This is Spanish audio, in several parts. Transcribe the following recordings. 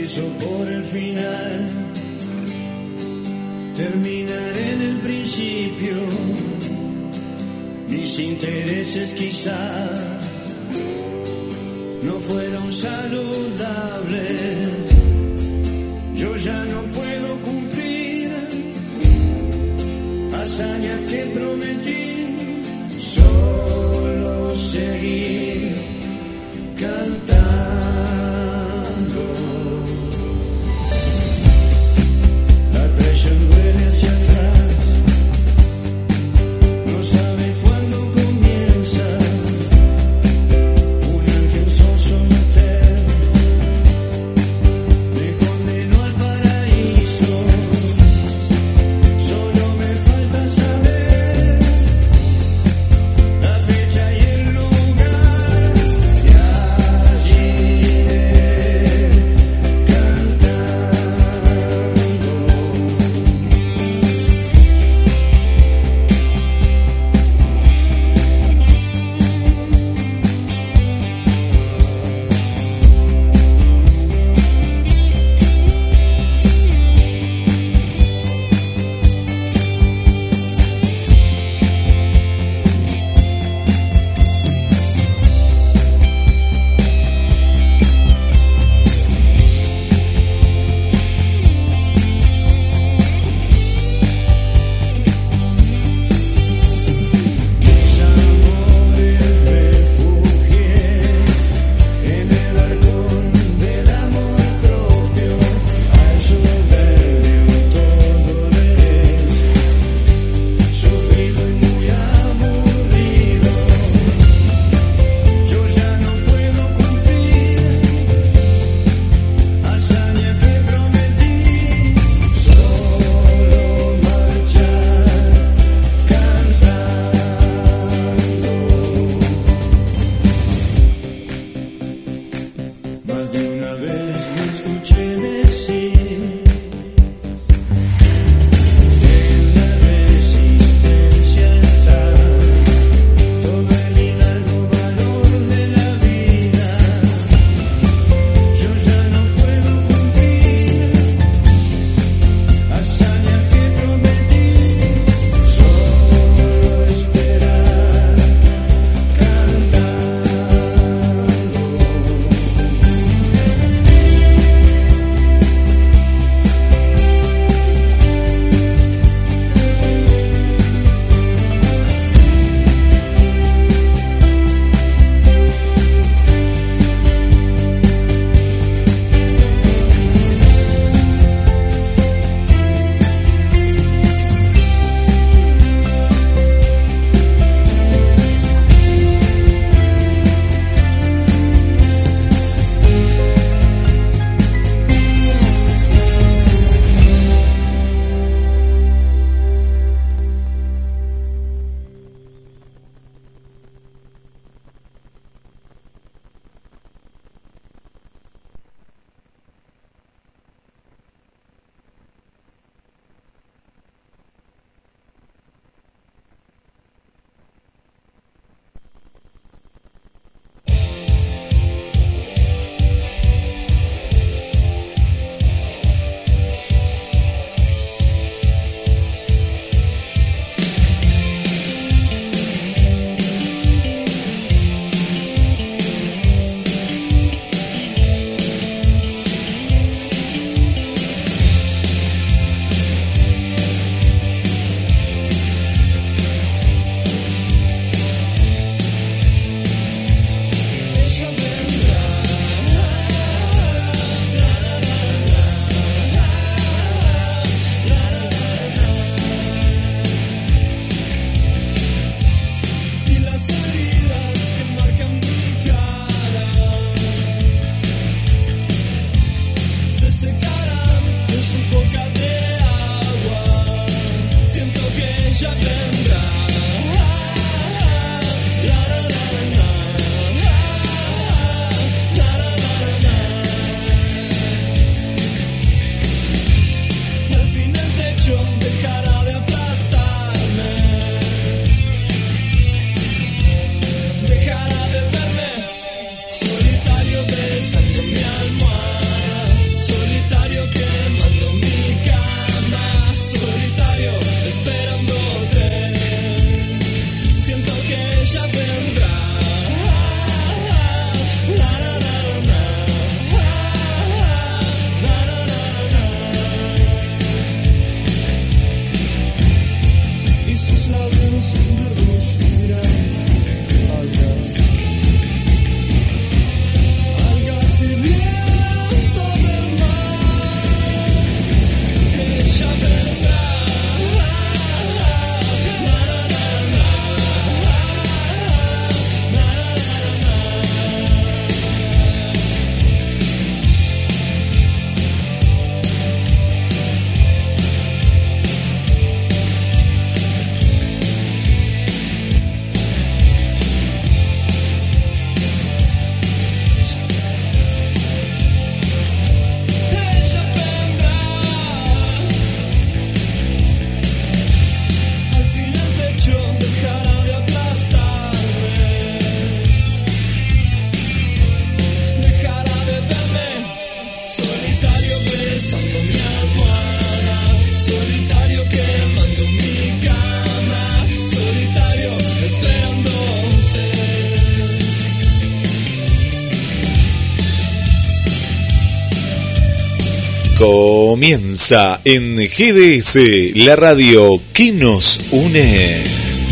empiezo por el final, terminar en el principio. Mis intereses quizá no fueron saludables. Yo ya no puedo cumplir hazañas que prometí, solo seguir cantando. La traición duele hacia atrás, no sabes cuándo comienza. Un ángel sos someter, Comienza en GDS, la radio que nos une.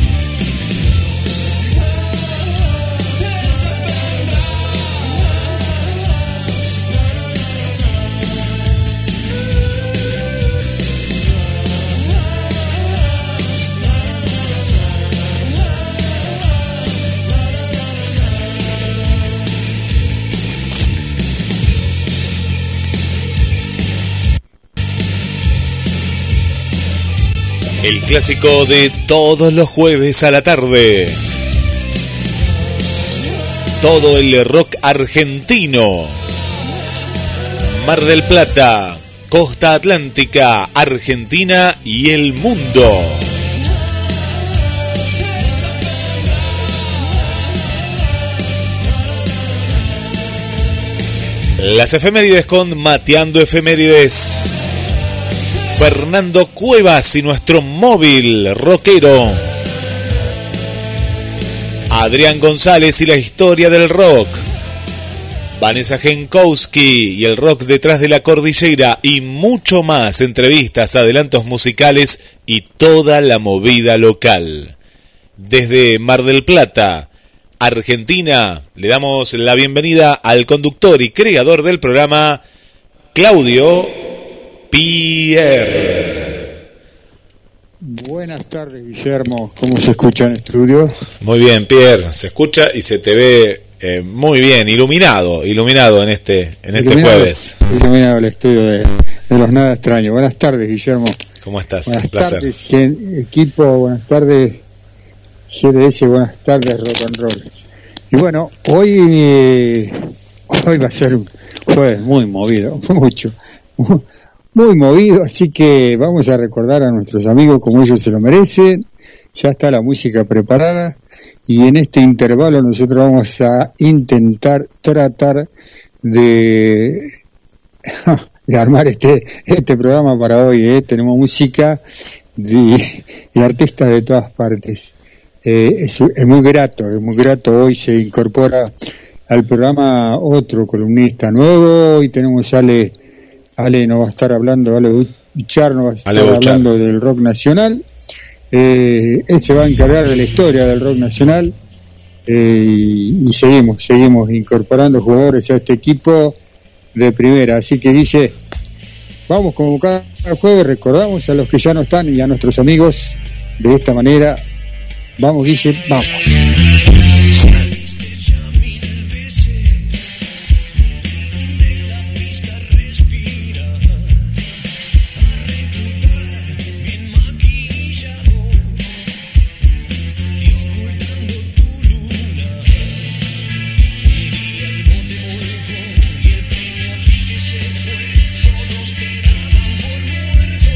El clásico de todos los jueves a la tarde. Todo el rock argentino. Mar del Plata, Costa Atlántica, Argentina y el mundo. Las efemérides con Mateando Efemérides. Fernando Cuevas y nuestro móvil rockero. Adrián González y la historia del rock. Vanessa Genkowski y el rock detrás de la cordillera y mucho más. Entrevistas, adelantos musicales y toda la movida local. Desde Mar del Plata, Argentina, le damos la bienvenida al conductor y creador del programa, Claudio Pierre. Buenas tardes, Guillermo. ¿Cómo se escucha en estudio? Muy bien, Pierre. Se escucha y se te ve muy bien, iluminado en este jueves. Iluminado el estudio de los Nada Extraños. Buenas tardes, Guillermo. ¿Cómo estás? Buenas Placer. tardes, equipo. Buenas tardes, GDS. Buenas tardes, Rock and Roll. Y bueno, hoy va a ser un jueves muy movido, muy movido, así que vamos a recordar a nuestros amigos como ellos se lo merecen. Ya está la música preparada y en este intervalo nosotros vamos a tratar de armar este programa para hoy. Tenemos música de artistas de todas partes. Es muy grato. Hoy se incorpora al programa otro columnista nuevo. Hoy tenemos Ale nos va a estar hablando, Ale Buchar nos va a estar hablando del rock nacional. Él se va a encargar de la historia del rock nacional, y seguimos incorporando jugadores a este equipo de primera. Así que dice, vamos como cada jueves, recordamos a los que ya no están y a nuestros amigos de esta manera. Vamos, dice, vamos.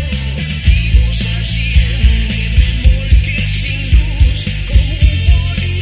Allí en mi remolque sin luz, como un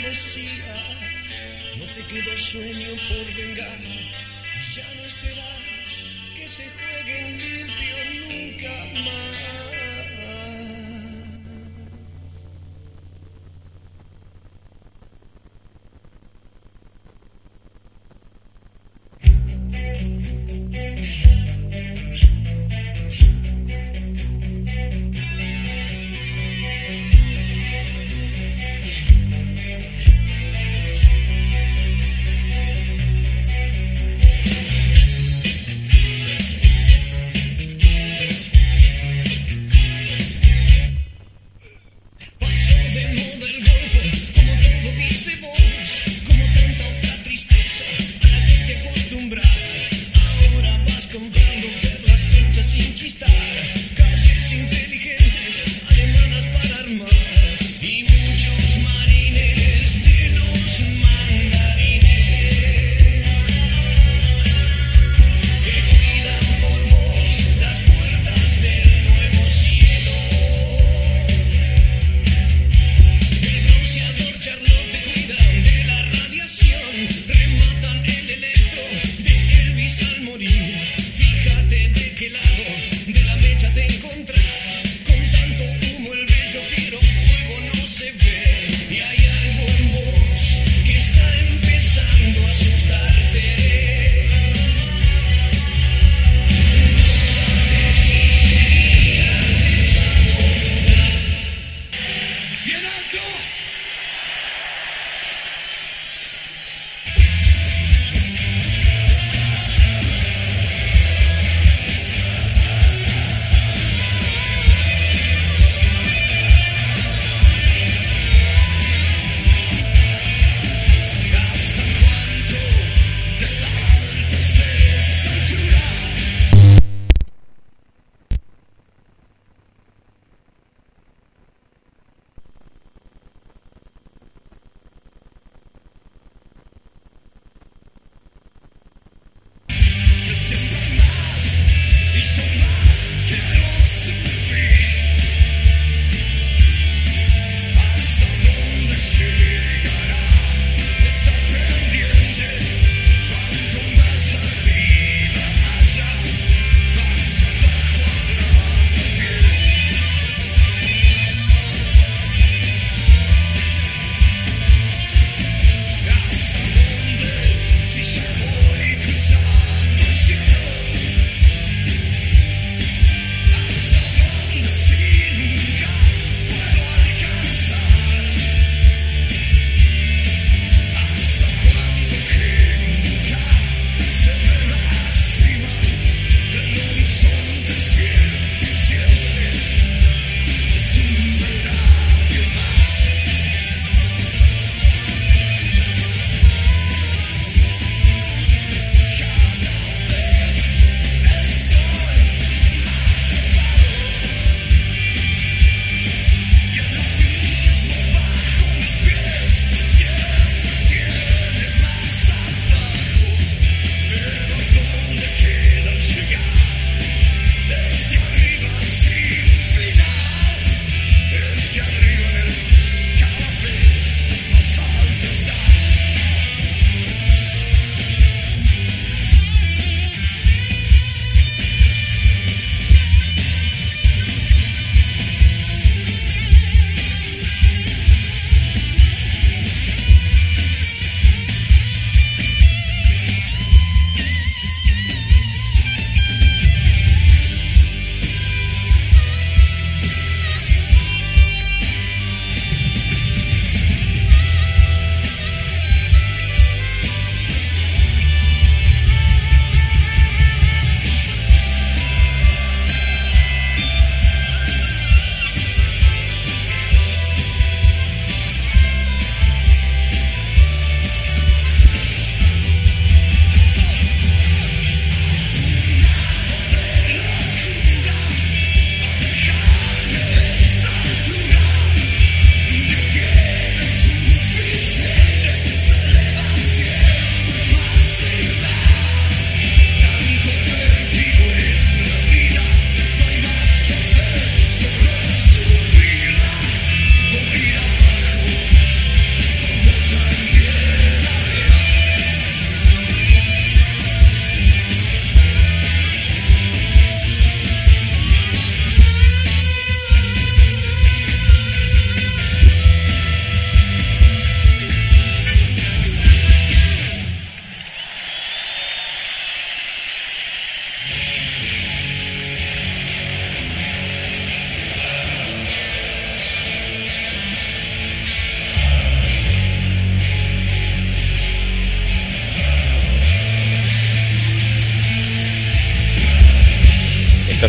decías, no te quedó sueño por vengar, ya no esperas que te jueguen limpio nunca más.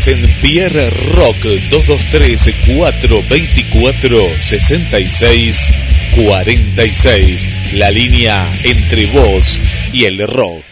Entradas en Pierre Rock 223-424-6646. La línea entre vos y el rock.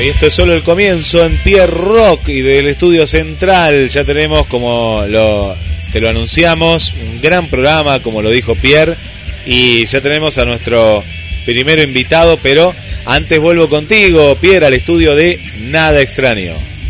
y esto es solo el comienzo en Pierre Rock y del estudio central. Ya tenemos, como te lo anunciamos, un gran programa, como lo dijo Pierre, y ya tenemos a nuestro primero invitado, pero antes vuelvo contigo, Pierre, al estudio de Nada Extraño.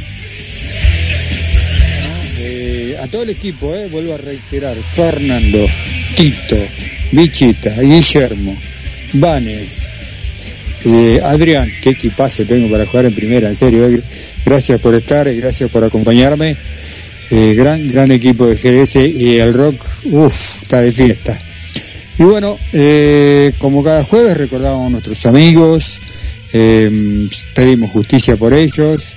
A todo el equipo, vuelvo a reiterar: Fernando, Tito, Bichita, Guillermo, Vane, Adrián, qué equipazo tengo para jugar en primera, en serio. Gracias por estar y gracias por acompañarme. Gran equipo de GDS, y el rock, está de fiesta. Y bueno, como cada jueves recordamos a nuestros amigos, pedimos justicia por ellos.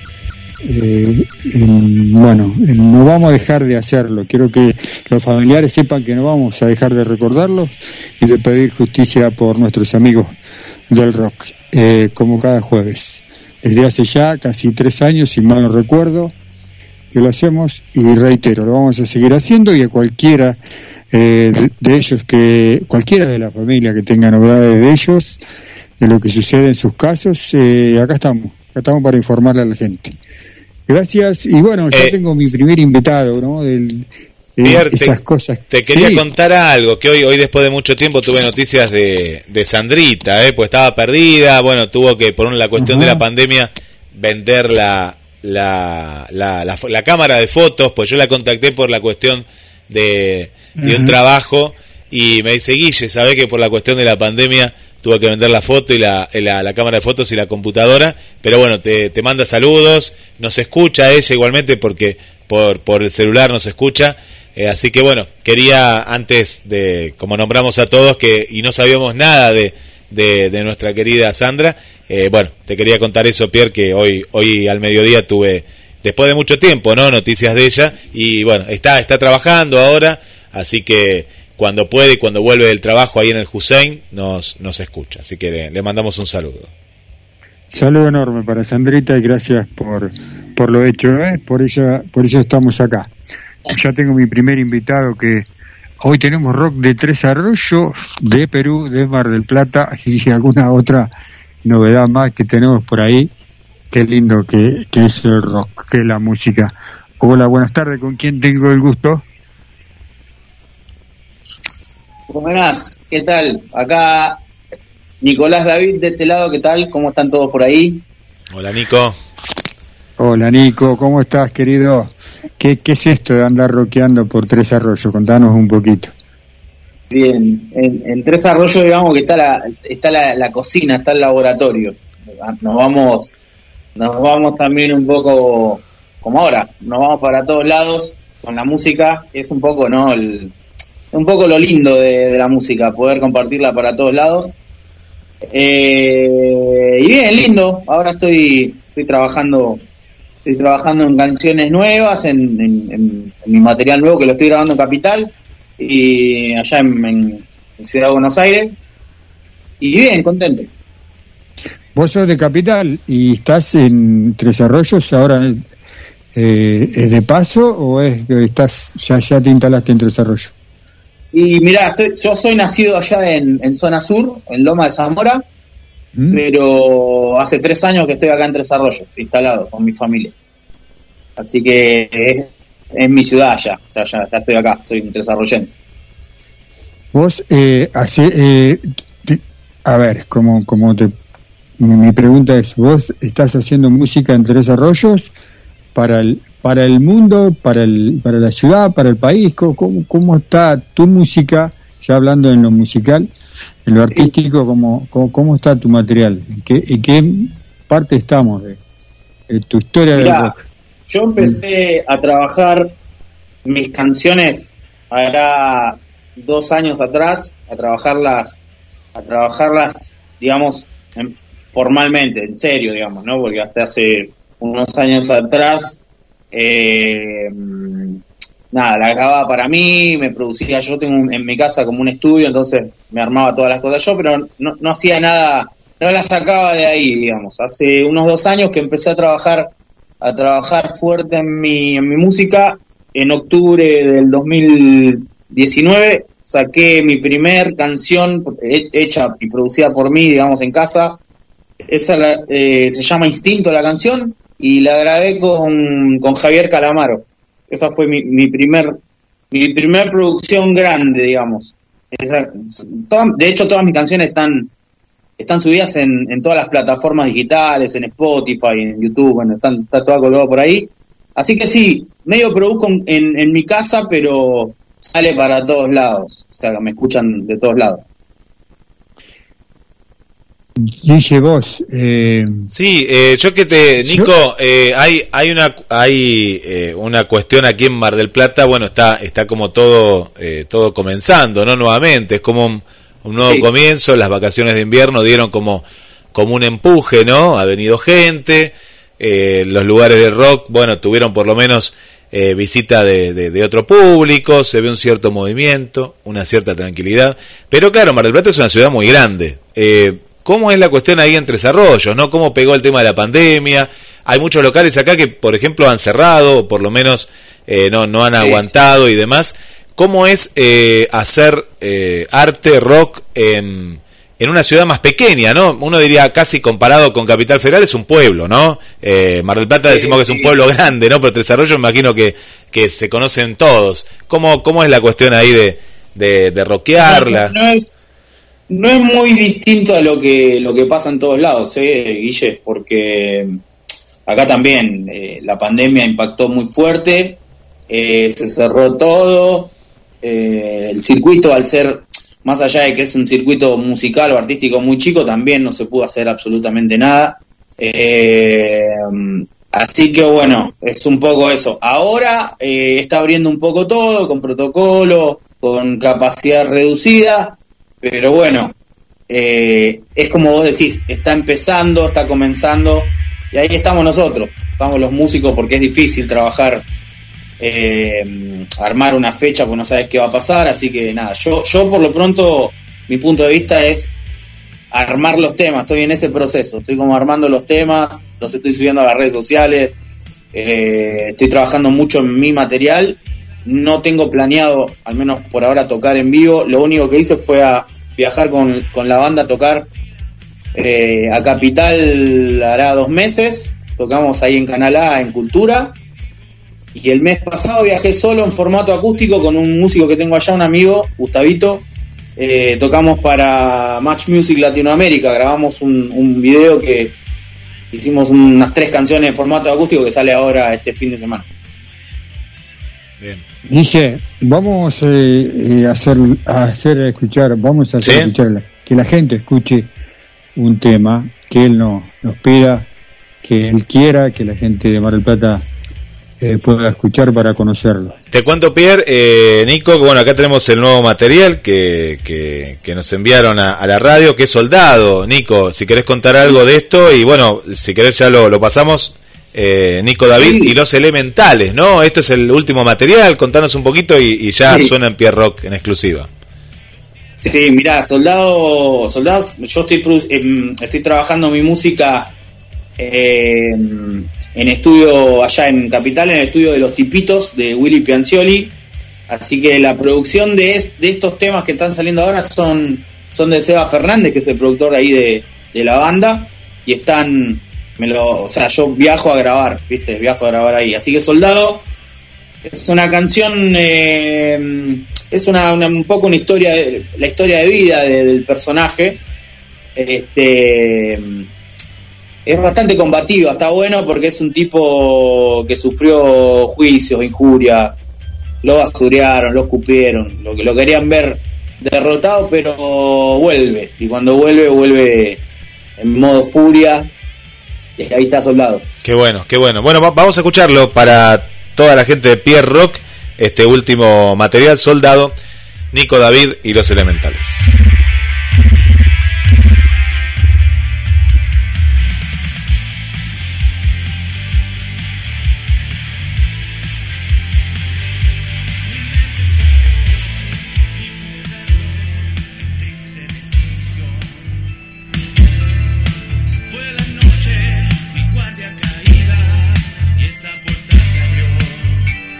No vamos a dejar de hacerlo. Quiero que los familiares sepan que no vamos a dejar de recordarlos y de pedir justicia por nuestros amigos del rock, como cada jueves, desde hace ya casi 3 años, si mal no recuerdo, que lo hacemos, y reitero, lo vamos a seguir haciendo. Y a cualquiera de ellos, cualquiera de la familia que tenga novedades de ellos, de lo que sucede en sus casos, acá estamos para informarle a la gente. Gracias. Y bueno, ya tengo mi primer invitado, ¿no? Pierre, esas cosas. Te quería contar algo, que hoy después de mucho tiempo tuve noticias de Sandrita, pues estaba perdida. Bueno, tuvo que, por la cuestión de la pandemia, vender la cámara de fotos, pues yo la contacté por la cuestión de un trabajo, y me dice: Guille, ¿sabés que por la cuestión de la pandemia tuve que vender la foto y la cámara de fotos y la computadora? Pero bueno, te manda saludos, nos escucha ella igualmente, porque por el celular nos escucha. Así que bueno, quería, antes de, como nombramos a todos, y no sabíamos nada de nuestra querida Sandra, bueno, te quería contar eso, Pierre, que hoy al mediodía tuve, después de mucho tiempo, ¿no?, noticias de ella. Y bueno, está trabajando ahora, así que cuando puede y cuando vuelve del trabajo ahí en el Hussein nos escucha, así que le mandamos un saludo. Saludo enorme para Sandrita y gracias por lo hecho, por eso estamos acá. Ya tengo mi primer invitado, que hoy tenemos rock de Tres Arroyos, de Perú, de Mar del Plata, y alguna otra novedad más que tenemos por ahí. Qué lindo que es el rock, que es la música. Hola, buenas tardes, ¿con quién tengo el gusto? Buenas, ¿qué tal? Acá Nicolás David de este lado, ¿qué tal? ¿Cómo están todos por ahí? Hola, Nico. Hola, Nico, ¿cómo estás, querido? ¿Qué es esto de andar rockeando por Tres Arroyos? Contanos un poquito. Bien, en Tres Arroyos, digamos que está la cocina, está el laboratorio. Nos vamos también un poco, como ahora, nos vamos para todos lados con la música, que es un poco, ¿no?, un poco lo lindo de la música, poder compartirla para todos lados. Y bien, lindo. Ahora estoy trabajando en canciones nuevas, en mi material nuevo, que lo estoy grabando en Capital y allá en Ciudad de Buenos Aires. Y bien, contento. Vos sos de Capital y estás en Tres Arroyos ahora, ¿es de paso o es que ya te instalaste en Tres Arroyos? Y mirá, yo soy nacido allá en zona sur, en Loma de Zamora, pero hace 3 años que estoy acá en Tres Arroyos, instalado con mi familia. Así que es mi ciudad ya, ya estoy acá, soy un tresarroyense. Vos, a ver, mi pregunta es: ¿vos estás haciendo música en Tres Arroyos para el mundo, para la ciudad, para el país? ¿Cómo está tu música, ya hablando en lo musical, en lo artístico, cómo está tu material? ¿En qué parte estamos de tu historia del rock? Yo empecé a trabajar mis canciones hará 2 años atrás, a trabajarlas, digamos, formalmente, en serio, digamos, ¿no? Porque hasta hace unos años atrás, la grababa para mí, me producía, yo tengo en mi casa como un estudio, entonces me armaba todas las cosas yo, pero no hacía nada, no la sacaba de ahí, digamos. Hace unos 2 años que empecé a trabajar fuerte en mi música. En octubre del 2019 saqué mi primer canción hecha y producida por mí, digamos, en casa, se llama Instinto la canción, y la grabé con Javier Calamaro. Esa fue mi primer producción grande, digamos. De hecho, todas mis canciones están subidas en todas las plataformas digitales, en Spotify, en YouTube, bueno, está todo colgado por ahí. Así que sí, medio produzco en mi casa, pero sale para todos lados. O sea, me escuchan de todos lados. Dice vos. Sí, Nico, hay una cuestión aquí en Mar del Plata. Bueno, está como todo comenzando, ¿no? Nuevamente, es como un nuevo comienzo. Las vacaciones de invierno dieron como un empuje, ¿no? Ha venido gente, los lugares de rock, bueno, tuvieron por lo menos visita de otro público, se ve un cierto movimiento, una cierta tranquilidad. Pero claro, Mar del Plata es una ciudad muy grande. ¿Cómo es la cuestión ahí en Tres Arroyos, no? ¿Cómo pegó el tema de la pandemia? Hay muchos locales acá que, por ejemplo, han cerrado, o por lo menos no han aguantado y demás. ¿Cómo es hacer arte, rock en una ciudad más pequeña, no? Uno diría, casi comparado con Capital Federal, es un pueblo, ¿no? Mar del Plata decimos que es un pueblo grande, ¿no? Pero Tres Arroyos me imagino que se conocen todos. ¿Cómo es la cuestión ahí de rockearla? No es muy distinto a lo que pasa en todos lados, Guille, porque acá también la pandemia impactó muy fuerte, se cerró todo, el circuito, al ser, más allá de que es un circuito musical o artístico muy chico, también no se pudo hacer absolutamente nada, así que bueno, es un poco eso. Ahora está abriendo un poco todo, con protocolo, con capacidad reducida, pero bueno, es como vos decís, está empezando, está comenzando, y ahí estamos nosotros, estamos los músicos, porque es difícil trabajar, armar una fecha porque no sabes qué va a pasar. Así que nada, yo por lo pronto, mi punto de vista es armar los temas, estoy en ese proceso, estoy como armando los temas, los estoy subiendo a las redes sociales, estoy trabajando mucho en mi material. No tengo planeado, al menos por ahora, tocar en vivo. Lo único que hice fue a viajar con la banda a tocar a Capital hará 2 meses. Tocamos ahí en Canal A, en Cultura. Y el mes pasado viajé solo en formato acústico con un músico que tengo allá, un amigo, Gustavito. Tocamos para Match Music Latinoamérica. Grabamos un video que hicimos unas 3 canciones en formato acústico que sale ahora este fin de semana. Bien. Dice, vamos a hacer escuchar que la gente escuche un tema que él nos pida, que él quiera, que la gente de Mar del Plata pueda escuchar para conocerlo. Te cuento, Pierre, Nico, que bueno, acá tenemos el nuevo material que nos enviaron a la radio, que es Soldado. Nico, si querés contar algo de esto, y bueno, si querés ya lo pasamos. Nico David y Los Elementales, ¿no? Este es el último material, contanos un poquito y ya suena en Pierre Rock en exclusiva. Sí, mirá, Soldados, yo estoy trabajando mi música en estudio allá en Capital, en el estudio de Los Tipitos de Willy Piancioli, así que la producción de estos temas que están saliendo ahora son de Seba Fernández, que es el productor ahí de la banda, y están... yo viajo a grabar, viajo a grabar ahí. Así que Soldado es una canción, es un poco una historia, la historia de vida del personaje. Es bastante combativa, está bueno porque es un tipo que sufrió juicios, injurias, lo basurearon, lo escupieron, lo querían ver derrotado, pero vuelve, y cuando vuelve en modo furia. Ahí está Soldado. Qué bueno. Bueno, vamos a escucharlo para toda la gente de Pierre Rock, este último material, Soldado, Nico David y Los Elementales.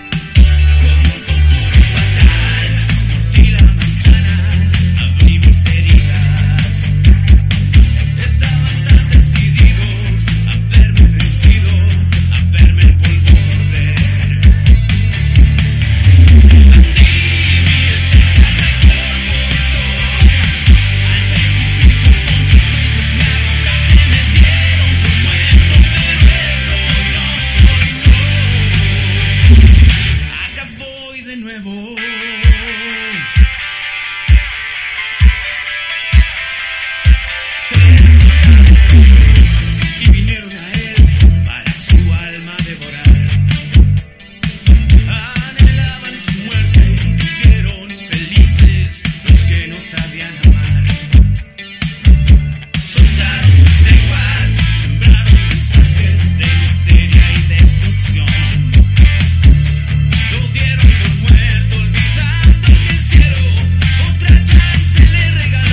Como un conjuro fatal, mordí la manzana, abrí mis sabían amar. Soltaron sus lenguas, sembraron mensajes de miseria y destrucción. Lo dieron por muerto, olvidando que el cielo otra chance le regaló.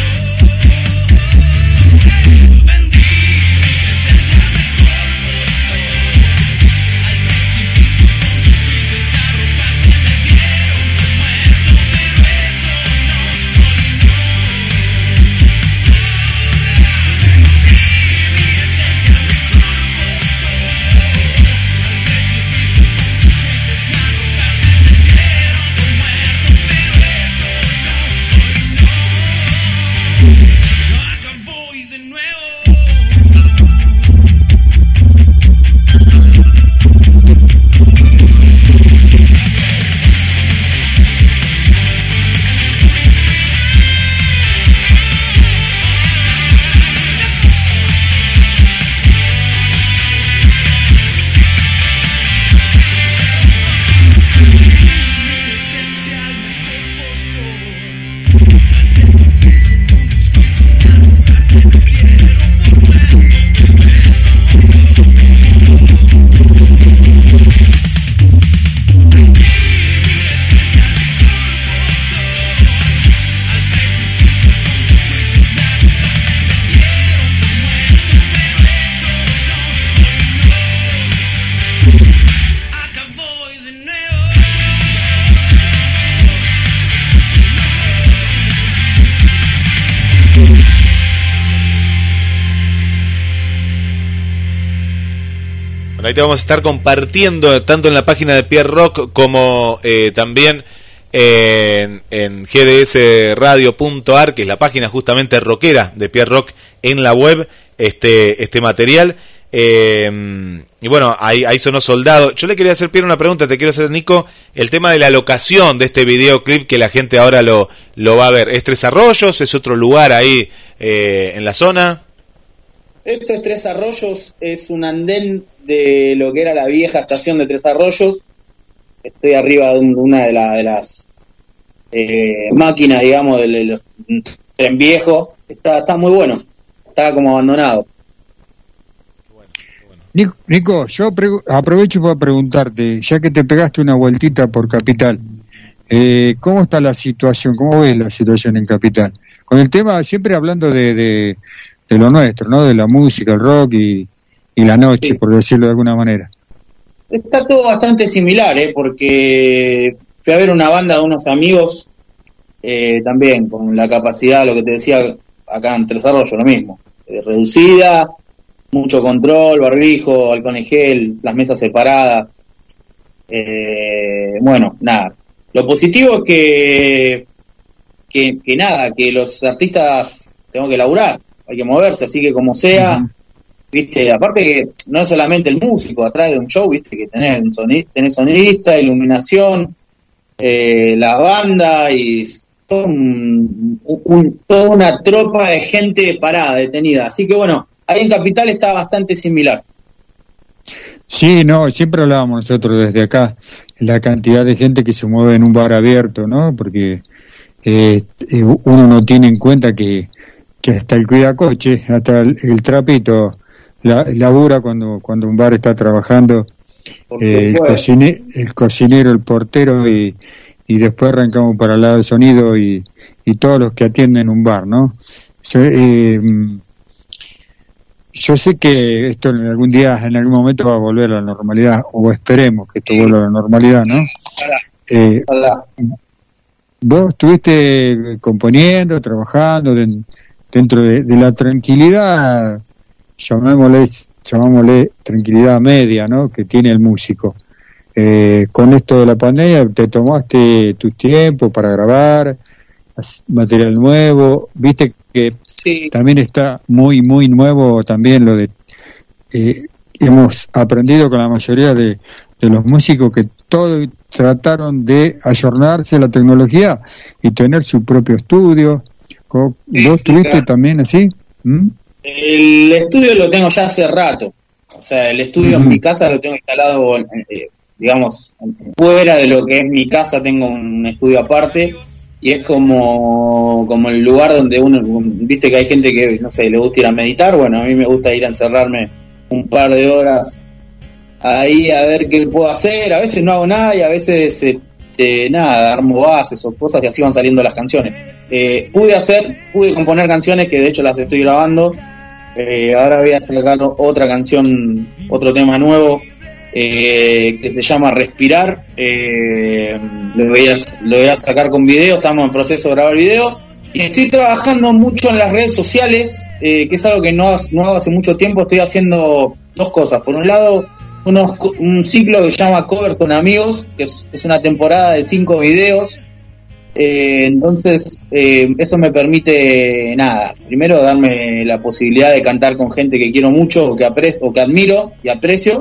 Vendí mi esencia mejor postor al precipicio con tus crisis, la ropa que me dieron por muerto, pero eso no, hoy no. Vendí mi esencia mejor postor al precipicio con tus crisis, la ropa que me dieron por muerto, pero eso no, hoy no. Acá voy de nuevo. Mi esencia al mejor postor al precipicio con tus juicios, la ropa que me dieron por muerto, pero eso no. Vendí mi esencia al mejor postor al precipicio con tus juicios, la ropa que me dieron por muerto, pero eso no, hoy no. Acá voy de nuevo. Bueno, ahí te vamos a estar compartiendo tanto en la página de Pierre Rock como también en gdsradio.ar, que es la página justamente rockera de Pierre Rock en la web, este material. Y bueno, ahí sonó Soldado. Yo le quería hacer, Pierre, una pregunta, te quiero hacer, Nico, el tema de la locación de este videoclip que la gente ahora lo va a ver. ¿Es Tres Arroyos? ¿Es otro lugar ahí en la zona? Eso es Tres Arroyos, es un andén de lo que era la vieja estación de Tres Arroyos. Estoy arriba de una de las máquinas, digamos, de los tren viejo. Está muy bueno, está como abandonado. Nico, yo aprovecho para preguntarte, ya que te pegaste una vueltita por Capital, ¿cómo está la situación? ¿Cómo ves la situación en Capital? Con el tema, siempre hablando de lo nuestro, ¿no? De la música, el rock y la noche, sí, por decirlo de alguna manera. Está todo bastante similar, porque fui a ver una banda de unos amigos, también con la capacidad, lo que te decía acá en Tres Arroyos, lo mismo, reducida, mucho control, barbijo, alcohol en gel, las mesas separadas. Bueno, nada. Lo positivo es que nada, que los artistas tenemos que laburar, hay que moverse, así que como sea, viste, aparte que no es solamente el músico, atrás de un show, viste, que tenés sonidista, iluminación, la banda y toda una tropa de gente parada, detenida. Así que bueno, ahí en Capital está bastante similar. Sí, no, siempre hablábamos nosotros desde acá, la cantidad de gente que se mueve en un bar abierto, ¿no? Porque uno no tiene en cuenta que hasta el cuidacoche, hasta el trapito, labura cuando un bar está trabajando, el cocinero, el portero y después arrancamos para el lado del sonido y todos los que atienden un bar, ¿no? Yo sé que esto en algún día, en algún momento va a volver a la normalidad, o esperemos que esto vuelva a la normalidad, ¿no? Ojalá. Vos estuviste componiendo, trabajando dentro de la tranquilidad, llamámosle tranquilidad media, ¿no? Que tiene el músico. Con esto de la pandemia, te tomaste tu tiempo para grabar material nuevo, viste que sí, también está muy muy nuevo también lo de hemos aprendido con la mayoría de los músicos que todos trataron de ayornarse a la tecnología y tener su propio estudio. ¿Vos estuviste claro también así? El estudio lo tengo ya hace rato, o sea, el estudio en mi casa lo tengo instalado, digamos, fuera de lo que es mi casa, tengo un estudio aparte, y es como el lugar donde uno, viste que hay gente que, no sé, le gusta ir a meditar. Bueno, a mí me gusta ir a encerrarme un par de horas ahí a ver qué puedo hacer. A veces no hago nada y a veces nada, armo bases o cosas y así van saliendo las canciones. Pude componer canciones que de hecho las estoy grabando. Ahora voy a sacar otra canción, otro tema nuevo que se llama Respirar. Lo voy a sacar con video, estamos en proceso de grabar video. Y estoy trabajando mucho en las redes sociales, que es algo que no hago hace mucho tiempo. Estoy haciendo dos cosas. Por un lado, un ciclo que se llama Cover con Amigos, que es una temporada de 5 videos. Entonces eso me permite, nada, primero darme la posibilidad de cantar con gente que quiero mucho o que admiro y aprecio.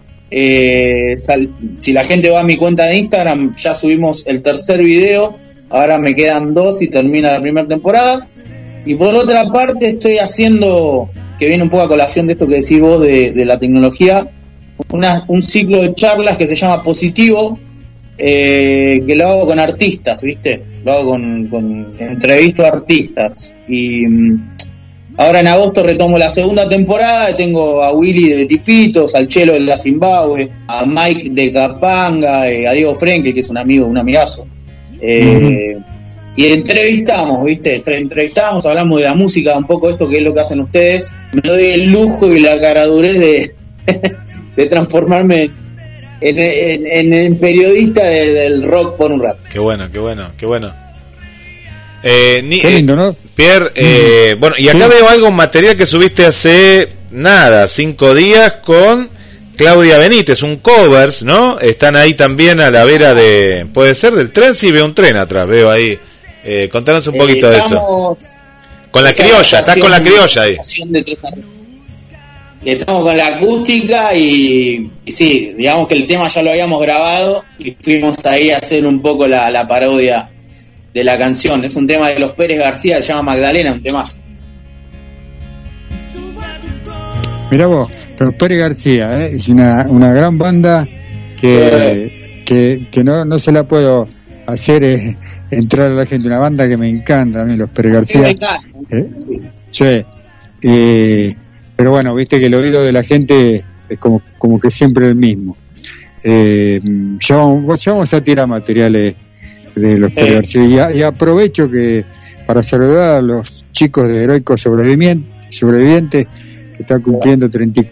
Si la gente va a mi cuenta de Instagram, ya subimos el tercer video, ahora me quedan 2 y termina la primera temporada. Y por otra parte estoy haciendo, que viene un poco a colación de esto que decís vos de la tecnología, un ciclo de charlas que se llama Positivo, que lo hago con artistas, ¿viste? Lo hago con entrevisto a artistas. Y ahora en agosto retomo la segunda temporada. Tengo a Willy de Tipitos, al Chelo de la Zimbabue, a Mike de Capanga, a Diego Frenke, que es un amigazo. Y entrevistamos, ¿viste? Entrevistamos, hablamos de la música, un poco esto que es lo que hacen ustedes. Me doy el lujo y la caradurez de transformarme en periodista del rock por un rato. Qué bueno. Qué lindo, ¿no? Pierre, bueno, y acá veo algo, material que subiste hace 5 días con Claudia Benítez, un covers, ¿no? Están ahí también a la vera de, puede ser del tren, sí, veo un tren atrás, veo ahí. Contanos un poquito de eso. Con la criolla, estás con la criolla ahí. Estamos con la acústica y sí, digamos que el tema ya lo habíamos grabado y fuimos ahí a hacer un poco la parodia de la canción. Es un tema de los Pérez García, se llama Magdalena, un temazo. Mirá vos, los Pérez García, es una gran banda que no se la puedo hacer entrar a la gente. Una banda que me encanta a mí, los Pérez García. Sí, pero bueno, viste que el oído de la gente es como que siempre el mismo. Ya vamos a tirar materiales de los Pérez García y aprovecho que para saludar a los chicos de Heroicos Sobrevivientes, que están cumpliendo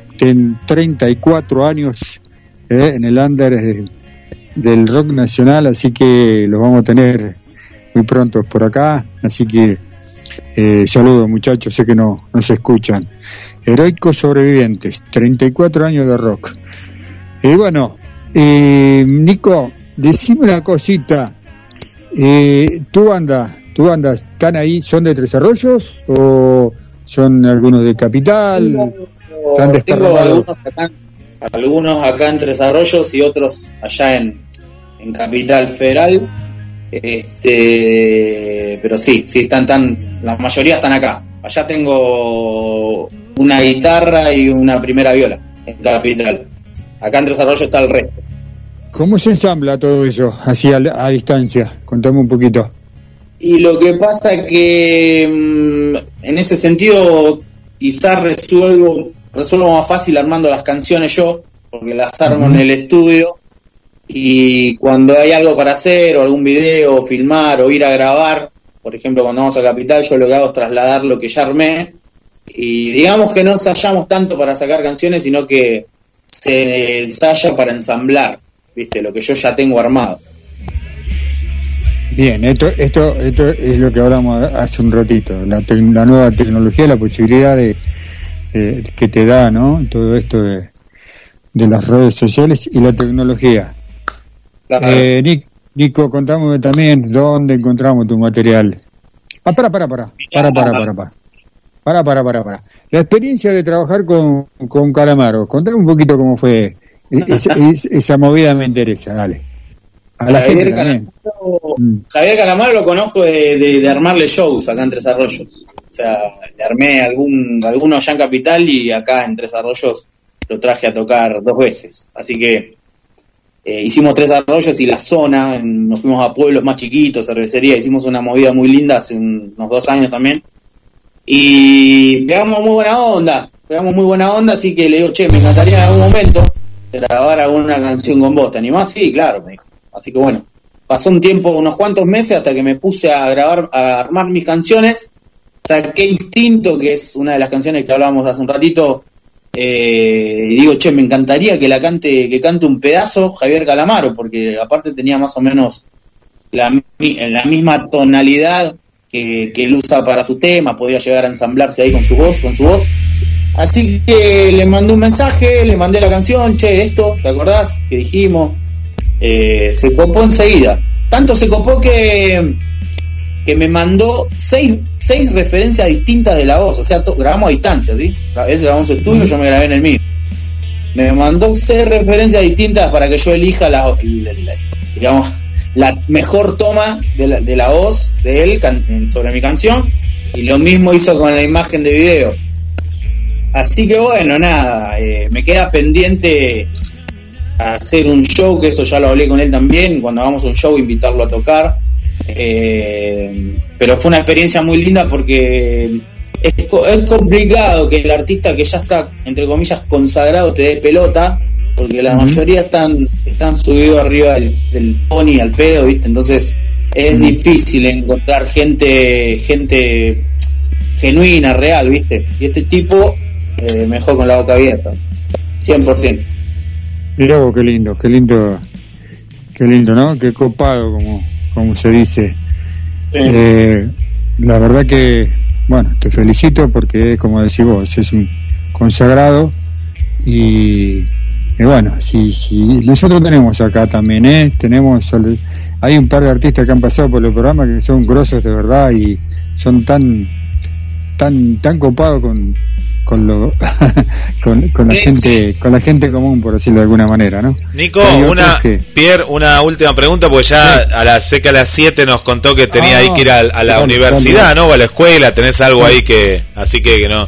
34 años en el under del rock nacional, así que los vamos a tener muy pronto por acá, así que saludos muchachos, sé que no se escuchan. Heroicos Sobrevivientes, 34 años de rock. Y bueno, Nico, decime una cosita, tu banda, ¿están ahí, son de Tres Arroyos o son algunos de Capital? Tengo algunos acá en Tres Arroyos y otros allá en Capital Federal. Pero sí, la mayoría están acá. Allá tengo una guitarra y una primera viola en Capital. Acá en Tres Arroyos está el resto. ¿Cómo se ensambla todo eso así a distancia? Contame un poquito. Y lo que pasa es que en ese sentido quizás resuelvo más fácil armando las canciones yo, porque las armo en el estudio, y cuando hay algo para hacer o algún video, o filmar o ir a grabar, por ejemplo cuando vamos a Capital, yo lo que hago es trasladar lo que ya armé, y digamos que no ensayamos tanto para sacar canciones, sino que se ensaya para ensamblar, viste, lo que yo ya tengo armado. Bien, esto es lo que hablamos hace un ratito, la nueva tecnología, la posibilidad de que te da, ¿no? Todo esto de las redes sociales y la tecnología. Claro. Nico, contame también dónde encontramos tu material. Para. La experiencia de trabajar con Calamaro, contame un poquito cómo fue. Esa movida me interesa, dale. Javier Calamaro lo conozco de armarle shows acá en Tres Arroyos. O sea, le armé algunos allá en Capital y acá en Tres Arroyos lo traje a tocar 2 veces. Así que hicimos Tres Arroyos y La Zona, nos fuimos a pueblos más chiquitos, cervecería, hicimos una movida muy linda hace unos 2 años también, y pegamos muy buena onda, así que le digo, che, me encantaría en algún momento grabar alguna canción con vos, ¿te animás? Sí, claro, me dijo. Así que bueno, pasó un tiempo, unos cuantos meses, hasta que me puse a grabar, a armar mis canciones. Saqué Instinto, que es una de las canciones que hablábamos hace un ratito, y digo, che, me encantaría que cante un pedazo Javier Calamaro, porque aparte tenía más o menos la misma tonalidad que él usa para su tema, podía llegar a ensamblarse ahí con su voz. Así que le mandé un mensaje, le mandé la canción, che, esto, ¿te acordás? Que dijimos, se copó enseguida. Tanto se copó que me mandó 6 referencias distintas de la voz, o sea, grabamos a distancia, ¿sí? Él grabó en su estudio, yo me grabé en el mío. Me mandó 6 referencias distintas para que yo elija digamos, la mejor toma de la voz de él sobre mi canción, y lo mismo hizo con la imagen de video. Así que bueno, nada, me queda pendiente hacer un show, que eso ya lo hablé con él también, cuando hagamos un show invitarlo a tocar, pero fue una experiencia muy linda porque es complicado que el artista que ya está, entre comillas, consagrado te dé pelota, porque la mayoría están subidos arriba del pony al pedo, ¿viste? Entonces es difícil encontrar gente genuina, real, ¿viste? Y este tipo mejor con la boca abierta, 100%. Mirá vos, qué lindo, ¿no? Qué copado, como se dice. Sí. La verdad que, bueno, te felicito porque, como decís vos, es un consagrado y bueno, si nosotros tenemos acá también, hay un par de artistas que han pasado por el programa que son grosos de verdad y son tan copados con la gente, con la gente común, por decirlo de alguna manera, ¿no? Nico, Pierre, una última pregunta, porque ya sé que a las 7 nos contó que tenía ahí que ir a la universidad, ¿no? O a la escuela, tenés algo ahí así que no.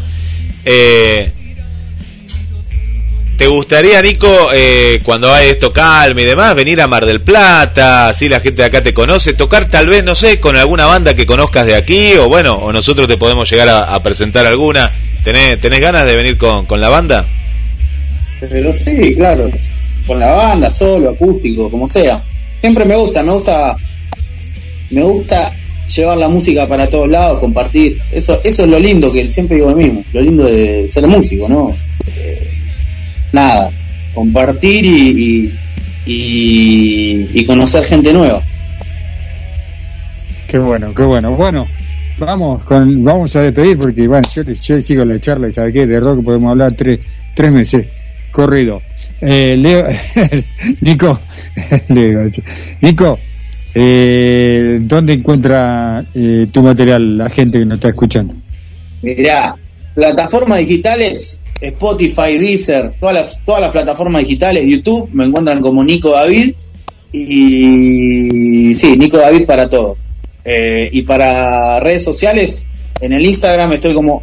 ¿Te gustaría, Nico, cuando hay esto calma y demás, venir a Mar del Plata, así la gente de acá te conoce, tocar tal vez, no sé, con alguna banda que conozcas de aquí, o bueno, o nosotros te podemos llegar a presentar alguna? ¿Tenés ganas de venir con la banda? Pero sí, claro, con la banda, solo, acústico, como sea. Siempre me gusta llevar la música para todos lados, compartir. Eso es lo lindo, que siempre digo lo mismo, lo lindo de ser músico, ¿no? Nada, compartir y conocer gente nueva. Qué bueno. Bueno, vamos a despedir porque bueno, yo sigo la charla y sabe qué, de rock podemos hablar 3 meses corrido. Nico, ¿dónde encuentra tu material la gente que nos está escuchando? Mirá, plataformas digitales, Spotify, Deezer, todas las plataformas digitales, YouTube, me encuentran como Nico David, y sí, Nico David para todo. Y para redes sociales, en el Instagram estoy como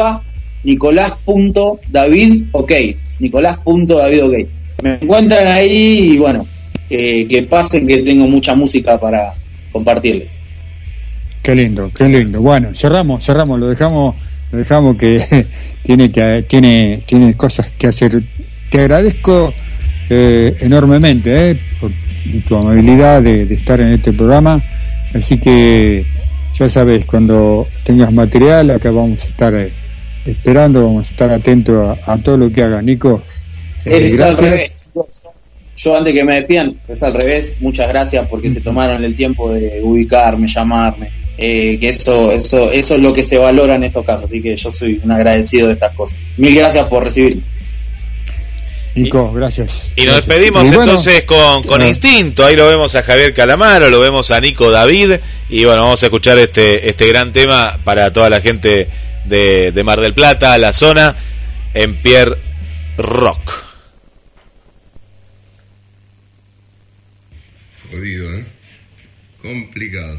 @nicolás.davidok, Nicolás.davidok. Me encuentran ahí y bueno, que pasen, que tengo mucha música para compartirles. Qué lindo. Bueno, cerramos, lo dejamos que tiene cosas que hacer. Te agradezco enormemente por tu amabilidad de estar en este programa. Así que ya sabes, cuando tengas material, acá vamos a estar esperando, vamos a estar atentos a todo lo que haga Nico. Es al revés. Yo antes que me despidan, es al revés. Muchas gracias porque se tomaron el tiempo de ubicarme, llamarme. Que eso es lo que se valora en estos casos. Así que yo soy un agradecido de estas cosas. Mil gracias por recibirme. Nico, gracias. Y nos despedimos entonces con Instinto. Ahí lo vemos a Javier Calamaro, lo vemos a Nico David. Y bueno, vamos a escuchar este gran tema para toda la gente de Mar del Plata, la zona, en Pierre Rock. Jodido, complicado.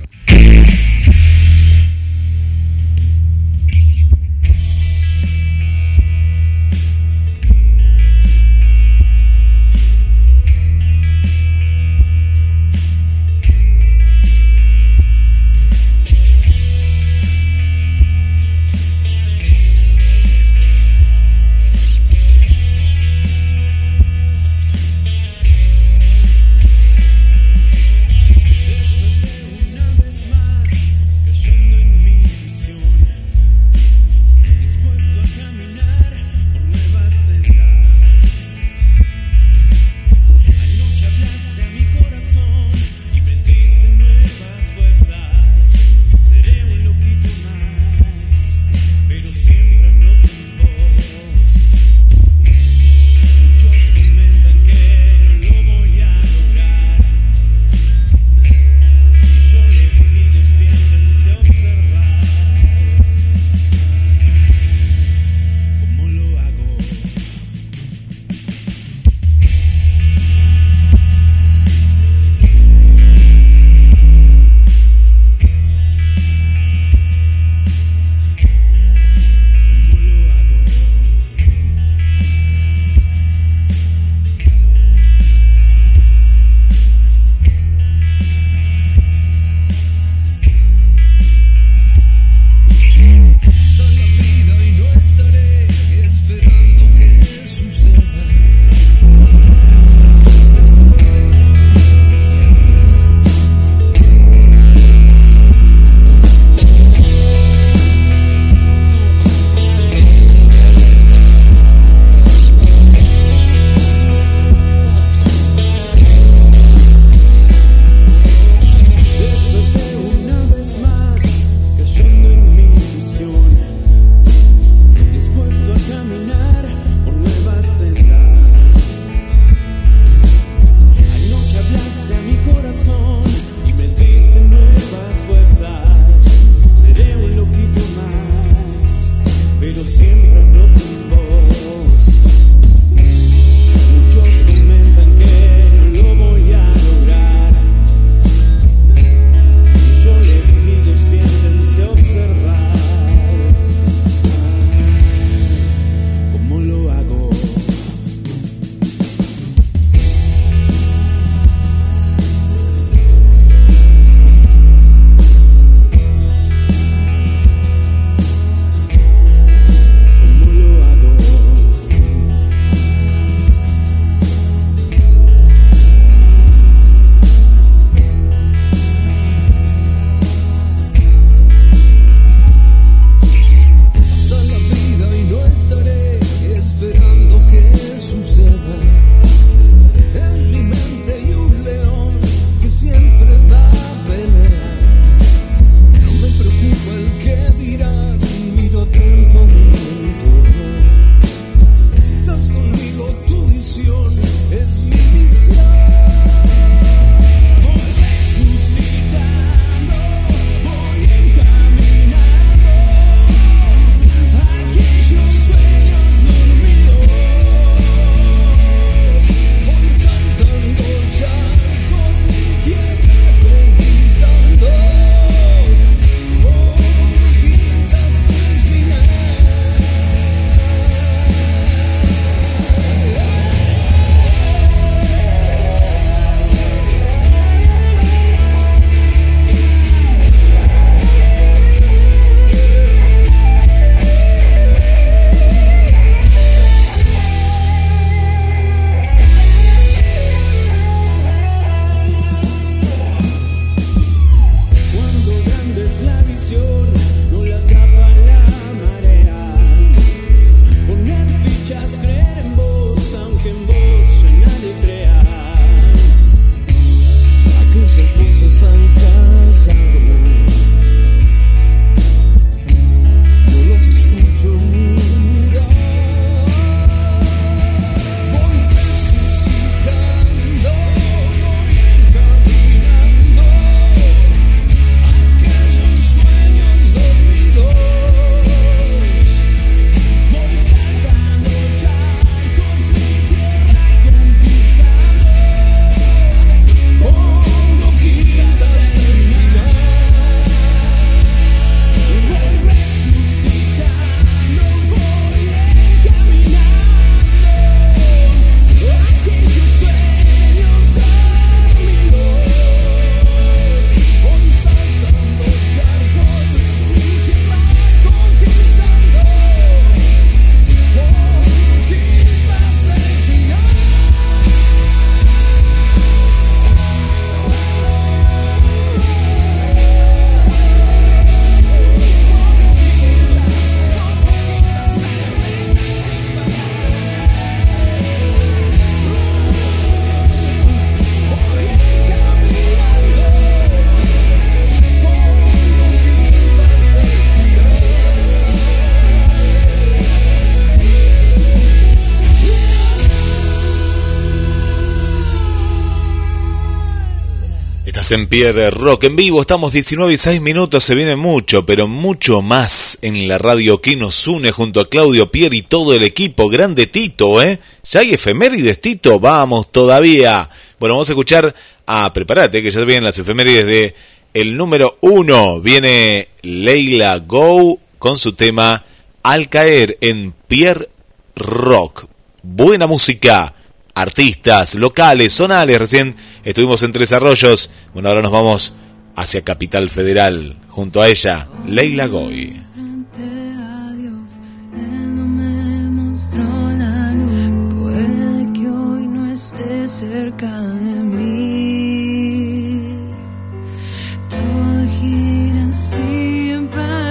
Estás en Pierre Rock en vivo, estamos 19:06, se viene mucho, pero mucho más en la radio que nos une junto a Claudio Pierre y todo el equipo. Grande Tito, ya hay efemérides, Tito, vamos todavía. Bueno, vamos a escuchar, prepárate que ya vienen las efemérides de el número 1, viene Leila Go con su tema Al Caer en Pierre Rock. Buena música. Artistas locales, zonales, recién estuvimos en Tres Arroyos, bueno, ahora nos vamos hacia Capital Federal, junto a ella, Leila Goy. Frente a Dios, Él no me mostró la luz, puede que hoy no esté cerca de mí, todo gira sin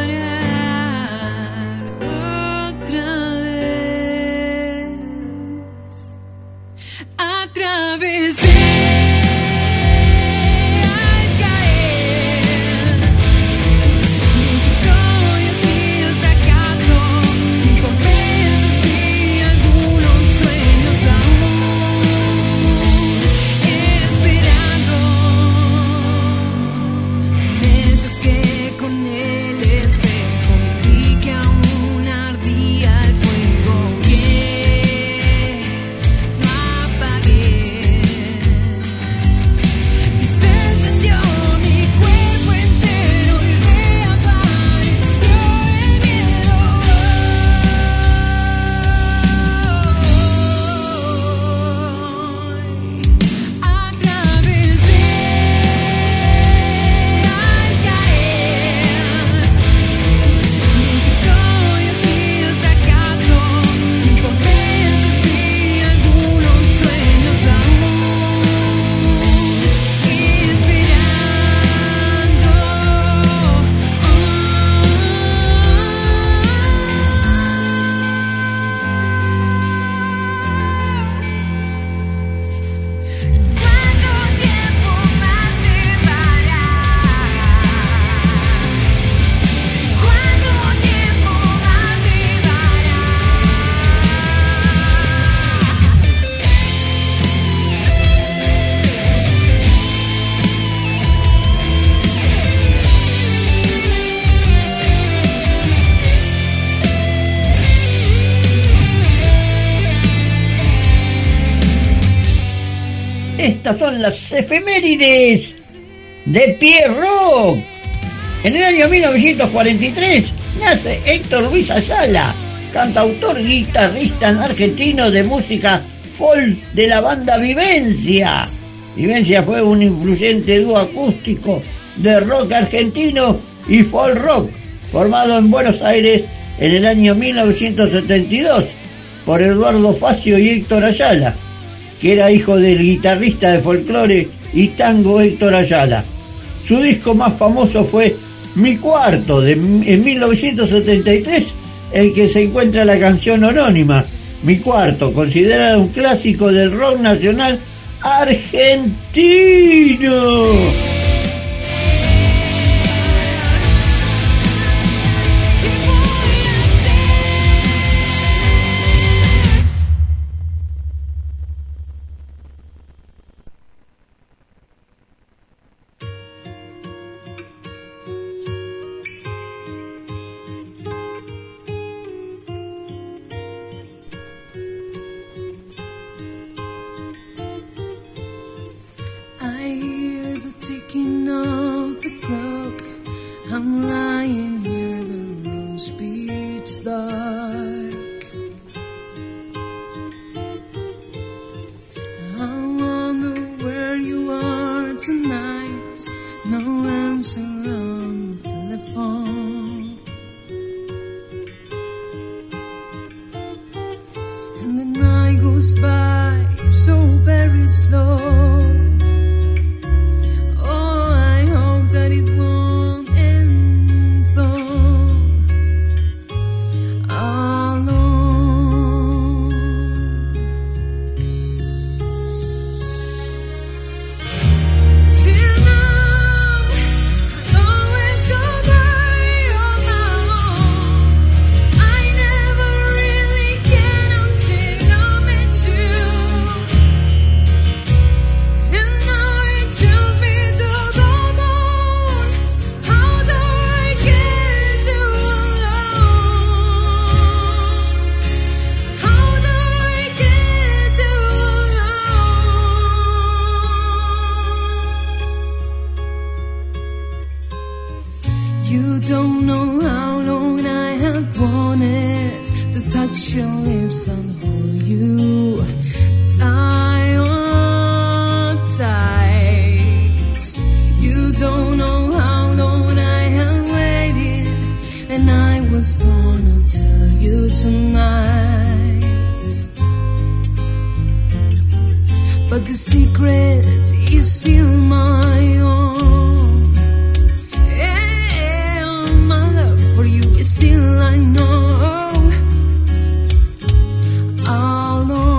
parar, otra vez, a través de Estas son las efemérides de Pierre Rock. En el año 1943 nace Héctor Luis Ayala, cantautor y guitarrista argentino de música folk de la banda Vivencia. Vivencia fue un influyente dúo acústico de rock argentino y folk rock, formado en Buenos Aires en el año 1972 por Eduardo Facio y Héctor Ayala, que era hijo del guitarrista de folclore y tango Héctor Ayala. Su disco más famoso fue Mi Cuarto, en 1973, el que se encuentra la canción homónima, Mi Cuarto, considerada un clásico del rock nacional argentino. Yeah. arms and hold you tight, tight. You don't know how long I have waited, and I was gonna tell you tonight. But the secret is still my own. And my love for you is still, I know, alone.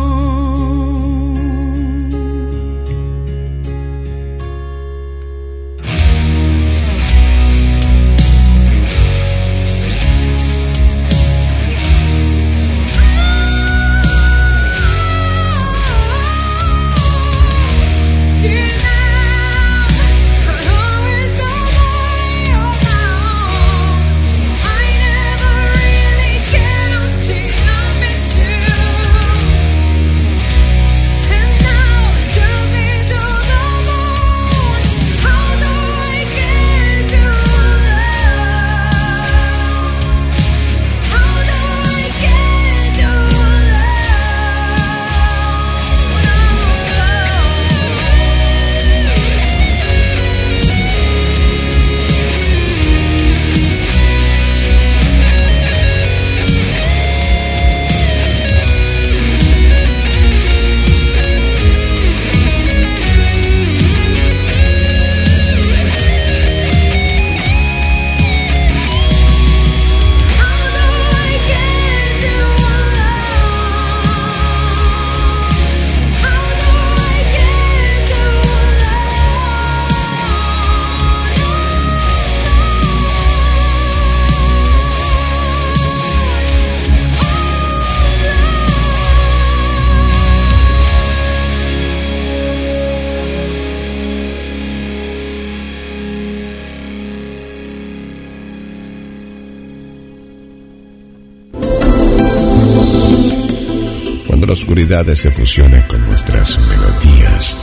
La oscuridad se fusiona con nuestras melodías.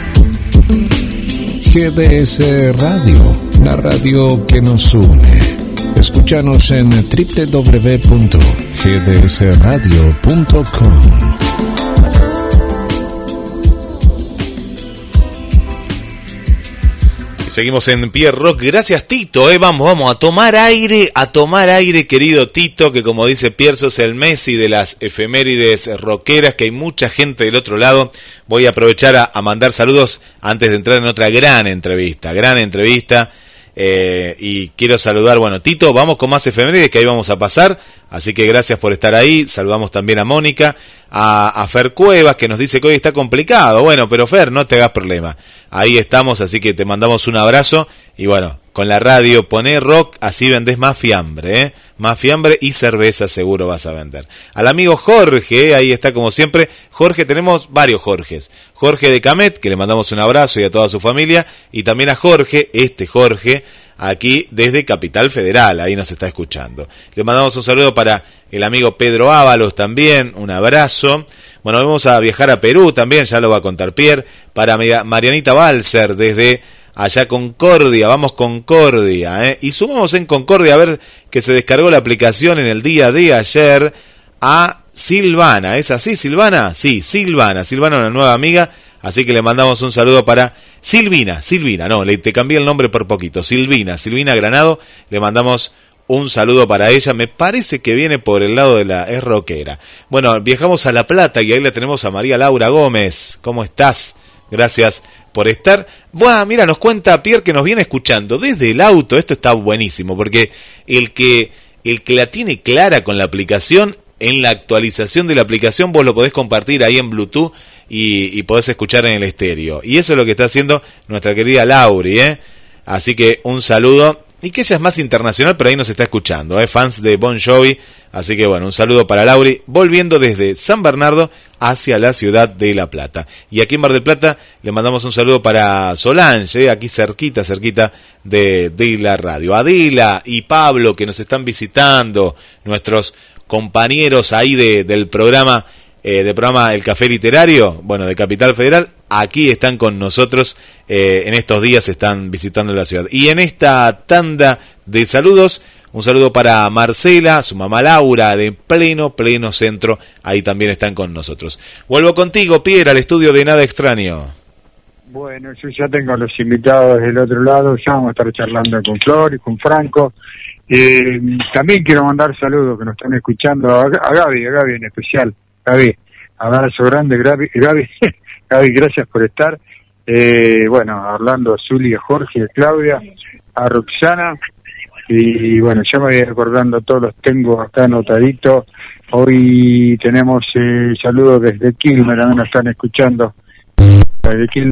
GDS Radio, la radio que nos une. Escúchanos en www.gdsradio.com. Seguimos en Pierre Rock. Gracias, Tito. Vamos a tomar aire, querido Tito, que como dice Pierre, sos el Messi de las efemérides rockeras, que hay mucha gente del otro lado. Voy a aprovechar a mandar saludos antes de entrar en otra gran entrevista. Y quiero saludar, Tito, vamos con más efemérides que ahí vamos a pasar, así que gracias por estar ahí. Saludamos también a Mónica, a Fer Cuevas, que nos dice que hoy está complicado. Bueno, pero Fer, no te hagas problema, ahí estamos, así que te mandamos un abrazo. Y con la radio poné rock, así vendés más fiambre, más fiambre y cerveza seguro vas a vender. Al amigo Jorge, ahí está como siempre. Jorge, tenemos varios Jorges. Jorge de Camet, que le mandamos un abrazo, y a toda su familia, y también a Jorge, aquí desde Capital Federal, ahí nos está escuchando. Le mandamos un saludo para el amigo Pedro Ábalos también, un abrazo. Vamos a viajar a Perú también, ya lo va a contar Pierre. Para Marianita Balser desde allá Concordia, vamos Concordia, y sumamos en Concordia, a ver, que se descargó la aplicación en el día de ayer, a Silvana. ¿Es así, Silvana? Sí, Silvana, una nueva amiga, así que le mandamos un saludo para Silvina, te cambié el nombre por poquito, Silvina Granado, le mandamos un saludo para ella. Me parece que viene por el lado es rockera. Viajamos a La Plata y ahí la tenemos a María Laura Gómez. ¿Cómo estás? Gracias por estar. Mira, nos cuenta Pierre que nos viene escuchando desde el auto. Esto está buenísimo, porque el que la tiene clara con la aplicación, en la actualización de la aplicación vos lo podés compartir ahí en Bluetooth y podés escuchar en el estéreo. Y eso es lo que está haciendo nuestra querida Lauri, Así que un saludo. Y que ella es más internacional, pero ahí nos está escuchando, fans de Bon Jovi. Así que un saludo para Lauri, volviendo desde San Bernardo hacia la ciudad de La Plata. Y aquí en Mar del Plata le mandamos un saludo para Solange, aquí cerquita de la radio. Adela y Pablo, que nos están visitando, nuestros compañeros ahí del programa El Café Literario, de Capital Federal. Aquí están con nosotros, en estos días están visitando la ciudad. Y en esta tanda de saludos Un saludo para Marcela, su mamá Laura, de pleno centro, ahí también están con nosotros. Vuelvo contigo, Pierre, al estudio de Nada Extraño. Bueno, yo ya tengo los invitados del otro lado, ya vamos a estar charlando con Flor y con Franco. También quiero mandar saludos que nos están escuchando a Gaby en especial. Gaby, abrazo grande, Gaby, gracias por estar. Bueno, a Orlando, a Zuli, a Jorge, a Claudia, a Roxana. Y bueno, ya me voy acordando, todos los tengo acá anotaditos. Hoy tenemos saludos desde Quilmes, también nos están escuchando. Desde Quilmes.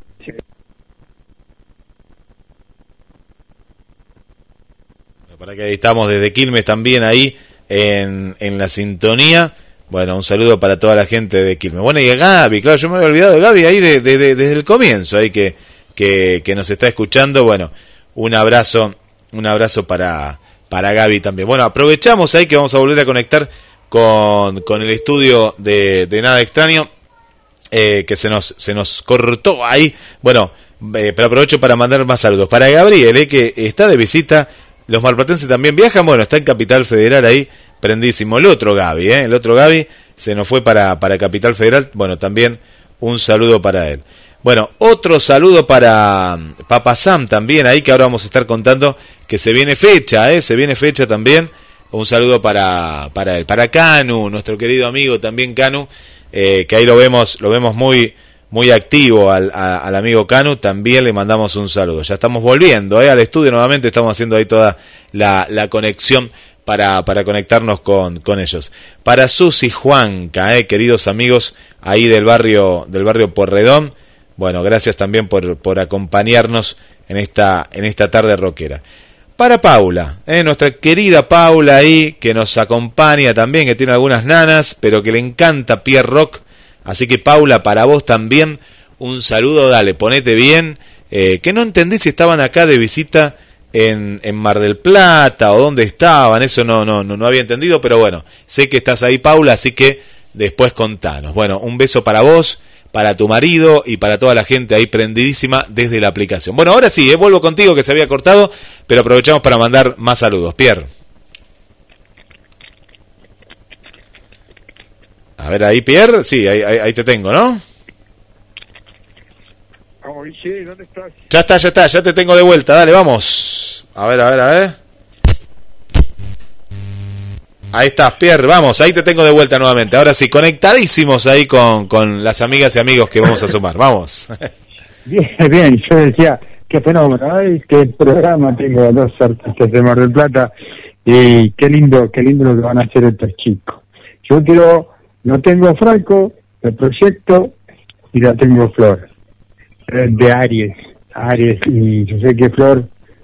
Para que ahí estamos desde Quilmes también ahí en la sintonía. Bueno, un saludo para toda la gente de Quilmes. Bueno, y a Gaby, claro, yo me había olvidado de Gaby ahí desde el comienzo, ahí que nos está escuchando. Bueno, un abrazo para Gaby también. Bueno, aprovechamos ahí que vamos a volver a conectar con el estudio de Nada Extraño, que se nos cortó ahí. Bueno, pero aprovecho para mandar más saludos. Para Gabriel, que está de visita. Los marplatenses también viajan, bueno, está en Capital Federal ahí, prendísimo. El otro Gaby se nos fue para Capital Federal, bueno, también un saludo para él. Bueno, otro saludo para Papa Sam también ahí, que ahora vamos a estar contando que se viene fecha también. Un saludo para él, para Canu, nuestro querido amigo también Canu, que ahí lo vemos muy activo al amigo Canu, también le mandamos un saludo. Ya estamos volviendo al estudio nuevamente, estamos haciendo ahí toda la conexión para conectarnos con ellos. Para Susi Juanca, queridos amigos ahí del barrio Porredón, bueno, gracias también por acompañarnos en esta tarde rockera. Para Paula, nuestra querida Paula ahí, que nos acompaña también, que tiene algunas nanas, pero que le encanta Pierre Rock. Así que Paula, para vos también un saludo, dale, ponete bien, que no entendí si estaban acá de visita en Mar del Plata o dónde estaban, eso no había entendido, pero bueno, sé que estás ahí, Paula, así que después contanos. Bueno, un beso para vos, para tu marido y para toda la gente ahí prendidísima desde la aplicación. Bueno, ahora sí, vuelvo contigo que se había cortado, pero aprovechamos para mandar más saludos. Pierre. A ver, ahí, Pierre, sí, ahí te tengo, ¿no? Sí, ¿dónde estás? Ya está, ya te tengo de vuelta, dale, vamos. A ver. Ahí estás, Pierre, vamos, ahí te tengo de vuelta nuevamente. Ahora sí, conectadísimos ahí con las amigas y amigos que vamos a sumar, vamos. Bien, yo decía, qué fenómeno, qué programa, tengo a dos artistas de Mar del Plata, y qué lindo lo que van a hacer estos chicos. No tengo a Franco, el proyecto, y la tengo a Flor, de Aries, y yo sé que Flor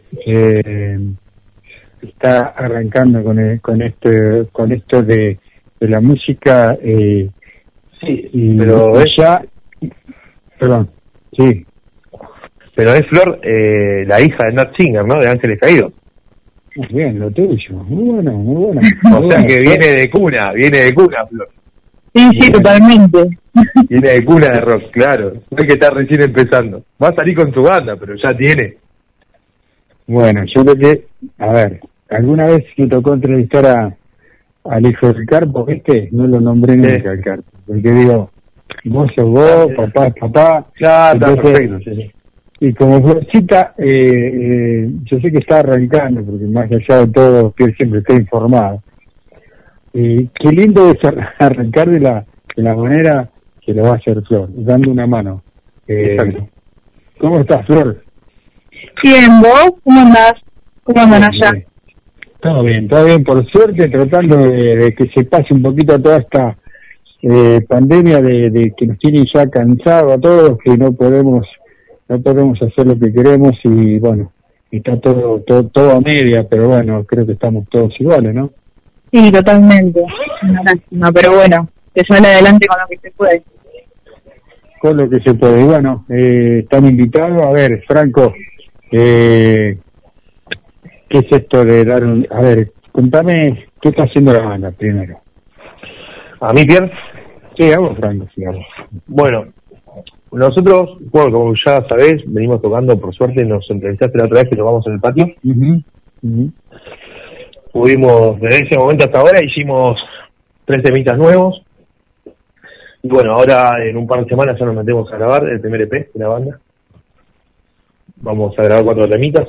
está arrancando con esto de la música, sí, y pero perdón, sí. Pero es Flor, la hija de Nat Singer, ¿no? De Ángeles Caídos. Muy bien, lo tuyo, muy bueno. O sea que viene de cuna, Flor. Sí, totalmente. Viene de cuna de rock, claro. No es que está recién empezando. Va a salir con su banda, pero ya tiene. Bueno, yo creo que, a ver, alguna vez me tocó entrevistar al hijo del Carpo, ¿viste? No lo nombré nunca al Carpo, porque digo, vos sos vos, papá es papá. Claro, está entonces, perfecto, sí. Y como Florcita, yo sé que está arrancando, porque más allá de todo, Pierre siempre está informado. Qué lindo es arrancar de la manera que lo va a hacer Flor, dando una mano. ¿Cómo estás, Flor? Bien, ¿vos? ¿Cómo andás? ¿Cómo andan allá? Todo bien, por suerte, tratando de que se pase un poquito toda esta pandemia de que nos tiene ya cansado a todos, que no podemos hacer lo que queremos y bueno, está todo a media, pero bueno, creo que estamos todos iguales, ¿no? Sí, totalmente. Una lástima, pero bueno, se sale adelante con lo que se puede. Con lo que se puede. Y bueno, están invitados. A ver, Franco, ¿qué es esto de dar un... A ver, contame, ¿qué está haciendo la banda primero? ¿A mí, Pierre? Sí, a vos, Franco, sí, a vos. Bueno, nosotros, bueno, como ya sabés, venimos tocando, por suerte, nos entrevistaste la otra vez que nos vamos en el patio. pudimos, desde ese momento hasta ahora hicimos 3 temitas nuevos. Y bueno, ahora en un par de semanas ya nos metemos a grabar el primer EP de la banda. Vamos a grabar 4 temitas.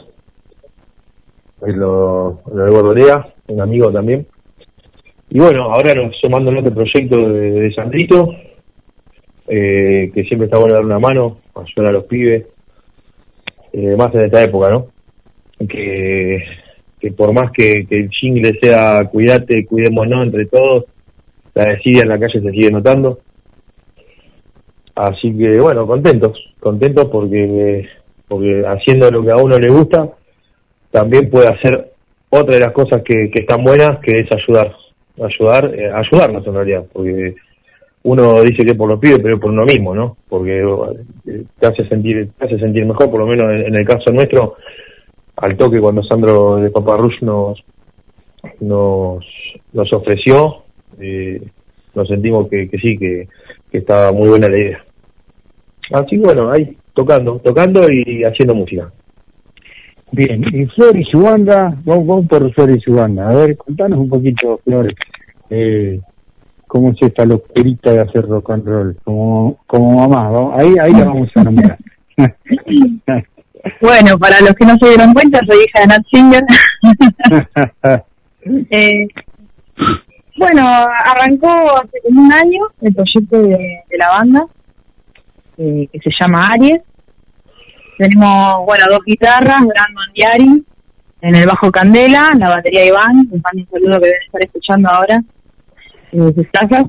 Lo de Gordolea, un amigo también. Y bueno, ahora nos sumando en otro proyecto de Sandrito, que siempre está bueno dar una mano, ayudar a los pibes, más en esta época, ¿no? Que por más que el jingle sea cuídate, cuidémonos entre todos, la desidia en la calle se sigue notando. Así que bueno, contentos porque haciendo lo que a uno le gusta, también puede hacer otra de las cosas que están buenas, que es ayudarnos en realidad, porque uno dice que por los pibes, pero es por uno mismo, ¿no? Porque te hace sentir mejor, por lo menos en el caso nuestro, al toque cuando Sandro de Papa Rush nos ofreció, nos sentimos que sí, que estaba muy buena la idea. Así que bueno, ahí tocando y haciendo música. Bien, y Flor y su banda, vamos por Flor y su banda. A ver, contanos un poquito, Flor, cómo es esta locurita de hacer rock and roll, como mamá, ¿no? Ahí la vamos a nombrar. Bueno, para los que no se dieron cuenta, soy hija de Nat Singer. Bueno, arrancó hace como un año el proyecto de la banda, que se llama Aries. Tenemos, 2 guitarras, Brandon y Ari, en el bajo Candela, en la batería Iván, un saludo que deben estar escuchando ahora, sus casas.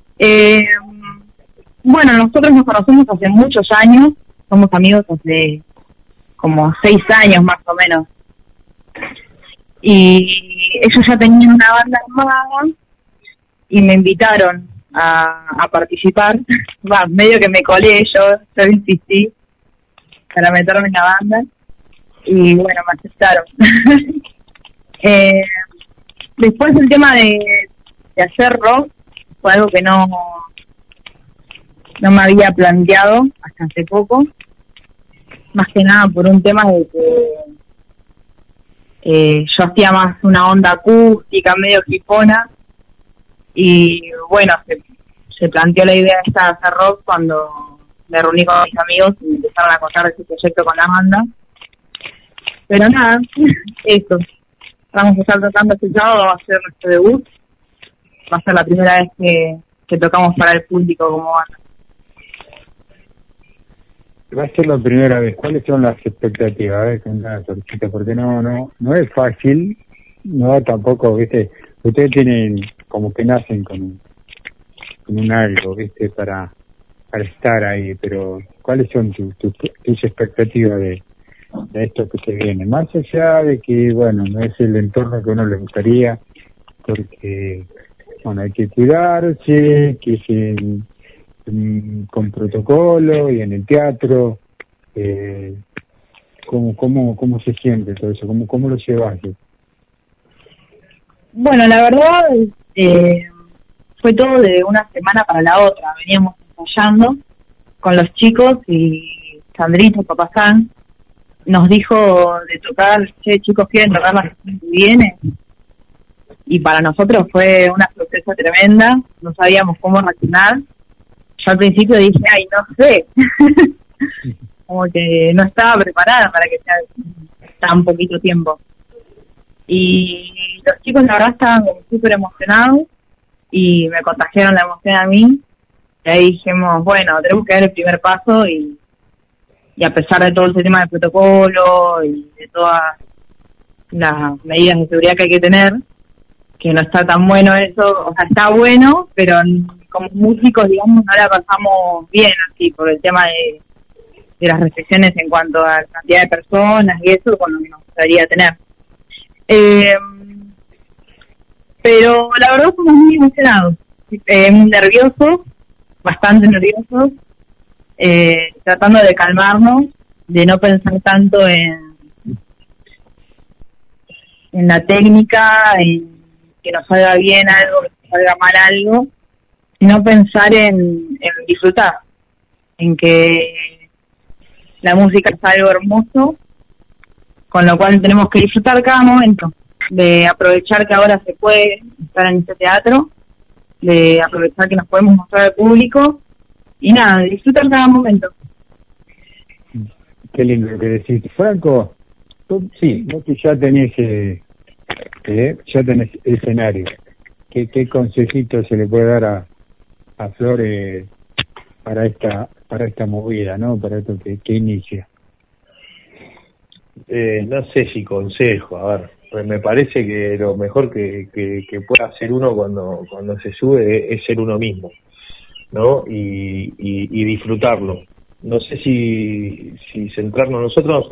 Nosotros nos conocemos hace muchos años, somos amigos hace como 6 años más o menos. Y ellos ya tenían una banda armada y me invitaron a participar. Medio que me colé, yo insistí para meterme en la banda y bueno, me aceptaron. Después el tema de hacer rock fue algo que no me había planteado hasta hace poco, más que nada por un tema de que yo hacía más una onda acústica, medio hipona, y bueno, se planteó la idea esta de hacer rock cuando me reuní con mis amigos y me empezaron a contar de ese proyecto con la banda. Pero nada, eso. Vamos a estar tocando este sábado, va a ser nuestro debut. Va a ser la primera vez que tocamos para el público como banda. Va a ser la primera vez. ¿Cuáles son las expectativas? A ver, contanos, Torchita, porque no es fácil, no tampoco, ¿viste? Ustedes tienen como que nacen con un algo, ¿viste? Para estar ahí, pero ¿cuáles son tus expectativas de esto que se viene? Más allá de que, bueno, no es el entorno que a uno le gustaría, porque, bueno, hay que cuidarse, que es con protocolo y en el teatro, ¿cómo se siente todo eso? ¿Cómo lo llevas? Bueno, la verdad, fue todo de una semana para la otra. Veníamos ensayando con los chicos y Sandrito, Papá San, nos dijo de tocar, che, chicos, ¿quieren tocar la semana que viene? Y para nosotros fue una sorpresa tremenda, no sabíamos cómo reaccionar. Yo al principio dije, ay, no sé, como que no estaba preparada para que sea tan poquito tiempo. Y los chicos la verdad estaban como súper emocionados y me contagiaron la emoción a mí. Y ahí dijimos, bueno, tenemos que dar el primer paso y a pesar de todo ese tema de protocolo y de todas las medidas de seguridad que hay que tener, que no está tan bueno eso, o sea, está bueno, pero como músicos, digamos, no la pasamos bien así, por el tema de las restricciones en cuanto a la cantidad de personas y eso, con lo que nos gustaría tener. Pero la verdad somos muy emocionados, muy nerviosos, bastante nerviosos, tratando de calmarnos, de no pensar tanto en la técnica, en que nos salga bien algo, que nos salga mal algo, sino pensar en disfrutar, en que la música es algo hermoso, con lo cual tenemos que disfrutar cada momento. de aprovechar que ahora se puede estar en este teatro, de aprovechar que nos podemos mostrar al público y nada, de disfrutar cada momento. Qué lindo lo que decís. Franco, sí, vos que ya tenés escenario. ¿Qué consejito se le puede dar a Flor para esta movida, ¿no? Para esto que inicia? No sé si consejo, a ver, pues me parece que lo mejor que puede hacer uno cuando se sube es ser uno mismo, ¿no? Y disfrutarlo. No sé si centrarnos nosotros,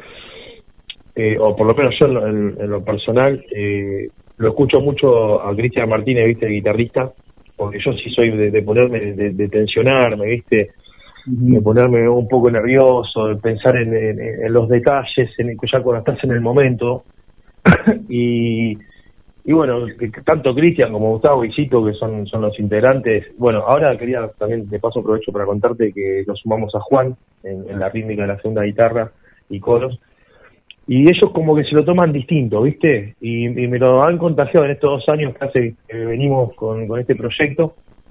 o por lo menos yo en lo personal, lo escucho mucho a Cristian Martínez, ¿viste? El guitarrista, porque yo sí soy de ponerme, de tensionarme, ¿viste? De ponerme un poco nervioso, de pensar en los detalles, ya cuando estás en el momento. y bueno, tanto Cristian como Gustavo y Cito, que son los integrantes. Bueno, ahora quería también, de paso aprovecho para contarte que nos sumamos a Juan en la rítmica de la segunda guitarra y coros. Y ellos como que se lo toman distinto, ¿viste? Y me lo han contagiado en estos 2 años que hace que venimos con este proyecto.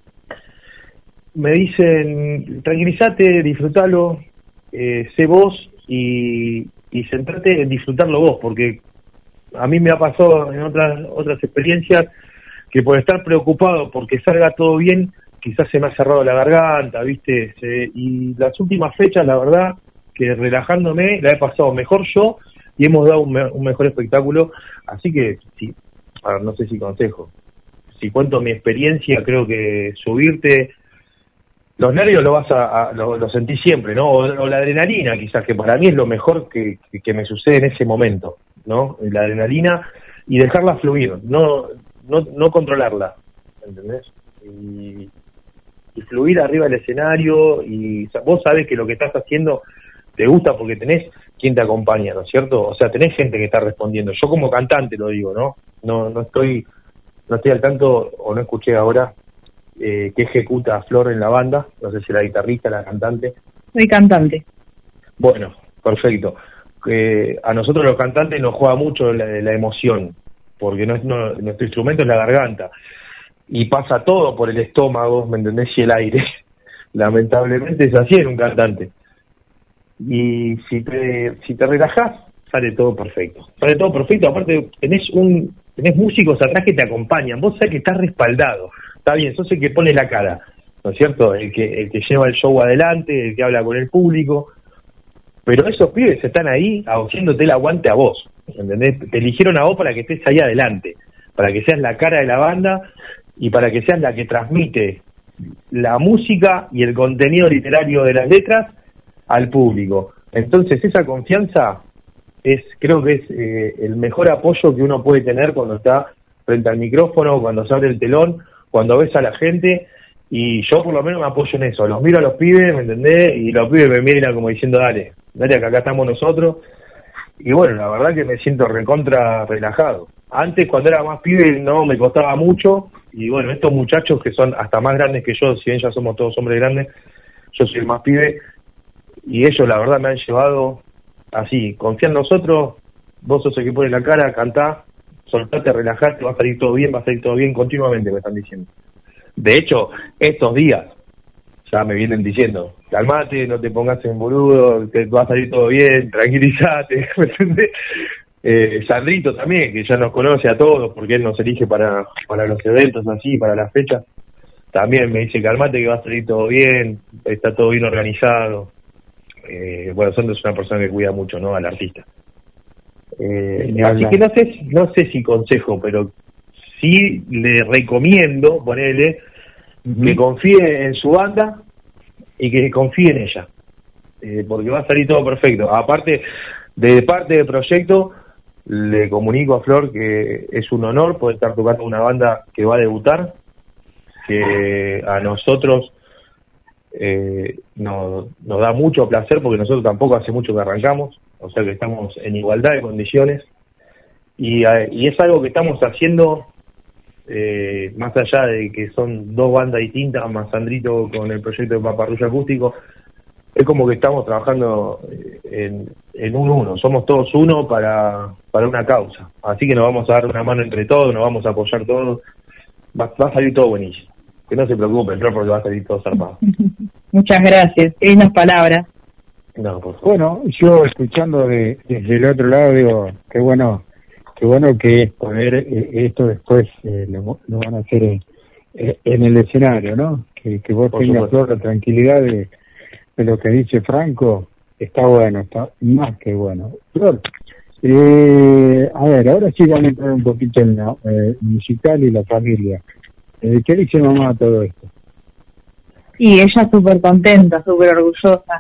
Me dicen, tranquilízate, disfrútalo, sé vos y centrate en disfrutarlo vos, porque a mí me ha pasado en otras experiencias que por estar preocupado porque salga todo bien, quizás se me ha cerrado la garganta, ¿viste? Y las últimas fechas, la verdad, que relajándome, la he pasado mejor yo y hemos dado un mejor espectáculo. Así que, sí, a ver, no sé si consejo. Si cuento mi experiencia, creo que subirte, los nervios lo sentí siempre, ¿no? O la adrenalina, quizás, que para mí es lo mejor que me sucede en ese momento, ¿no? La adrenalina y dejarla fluir, no controlarla, ¿entendés? Y fluir arriba del escenario y vos sabés que lo que estás haciendo te gusta porque tenés quien te acompaña, ¿no es cierto? O sea, tenés gente que está respondiendo. Yo como cantante lo digo, ¿no? No estoy al tanto, o no escuché ahora que ejecuta a Flor en la banda, no sé si la guitarrista, la cantante. Soy cantante. Bueno, perfecto. A nosotros los cantantes nos juega mucho la emoción, porque nuestro instrumento es la garganta, y pasa todo por el estómago, ¿me entendés? Y el aire. Lamentablemente es así en un cantante. Y si te relajás, sale todo perfecto. Sale todo perfecto, aparte tenés músicos atrás que te acompañan, vos sabés que estás respaldado. Está bien, sos el que pone la cara, ¿no es cierto? El que lleva el show adelante, el que habla con el público. Pero esos pibes están ahí haciéndote el aguante a vos, ¿entendés? Te eligieron a vos para que estés ahí adelante, para que seas la cara de la banda y para que seas la que transmite la música y el contenido literario de las letras al público. Entonces esa confianza creo que es el mejor apoyo que uno puede tener cuando está frente al micrófono, cuando se abre el telón, cuando ves a la gente. Y yo por lo menos me apoyo en eso, los miro a los pibes, ¿me entendés? Y los pibes me miran como diciendo, dale, que acá estamos nosotros. Y bueno, la verdad que me siento recontra relajado. Antes, cuando era más pibe, no, me costaba mucho. Y bueno, estos muchachos que son hasta más grandes que yo, si bien ya somos todos hombres grandes, yo soy el más pibe. Y ellos, la verdad, me han llevado así, confía en nosotros, vos sos el que pone la cara, cantá, soltate, relajate, va a salir todo bien continuamente, me están diciendo. De hecho, estos días ya me vienen diciendo, calmate, no te pongas en boludo, te va a salir todo bien, tranquilízate, ¿me entendés? Sandrito también, que ya nos conoce a todos, porque él nos elige para los eventos así, para las fechas, también me dice, calmate que va a salir todo bien, está todo bien organizado. Bueno, Sandro es una persona que cuida mucho, ¿no?, al artista. Así que no sé si consejo, pero sí le recomiendo, ponele, que confíe en su banda y que confíe en ella, porque va a salir todo perfecto. Aparte, de parte del proyecto, le comunico a Flor que es un honor poder estar tocando una banda que va a debutar, que a nosotros nos da mucho placer, porque nosotros tampoco hace mucho que arrancamos, o sea que estamos en igualdad de condiciones, y es algo que estamos haciendo más allá de que son dos bandas distintas, más Sandrito con el proyecto de Paparrulla Acústico. es como que estamos trabajando en un uno, somos todos uno para una causa, así que nos vamos a dar una mano entre todos, nos vamos a apoyar todos, va a salir todo buenísimo, que no se preocupen, Flor, porque va a salir todo zarpado. Muchas gracias, qué lindas palabras. No, por favor. Bueno, yo escuchando desde el otro lado digo, qué bueno que poder esto después lo van a hacer en el escenario, ¿no? Que vos Por tengas, supuesto. Flor, la tranquilidad de lo que dice Franco, está bueno, está más que bueno. Flor, a ver, ahora sí vamos a entrar un poquito en la musical y la familia. ¿Qué dice mamá a todo esto? Y ella súper contenta, súper orgullosa.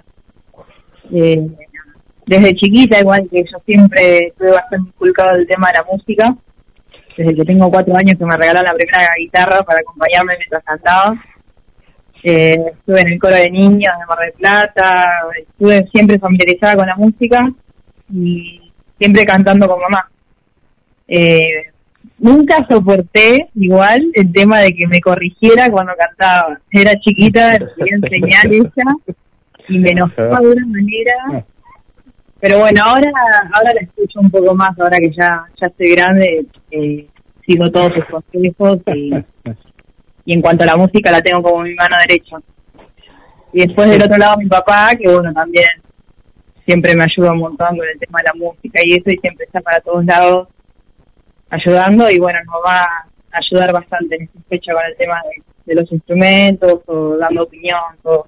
Desde chiquita, igual que yo siempre estuve bastante inculcado del tema de la música. Desde que tengo 4 años que me regalaron la primera guitarra para acompañarme mientras cantaba. Estuve en el coro de niños de Mar del Plata, estuve siempre familiarizada con la música y siempre cantando con mamá. Nunca soporté igual el tema de que me corrigiera cuando cantaba. Era chiquita, le quería enseñar ella y me enojaba de una manera. Pero bueno, ahora la escucho un poco más, ahora que ya estoy grande, sigo todos sus consejos y en cuanto a la música la tengo como mi mano derecha. Y después del otro lado mi papá, que bueno, también siempre me ayuda un montón con el tema de la música y eso, y siempre está para todos lados ayudando, y bueno, nos va a ayudar bastante en esta fecha con el tema de los instrumentos o dando opinión, todo.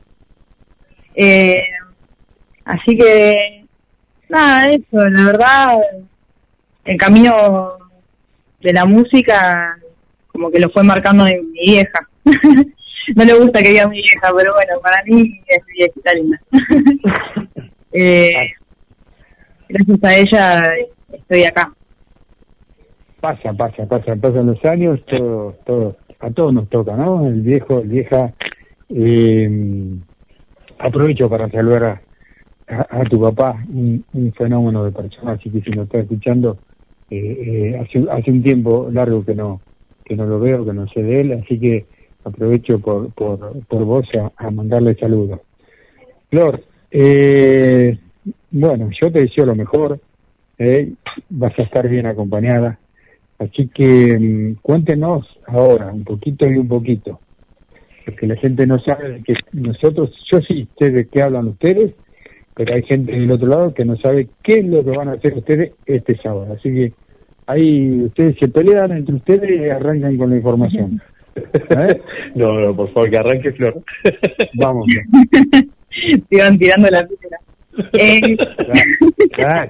Así que nada, eso, la verdad, el camino de la música como que lo fue marcando mi vieja. No le gusta que diga mi vieja, pero bueno, para mí es mi viejita linda. Gracias a ella estoy acá. Pasan los años, todo, a todos nos toca, ¿no? El vieja, aprovecho para saludar a tu papá, un fenómeno de persona, así que si nos está escuchando, hace un tiempo largo que no lo veo, que no sé de él, así que aprovecho por vos a mandarle saludos. Flor, bueno, yo te deseo lo mejor, vas a estar bien acompañada, así que cuéntenos ahora un poquito y un poquito, porque la gente no sabe que nosotros, yo sí sé de qué hablan ustedes, pero hay gente del otro lado que no sabe qué es lo que van a hacer ustedes este sábado, así que ahí ustedes se pelean entre ustedes y arrancan con la información. No, por favor, que arranque Flor. Vamos. Te iban tirando la piedra. Claro.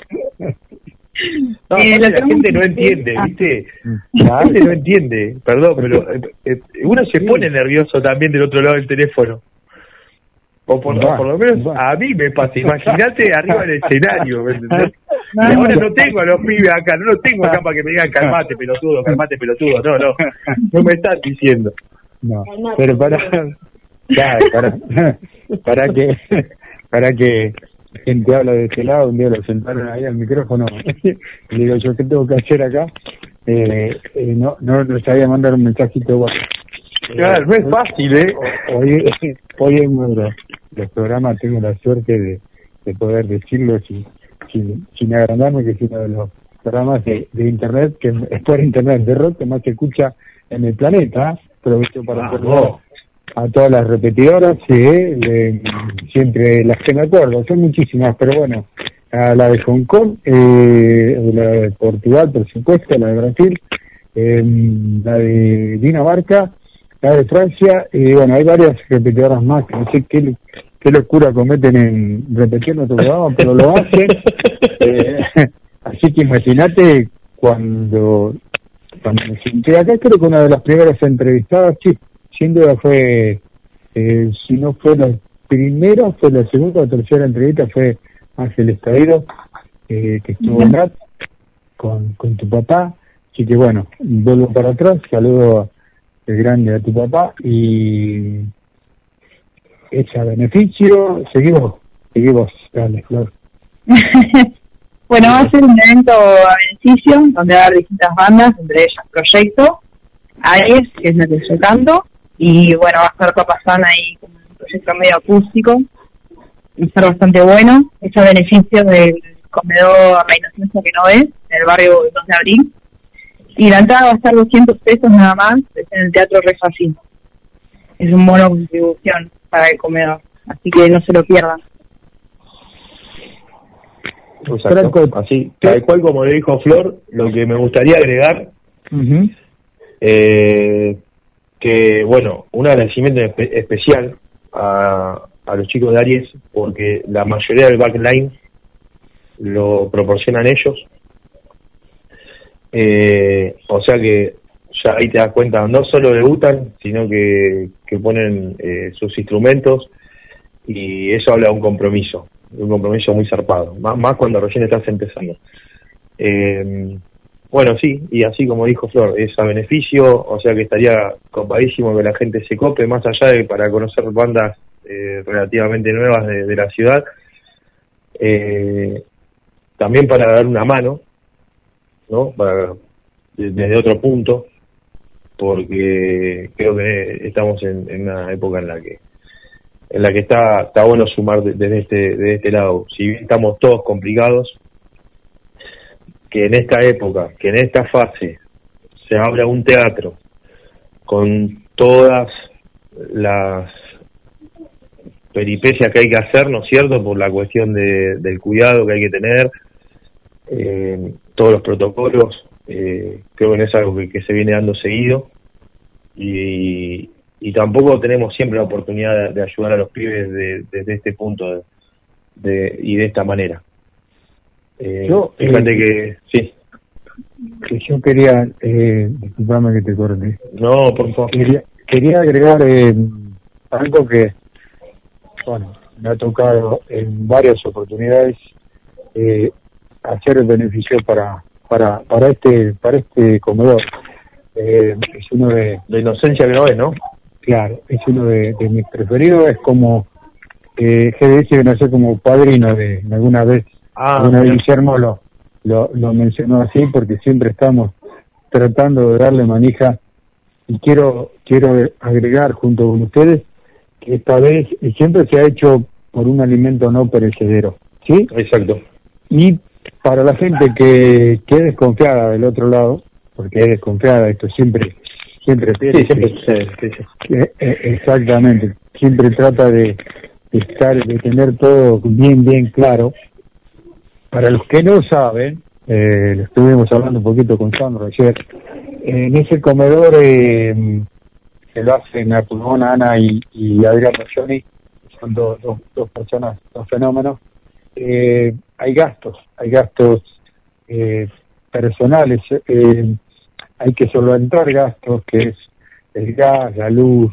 No, la gente no entiende, ¿viste? La gente no entiende, perdón, pero uno se pone nervioso también del otro lado del teléfono. O por lo menos a mí me pasa. Imagínate arriba del escenario, ¿me entendés? Y ahora no tengo a los pibes acá, no los tengo acá para que me digan calmate pelotudo, no me estás diciendo. No, pero para que gente habla de este lado, un día lo sentaron ahí al micrófono y le digo yo, ¿qué tengo que hacer acá? No sabía mandar un mensajito igual. Claro, no es fácil, Hoy en uno de los programas tengo la suerte de poder decirlo sin agrandarme, que es uno de los programas de internet, que es por internet de rock que más se escucha en el planeta. Aprovecho para saludar a todas las repetidoras, siempre las que me acuerdo, son muchísimas, pero bueno, a la de Hong Kong, la de Portugal, por supuesto, la de Brasil, la de Dinamarca, la de Francia, y bueno, hay varias repetidoras más, que no sé qué locura cometen en repetir nuestro programa, pero lo hacen. Así que imagínate cuando me senté acá, creo que una de las primeras entrevistadas, sí, sin duda fue, si no fue la primera, fue la segunda o tercera entrevista, fue Ángel Estaído, que estuvo en RAT con tu papá. Así que bueno, vuelvo para atrás, saludo grande a tu papá y ese beneficio, seguimos, dale, Flor. Bueno, va a ser un evento a beneficio donde va a haber distintas bandas, entre ellas Proyecto, Aries, que es la que yo canto, y bueno, va a estar Papá San ahí con un proyecto medio acústico. ser bastante bueno. Es a beneficio del comedor La Inocencia que no es, en el barrio 2 de Abril. Y la entrada va a estar 200 pesos nada más, es en el Teatro Refacín. Es un bono contribución para el comedor, así que no se lo pierdan. Exacto. Así, tal cual como le dijo Flor, lo que me gustaría agregar, que bueno, un agradecimiento especial a los chicos de Aries, porque la mayoría del backline lo proporcionan ellos. O sea que ya ahí te das cuenta, no solo debutan, sino que ponen sus instrumentos, y eso habla de un compromiso muy zarpado, más cuando recién estás empezando. Bueno, sí, y así como dijo Flor, es a beneficio, o sea que estaría copadísimo que la gente se cope, más allá de para conocer bandas relativamente nuevas de la ciudad, también para dar una mano, ¿no? Desde otro punto, porque creo que estamos en una época en la que está bueno sumar desde este lado. Si bien estamos todos complicados, que en esta época, que en esta fase se abra un teatro con todas las peripecias que hay que hacer, ¿no es cierto?, por la cuestión del cuidado que hay que tener, todos los protocolos, creo que es algo que se viene dando seguido, y tampoco tenemos siempre la oportunidad de ayudar a los pibes desde este punto y de esta manera. Fíjate que sí. Que yo quería, disculpame que te corte. No, por favor. Quería agregar algo que, bueno, me ha tocado en varias oportunidades hacer el beneficio para este comedor. Es uno de Inocencia que no es, ¿no? Claro, es uno de mis preferidos. Es como GDS viene a ser como padrino de alguna vez. Guillermo lo mencionó así, porque siempre estamos tratando de darle manija, y quiero agregar junto con ustedes que esta vez siempre se ha hecho por un alimento no perecedero, ¿sí? Exacto. Y para la gente que es desconfiada del otro lado, porque es desconfiada, esto siempre pierde, exactamente, siempre trata de tener todo bien claro. Para los que no saben, lo estuvimos hablando un poquito con Sandro ayer, en ese comedor se lo hacen a Pulmón, Ana y Adrián Johnny, son dos personas, dos fenómenos. Hay gastos personales, hay que solventar gastos, que es el gas, la luz,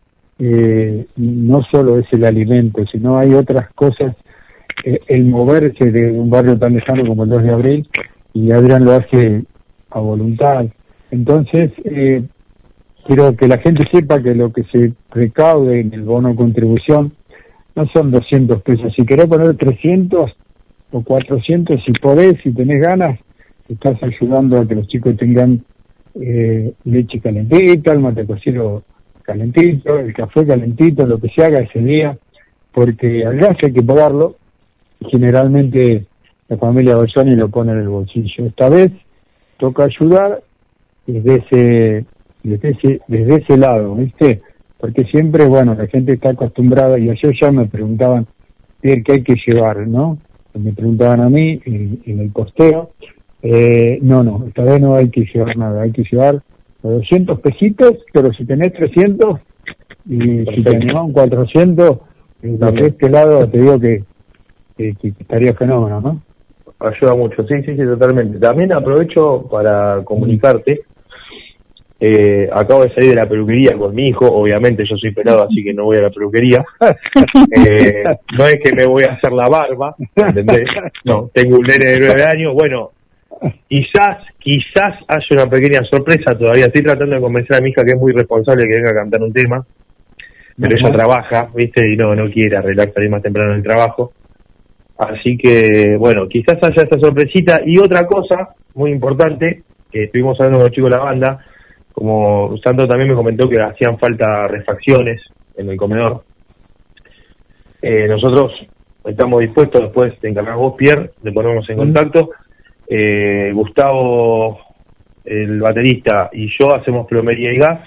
no solo es el alimento, sino hay otras cosas. El moverse de un barrio tan lejano como el 2 de Abril, y Adrián lo hace a voluntad. Entonces, quiero que la gente sepa que lo que se recaude en el bono contribución no son 200 pesos. Si querés poner 300 o 400, si podés, si tenés ganas, estás ayudando a que los chicos tengan leche calentita, el mate cocido calentito, el café calentito, lo que se haga ese día, porque al gas hay que pagarlo. Generalmente la familia Bolsoni lo pone en el bolsillo. Esta vez toca ayudar desde ese lado, ¿viste? Porque siempre, bueno, la gente está acostumbrada, y ayer ya me preguntaban qué hay que llevar, ¿no? Me preguntaban a mí en el posteo. No, esta vez no hay que llevar nada, hay que llevar 200 pesitos, pero si tenés 300 y si te animás un 400, de este lado te digo que estaría fenómeno, ¿no? Ayuda mucho, sí, totalmente. También aprovecho para comunicarte, acabo de salir de la peluquería con mi hijo, obviamente yo soy pelado, así que no voy a la peluquería. No es que me voy a hacer la barba, ¿entendés? No, tengo un nene de 9 años, bueno, quizás haya una pequeña sorpresa, todavía estoy tratando de convencer a mi hija, que es muy responsable, que venga a cantar un tema, pero ella trabaja, ¿viste? Y no quiere arreglar salir más temprano en el trabajo. Así que, bueno, quizás haya esta sorpresita. Y otra cosa muy importante, que estuvimos hablando con los chicos de la banda, como Sandro también me comentó que hacían falta refacciones en el comedor. Nosotros estamos dispuestos, después te encargás vos, Pierre, de ponernos en contacto. Gustavo, el baterista, y yo hacemos plomería y gas.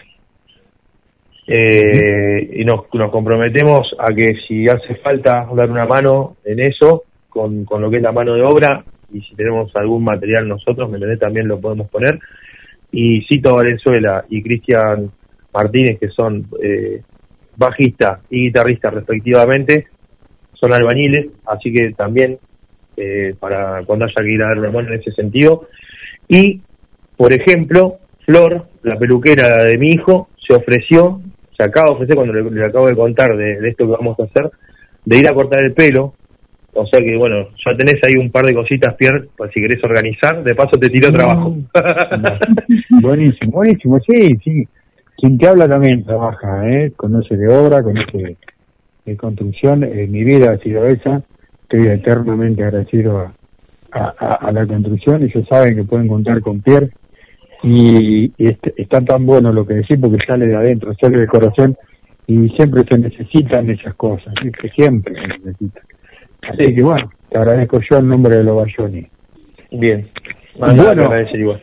Y nos comprometemos a que si hace falta dar una mano en eso, con lo que es la mano de obra, y si tenemos algún material nosotros, ¿me entendés? También lo podemos poner. Y Cito Valenzuela y Cristian Martínez, que son bajista y guitarrista respectivamente, son albañiles, así que también para cuando haya que ir a dar una mano en ese sentido. Y, por ejemplo, Flor, la peluquera de mi hijo, se acaba de ofrecer, cuando le acabo de contar de esto que vamos a hacer, de ir a cortar el pelo. O sea que, bueno, ya tenés ahí un par de cositas, Pierre, para si querés organizar. De paso te tiro trabajo. Buenísimo, sí. Quien te habla también trabaja, conoce de obra, conoce de construcción. Mi vida ha sido esa. Estoy eternamente agradecido a la construcción. Ellos saben que pueden contar con Pierre. Y está tan bueno lo que decís, porque sale de adentro, sale del corazón. Y siempre se necesitan esas cosas, siempre se necesitan. Así que bueno, te agradezco yo en nombre de los Bayoni. Bien. Bueno, agradecer igual.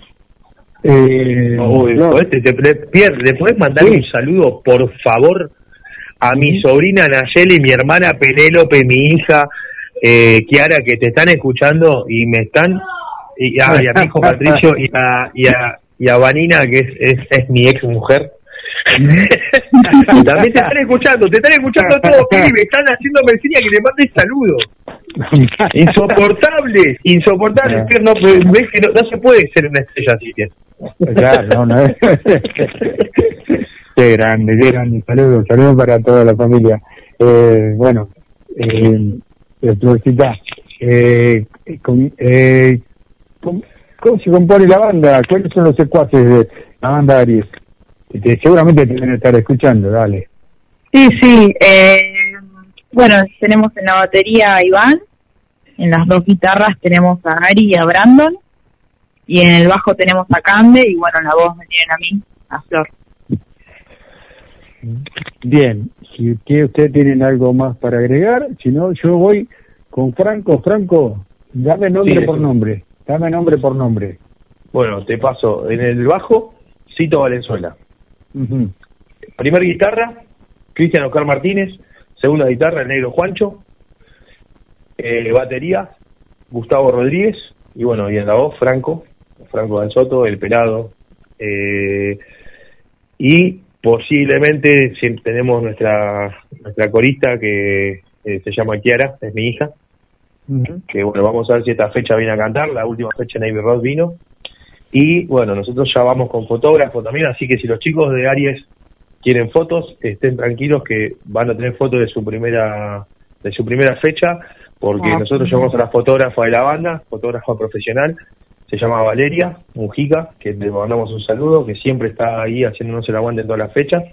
No. Pierre, ¿le podés mandar un saludo, por favor, a mi sobrina Nayeli, mi hermana Penélope, mi hija Kiara, que te están escuchando y me están, y a mi hijo Patricio y a Vanina, que es mi ex mujer? También te están escuchando todos, me están haciéndome señas que le mandes saludos. Insoportable, Pierre, ves que no se puede ser una estrella así, Pierre. Claro, no. Qué grande, saludos para toda la familia. Bueno, Florcita, ¿cómo se compone la banda? ¿Cuáles son los secuaces de la banda Aries? Seguramente te deben estar escuchando, dale. Sí, bueno, tenemos en la batería a Iván, en las dos guitarras tenemos a Ari y a Brandon, y en el bajo tenemos a Cande, y bueno, la voz me tienen a mí, a Flor. Bien, si ustedes tienen algo más para agregar, si no, yo voy con Franco. Franco, dame nombre por nombre. Bueno, te paso. En el bajo, Cito Valenzuela. Uh-huh. Primer guitarra, Cristian Oscar Martínez. Segunda guitarra, el negro Juancho. Batería, Gustavo Rodríguez. Y bueno, y en la voz, Franco Dalsoto, el pelado. Y posiblemente si tenemos nuestra corista que se llama Kiara, es mi hija. Uh-huh. Que bueno, vamos a ver si esta fecha viene a cantar. La última fecha Navy Road vino. Y bueno, nosotros ya vamos con fotógrafo también, así que si los chicos de Aries quieren fotos, estén tranquilos que van a tener fotos de su primera fecha, porque nosotros llevamos a la fotógrafa de la banda, fotógrafa profesional, se llama Valeria Mujica, que le mandamos un saludo, que siempre está ahí haciéndonos el aguante en todas las fechas.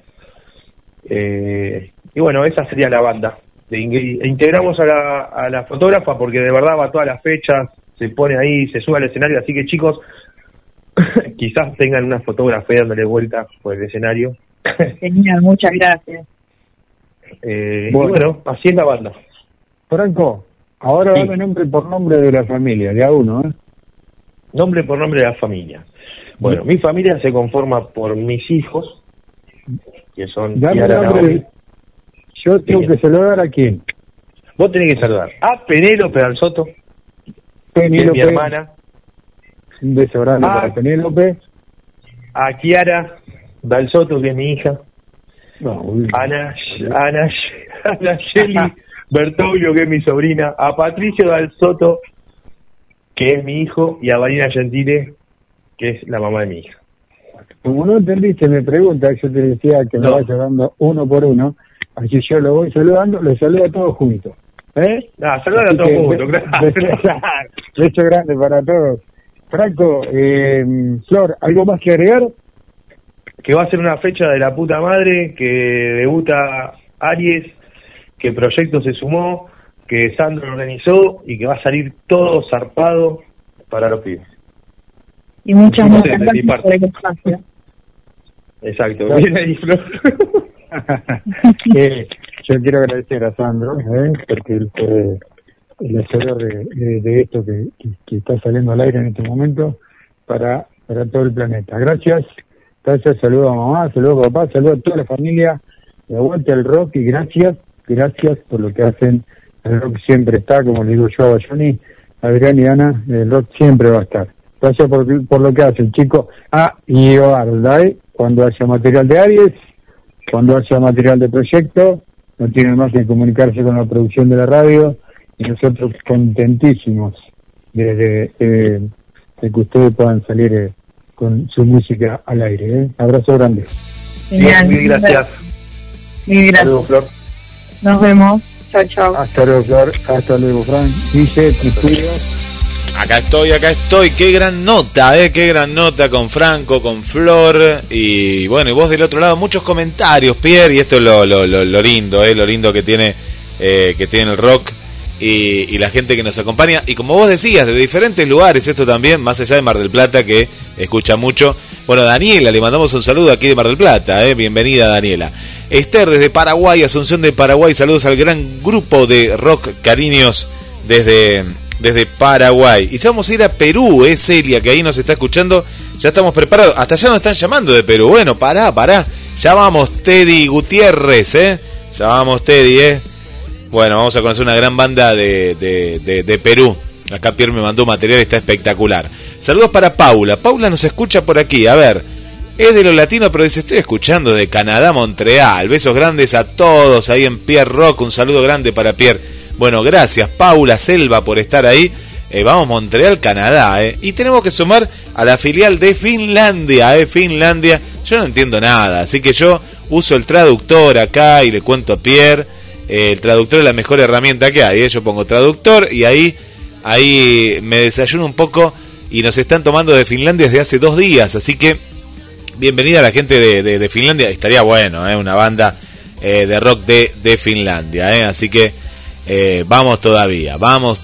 Y bueno, esa sería la banda. Integramos a la fotógrafa porque de verdad va a todas las fechas, se pone ahí, se sube al escenario, así que chicos, quizás tengan una fotografía dándole vuelta por el escenario. Genial, muchas gracias. Bueno, así es la banda. Franco, ahora dame nombre por nombre de la familia, de a uno, Nombre por nombre de la familia. Bueno, mi familia se conforma por mis hijos, que son Kiara, Naomi. Yo tengo que saludar a quién. Vos tenés que saludar a Penélope Dalsoto, que es mi hermana. Un beso grande para Penélope. A Kiara Dalsoto, que es mi hija. Ana Shelly Bertoglio, que es mi sobrina. A Patricio Dalsoto, que es mi hijo. Y a Vanina Gentile, que es la mamá de mi hija. Como no entendiste, me pregunta, yo te decía que me vaya dando uno por uno. Así yo lo voy saludando, los saludo a todos juntos. Saludan a todos juntos, gracias. Beso grande para todos. Franco, Flor, ¿algo más que agregar? Que va a ser una fecha de la puta madre, que debuta Aries, que Proyecto se sumó, que Sandro organizó y que va a salir todo zarpado para los pibes. Y muchas gracias por el espacio. Exacto, bien ahí, Flor. Yo quiero agradecer a Sandro, porque él fue el hacedor de esto que está saliendo al aire en este momento para todo el planeta. Gracias, saludos a mamá, saludos a papá, saludos a toda la familia, de vuelta al rock y gracias por lo que hacen. El rock siempre está, como le digo yo a Johnny, Adrián y Ana, el rock siempre va a estar. Gracias por lo que hacen, chicos. Y ¿verdad? Cuando haya material de Aries, cuando haya material de proyecto, no tienen más que comunicarse con la producción de la radio y nosotros contentísimos de que ustedes puedan salir con su música al aire. Abrazo grande. Genial. Mil gracias. Mil gracias. Saludos, Flor. Nos vemos. Chao, chao. Hasta luego, Flor. Hasta luego, Frank. Dice, Tristudio. Acá estoy, qué gran nota, qué gran nota con Franco, con Flor, y bueno, y vos del otro lado, muchos comentarios, Pierre, y esto es lo lindo que tiene el rock y la gente que nos acompaña, y como vos decías, de diferentes lugares, esto también, más allá de Mar del Plata, que escucha mucho. Bueno, Daniela, le mandamos un saludo aquí de Mar del Plata, bienvenida Daniela. Esther desde Paraguay, Asunción de Paraguay, saludos al gran grupo de rock cariños desde Paraguay. Y ya vamos a ir a Perú, Celia, que ahí nos está escuchando. Ya estamos preparados. Hasta ya nos están llamando de Perú. Bueno, pará. Ya vamos, Teddy Gutiérrez, Ya vamos, Teddy, Bueno, vamos a conocer una gran banda de Perú. Acá Pierre me mandó material, está espectacular. Saludos para Paula. Paula nos escucha por aquí. A ver, es de los latinos, pero dice, estoy escuchando de Canadá, Montreal. Besos grandes a todos ahí en Pierre Rock. Un saludo grande para Pierre. Bueno, gracias Paula Selva por estar ahí. Vamos Montreal, Canadá, Y tenemos que sumar a la filial de Finlandia, Finlandia. Yo no entiendo nada, así que yo uso el traductor acá y le cuento a Pierre. El traductor es la mejor herramienta que hay, Yo pongo traductor y ahí me desayuno un poco. Y nos están tomando de Finlandia desde hace 2 días, así que bienvenida a la gente de Finlandia. Estaría bueno, una banda de rock de Finlandia, Así que vamos todavía.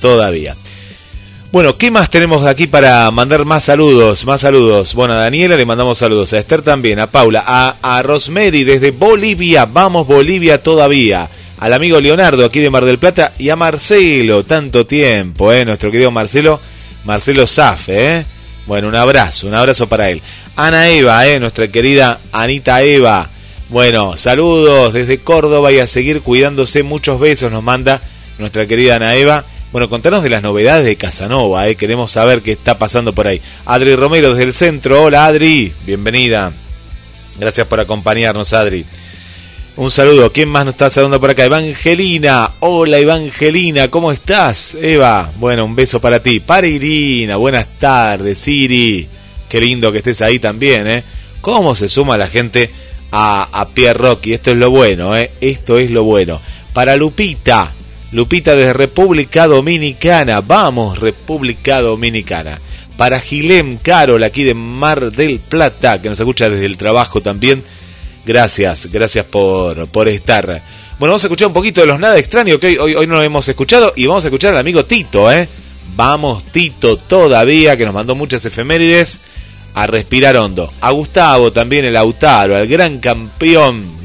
Bueno, ¿qué más tenemos aquí para mandar más saludos? Bueno, a Daniela le mandamos saludos, a Esther también, a Paula, a Rosemary desde Bolivia, vamos Bolivia todavía, al amigo Leonardo aquí de Mar del Plata y a Marcelo, tanto tiempo, nuestro querido Marcelo Zaf, Bueno, un abrazo para él. Ana Eva, nuestra querida Anita Eva. Bueno, saludos desde Córdoba y a seguir cuidándose. Muchos besos nos manda nuestra querida Ana Eva. Bueno, contanos de las novedades de Casanova, queremos saber qué está pasando por ahí. Adri Romero desde el centro. Hola Adri, bienvenida. Gracias por acompañarnos, Adri. Un saludo. ¿Quién más nos está saludando por acá? Evangelina. Hola Evangelina, ¿cómo estás? Eva, bueno, un beso para ti. Para Irina, buenas tardes. Siri, qué lindo que estés ahí también, ¿Cómo se suma la gente a Pierre Rock? Y esto es lo bueno, Esto es lo bueno. Para Lupita desde República Dominicana. Vamos, República Dominicana. Para Gilem Carol, aquí de Mar del Plata, que nos escucha desde el trabajo también. Gracias por estar. Bueno, vamos a escuchar un poquito de los Nada Extraño, que hoy no lo hemos escuchado. Y vamos a escuchar al amigo Tito, Vamos, Tito, todavía, que nos mandó muchas efemérides. A respirar hondo. A Gustavo también, el Lautaro, al gran campeón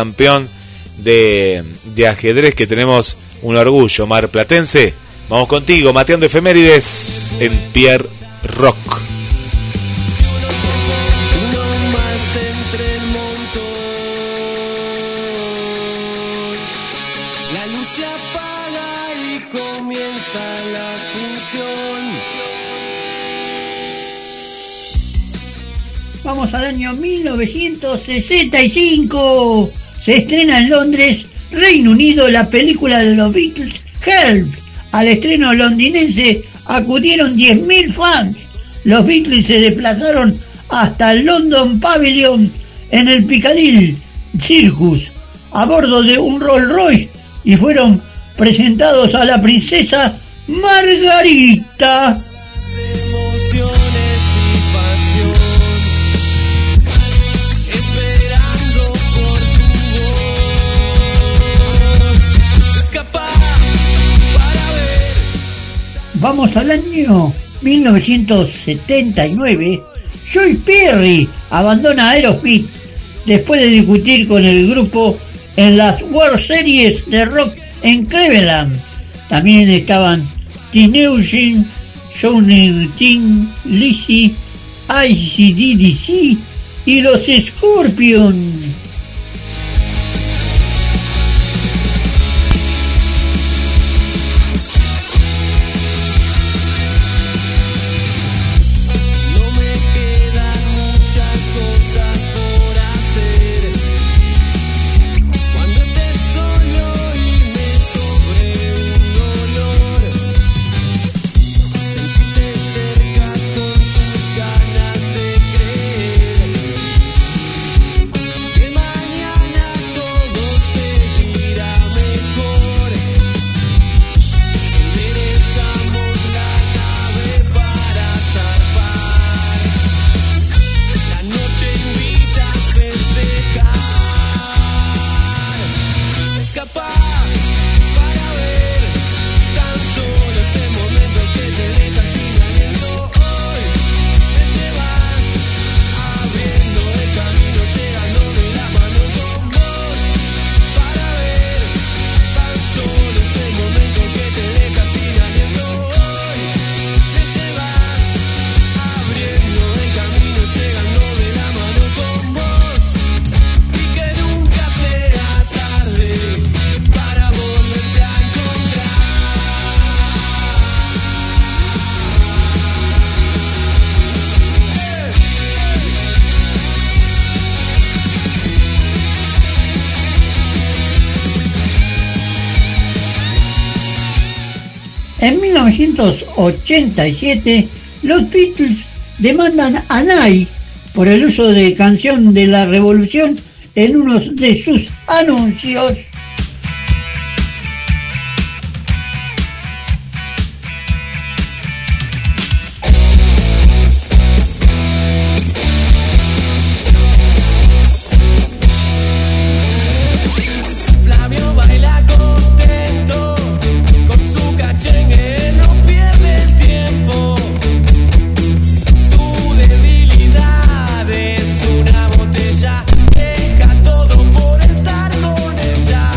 de ajedrez que tenemos un orgullo marplatense. Vamos contigo, mateando efemérides en Pierre Rock. Uno más entre el montón. La luz se apaga y comienza la función. Vamos al año 1965. Se estrena en Londres, Reino Unido, la película de los Beatles, Help. Al estreno londinense acudieron 10.000 fans. Los Beatles se desplazaron hasta el London Pavilion en el Piccadilly Circus a bordo de un Rolls Royce y fueron presentados a la princesa Margarita. Emociones y pasión. Vamos al año 1979. Joy Perry abandona Aerosmith después de discutir con el grupo en las World Series de rock en Cleveland. También estaban Tineusin, Southern King, Lizzy, ICDC y los Scorpions. En 1987, los Beatles demandan a Nike por el uso de Canción de la Revolución en uno de sus anuncios. Deja todo por estar con ella.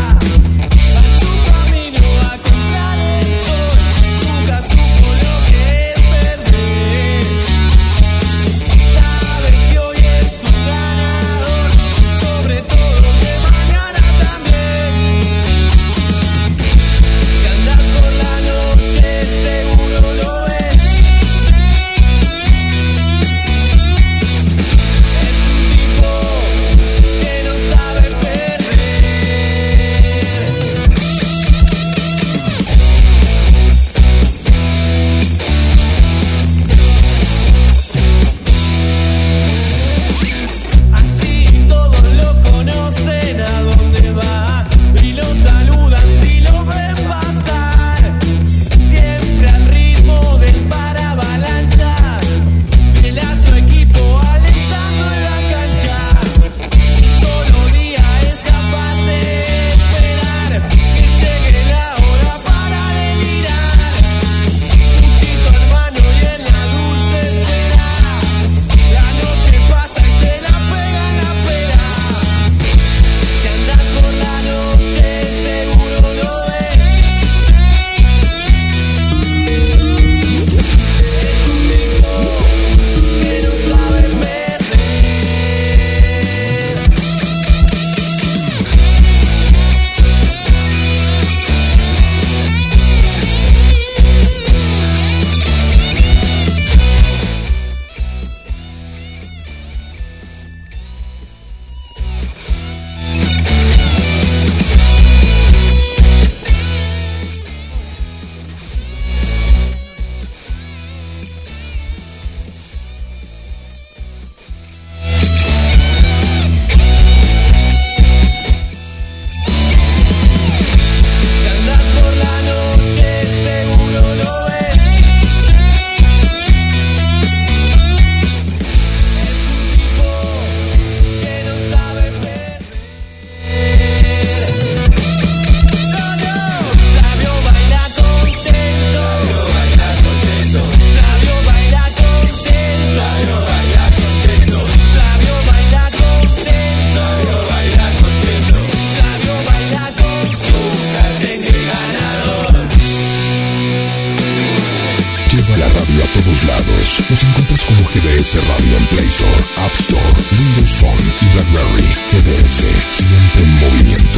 Nos encuentras como GDS Radio en Play Store, App Store, Windows Phone y BlackBerry. GDS, siempre en movimiento.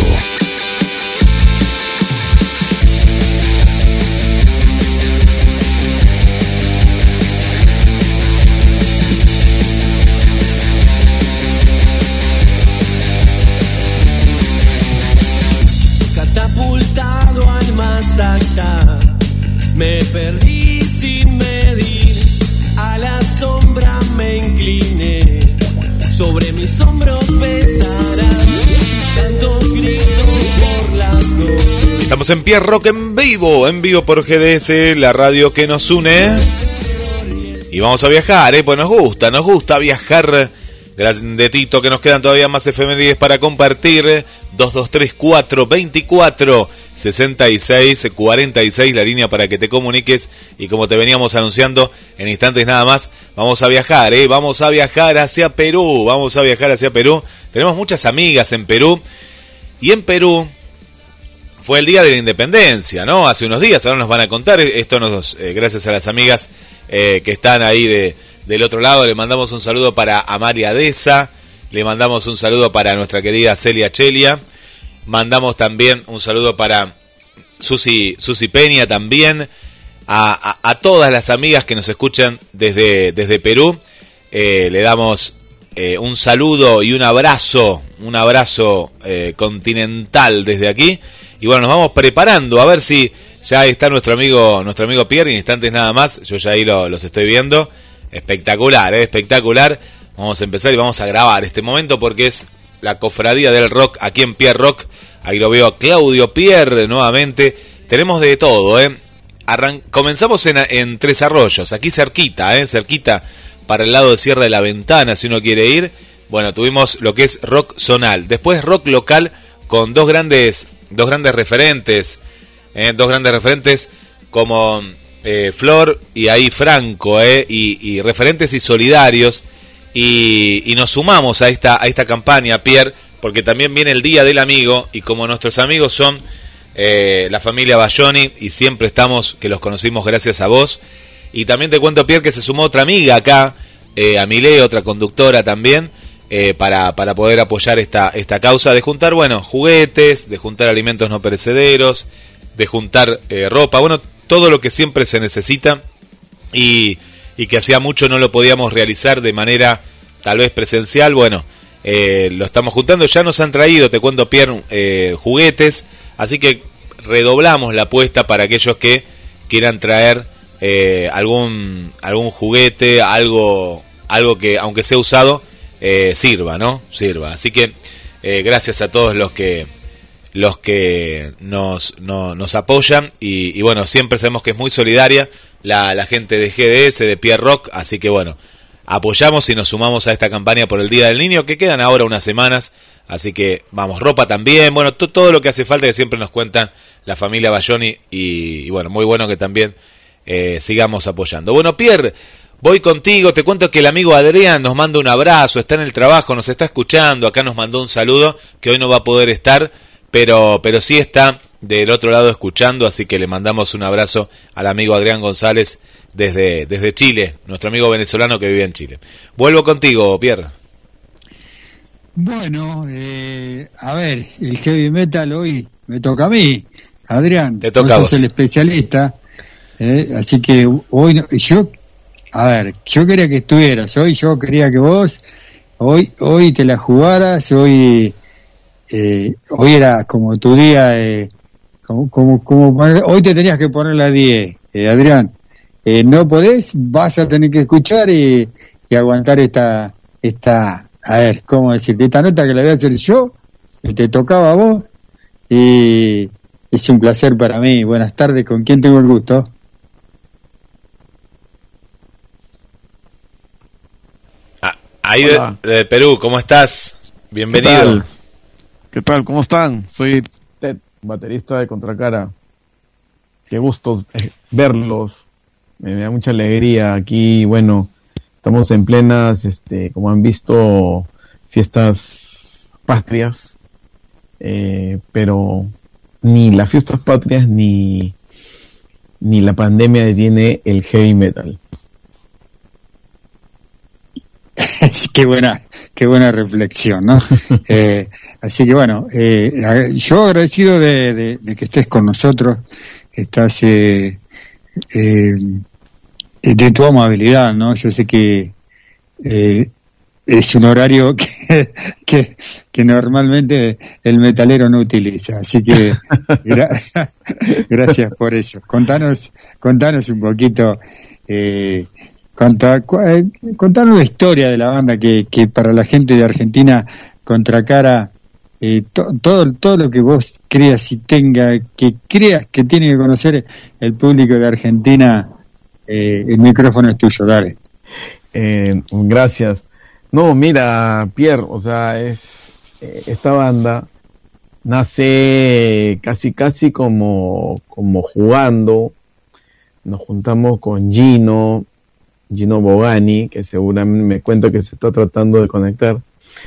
Catapultado al más allá, me perdí sin medir, a la sombra me incliné, sobre mis hombros pesarán tantos gritos por las noches. Estamos en Pierre Rock en vivo por GDS, la radio que nos une. Y vamos a viajar, pues nos gusta viajar. Grandetito, que nos quedan todavía más efemérides para compartir. 2234-24-66-46, la línea para que te comuniques. Y como te veníamos anunciando, en instantes nada más, vamos a viajar, vamos a viajar hacia Perú. Tenemos muchas amigas en Perú. Y en Perú fue el día de la independencia, ¿no? Hace unos días, ahora nos van a contar. Esto gracias a las amigas que están ahí del otro lado. Le mandamos un saludo para Amalia Deza, le mandamos un saludo para nuestra querida Celia Chelia, mandamos también un saludo para Susi Peña también, a todas las amigas que nos escuchan desde Perú. Le damos un saludo y un abrazo continental desde aquí. Y bueno, nos vamos preparando a ver si ya está nuestro amigo Pierre, en instantes nada más. Yo ya ahí los estoy viendo. Espectacular, espectacular. Vamos a empezar y vamos a grabar este momento porque es la cofradía del rock aquí en Pierre Rock. Ahí lo veo a Claudio Pierre nuevamente. Tenemos de todo, comenzamos en Tres Arroyos, aquí cerquita para el lado de Sierra de la Ventana, si uno quiere ir. Bueno, tuvimos lo que es rock zonal, después rock local con dos grandes referentes, como Flor y ahí Franco, y referentes y solidarios, y nos sumamos a esta campaña, Pierre, porque también viene el Día del Amigo, y como nuestros amigos son la familia Bayoni, y siempre estamos, que los conocimos gracias a vos, y también te cuento, Pierre, que se sumó otra amiga acá, Amile, otra conductora también, para poder apoyar esta causa de juntar, juguetes, de juntar alimentos no perecederos, de juntar ropa, todo lo que siempre se necesita y que hacía mucho no lo podíamos realizar de manera tal vez presencial. Lo estamos juntando, ya nos han traído, te cuento, Pierre, juguetes, así que redoblamos la apuesta para aquellos que quieran traer algún juguete, algo que aunque sea usado sirva, así que gracias a todos los que nos apoyan y siempre sabemos que es muy solidaria la gente de GDS, de Pierre Rock, así que apoyamos y nos sumamos a esta campaña por el Día del Niño, que quedan ahora unas semanas, así que vamos, ropa también, todo lo que hace falta, que siempre nos cuentan la familia Bayoni y muy bueno que también sigamos apoyando. Pierre, voy contigo, te cuento que el amigo Adrián nos manda un abrazo, está en el trabajo, nos está escuchando, acá nos mandó un saludo, que hoy no va a poder estar, pero sí está del otro lado escuchando, así que le mandamos un abrazo al amigo Adrián González desde Chile, nuestro amigo venezolano que vive en Chile. Vuelvo contigo, Pierre. A ver, el heavy metal hoy me toca a mí, Adrián. Te toca a vos. Sos el especialista, así que hoy yo quería que estuvieras, yo quería que vos hoy te la jugaras, hoy era como tu día, hoy te tenías que poner la 10, Adrián. No podés, vas a tener que escuchar y aguantar esta, a ver, ¿cómo decirte? Esta nota que la voy a hacer yo, que te tocaba a vos, y es un placer para mí. Buenas tardes, ¿con quién tengo el gusto? Ahí de Perú, ¿cómo estás? Bienvenido. ¿Qué tal? ¿Cómo están? Soy Ted, baterista de Contracara. Qué gusto verlos. Me da mucha alegría aquí. Estamos en plenas, como han visto, fiestas patrias. Pero ni las fiestas patrias ni la pandemia detiene el heavy metal. qué buena reflexión, ¿no? Así que bueno, yo agradecido de que estés con nosotros, estás de tu amabilidad, ¿no? Yo sé que es un horario que normalmente el metalero no utiliza, así que gracias por eso. Contanos un poquito, contanos la historia de la banda que para la gente de Argentina, Contracara, todo lo que vos creas y creas que tiene que conocer el público de Argentina. El micrófono es tuyo, dale. Gracias. No, mira, Pierre, o sea, esta banda nace casi como jugando. Nos juntamos con Gino Bogani, que seguramente me cuenta que se está tratando de conectar.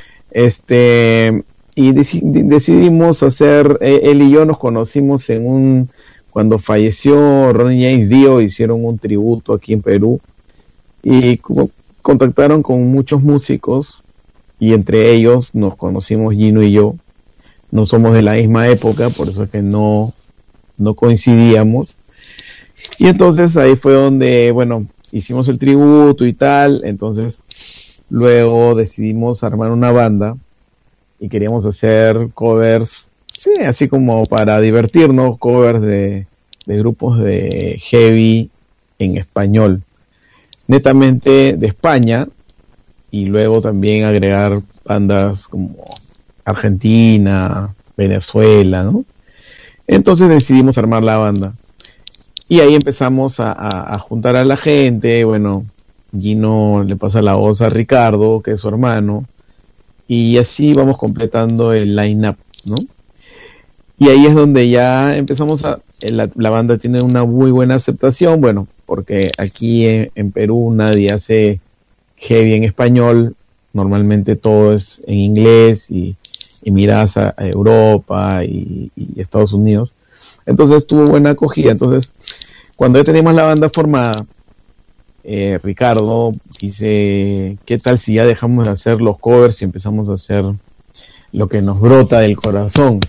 Y decidimos hacer, él y yo nos conocimos cuando falleció Ronnie James Dio, hicieron un tributo aquí en Perú y contactaron con muchos músicos y entre ellos nos conocimos Gino y yo. No somos de la misma época, por eso es que no coincidíamos. Y entonces ahí fue donde, bueno, hicimos el tributo y tal. Entonces luego decidimos armar una banda y queríamos hacer covers, sí, así como para divertirnos, covers de grupos de heavy en español, netamente de España, y luego también agregar bandas como Argentina, Venezuela, ¿no? Entonces decidimos armar la banda y ahí empezamos a juntar a la gente. Bueno, Gino le pasa la voz a Ricardo, que es su hermano, y así vamos completando el line-up, ¿no? Y ahí es donde ya empezamos la banda tiene una muy buena aceptación, bueno, porque aquí en Perú nadie hace heavy en español, normalmente todo es en inglés y miras a Europa y Estados Unidos. Entonces tuvo buena acogida. Entonces, cuando ya teníamos la banda formada, Ricardo dice, ¿qué tal si ya dejamos de hacer los covers y empezamos a hacer lo que nos brota del corazón?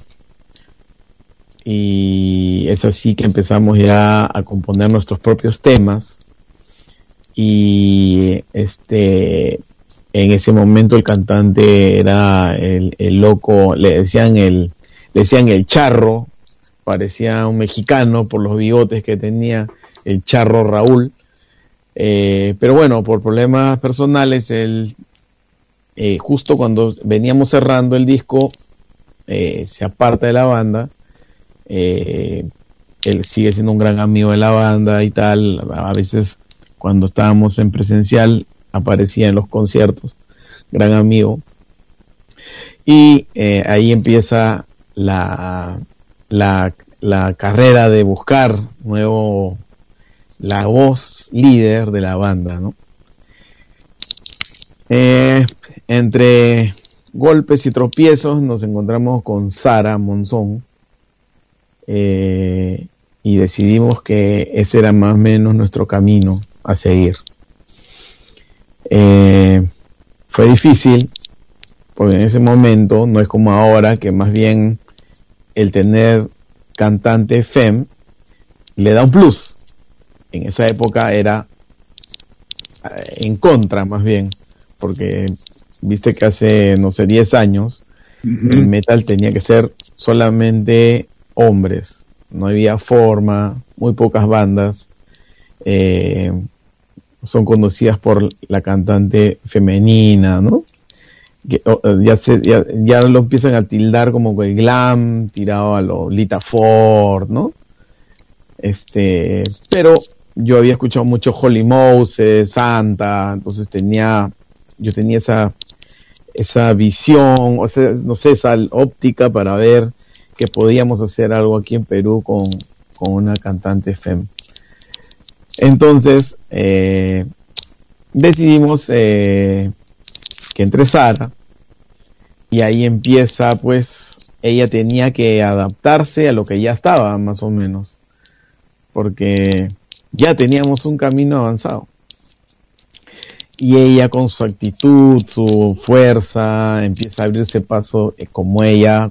Y es así que empezamos ya a componer nuestros propios temas. Y en ese momento el cantante era el loco, le decían el charro, parecía un mexicano por los bigotes que tenía, el charro Raúl. Pero bueno, por problemas personales, él justo cuando veníamos cerrando el disco, se aparta de la banda. Él sigue siendo un gran amigo de la banda y tal. A veces cuando estábamos en presencial aparecía en los conciertos, gran amigo. Y ahí empieza la carrera de buscar la voz líder de la banda, ¿no? Entre golpes y tropiezos nos encontramos con Sara Monzón, y decidimos que ese era más o menos nuestro camino a seguir. Fue difícil, porque en ese momento no es como ahora, que más bien el tener cantante fem le da un plus. En esa época era en contra, más bien, porque viste que hace, no sé, 10 años, el metal tenía que ser solamente hombres, no había forma, muy pocas bandas son conocidas por la cantante femenina, ¿no? Que, ya lo empiezan a tildar como el glam tirado a lo Lita Ford, ¿no? Pero yo había escuchado mucho Holy Moses, Santa, entonces yo tenía esa visión, o sea, no sé, esa óptica para ver que podíamos hacer algo aquí en Perú con una cantante fem. Entonces decidimos que entre Sara, y ahí empieza, pues, ella tenía que adaptarse a lo que ya estaba, más o menos, porque ya teníamos un camino avanzado. y ella con su actitud, su fuerza, empieza a abrirse paso como ella,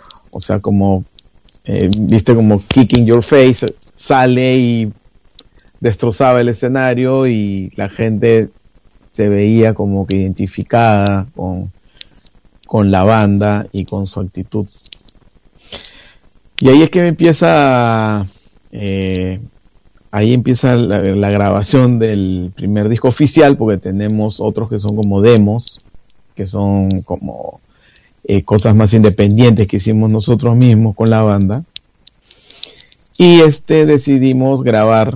viste, como kicking your face, sale y destrozaba el escenario y la gente se veía como que identificada con la banda y con su actitud. Y ahí es que ahí empieza la grabación del primer disco oficial, porque tenemos otros que son como demos, que son como cosas más independientes que hicimos nosotros mismos con la banda. Y decidimos grabar,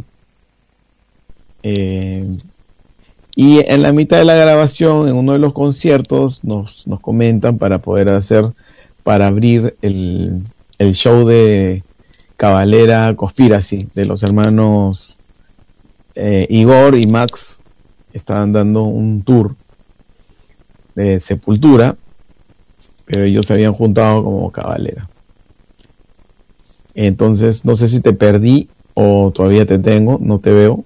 y en la mitad de la grabación, en uno de los conciertos, nos comentan para abrir el show de Cavalera Conspiracy, de los hermanos Igor y Max. Estaban dando un tour de Sepultura, pero ellos se habían juntado como Cavalera. Entonces, no sé si te perdí o todavía te tengo, no te veo.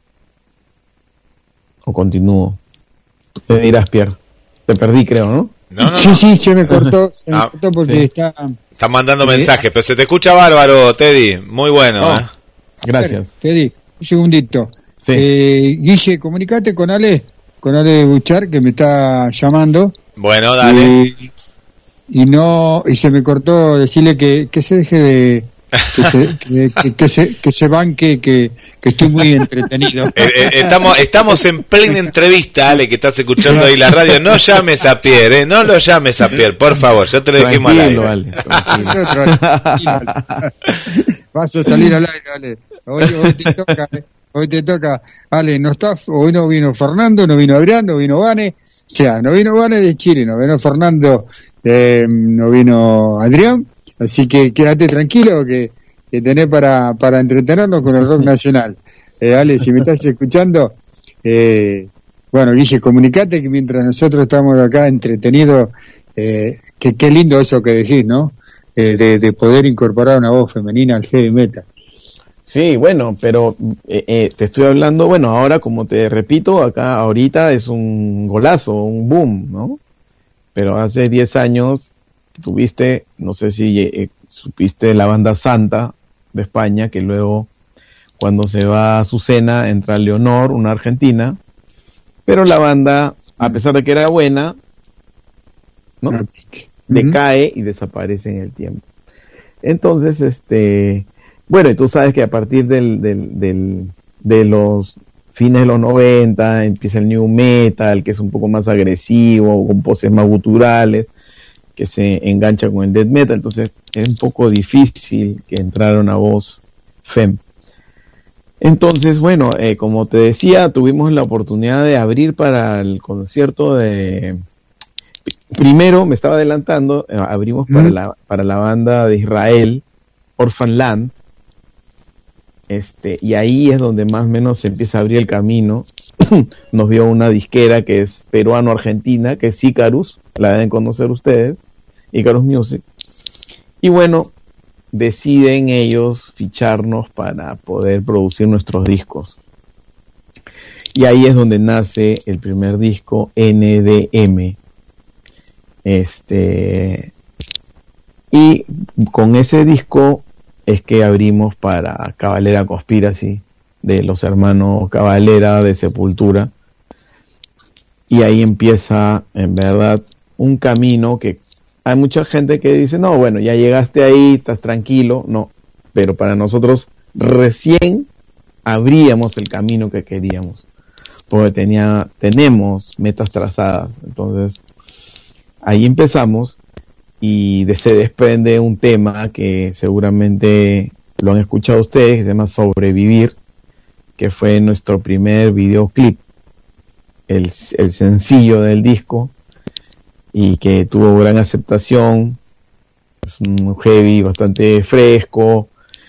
O continúo. Tú me dirás, Pierre. Te perdí, creo, ¿no? No. Sí, se me cortó. Porque sí. Está mandando mensajes, pero se te escucha bárbaro, Teddy. Muy bueno, Gracias. Teddy, un segundito. Sí. Guille, comunicate con Ale Buchar, que me está llamando. Bueno, dale. Y se me cortó decirle que se deje de... que se banque, que estoy muy entretenido. Estamos en plena entrevista, Ale, que estás escuchando ahí la radio. No llames a Pierre, no lo llames a Pierre, por favor, ya te lo dijimos al aire. Ale. Vas a salir al aire, Ale. Hoy te toca, Ale. Hoy no vino Fernando, no vino Adrián, no vino Vane. O sea, no vino Vane de Chile, no vino Fernando, no vino Adrián. Así que quédate tranquilo que tenés para entretenernos con el rock nacional. Ale, si me estás escuchando, bueno, Guille, comunicate que mientras nosotros estamos acá entretenidos, que qué lindo eso que decís, ¿no? De poder incorporar una voz femenina al heavy metal. Sí, bueno, pero te estoy hablando, bueno, ahora como te repito, acá ahorita es un golazo, un boom, ¿no? Pero hace 10 años tuviste, no sé si supiste, la banda Santa de España, que luego cuando se va a Azucena entra Leonor, una argentina, pero la banda, a pesar de que era buena, ¿no? Decae y desaparece en el tiempo. Entonces, bueno, y tú sabes que a partir de los fines de los 90 empieza el new metal, que es un poco más agresivo, con poses más guturales, que se engancha con el death metal. Entonces es un poco difícil que entrara una voz fem. Entonces, bueno, como te decía, tuvimos la oportunidad de abrir para el concierto de... Primero, me estaba adelantando, abrimos para la banda de Israel, Orphan Land, y ahí es donde más o menos se empieza a abrir el camino. Nos vio una disquera que es peruano-argentina, que es Icarus, la deben conocer ustedes, Icarus Music, y bueno, deciden ellos ficharnos para poder producir nuestros discos. Y ahí es donde nace el primer disco, NDM. Y con ese disco es que abrimos para Cavalera Conspiracy, de los hermanos Cavalera de Sepultura. Y ahí empieza, en verdad, un camino que hay mucha gente que dice, no, bueno, ya llegaste ahí, estás tranquilo. No, pero para nosotros recién abríamos el camino que queríamos, porque tenemos metas trazadas. Entonces ahí empezamos, y se desprende un tema que seguramente lo han escuchado ustedes, que se llama Sobrevivir, que fue nuestro primer videoclip, el sencillo del disco, y que tuvo gran aceptación. Es un heavy bastante fresco,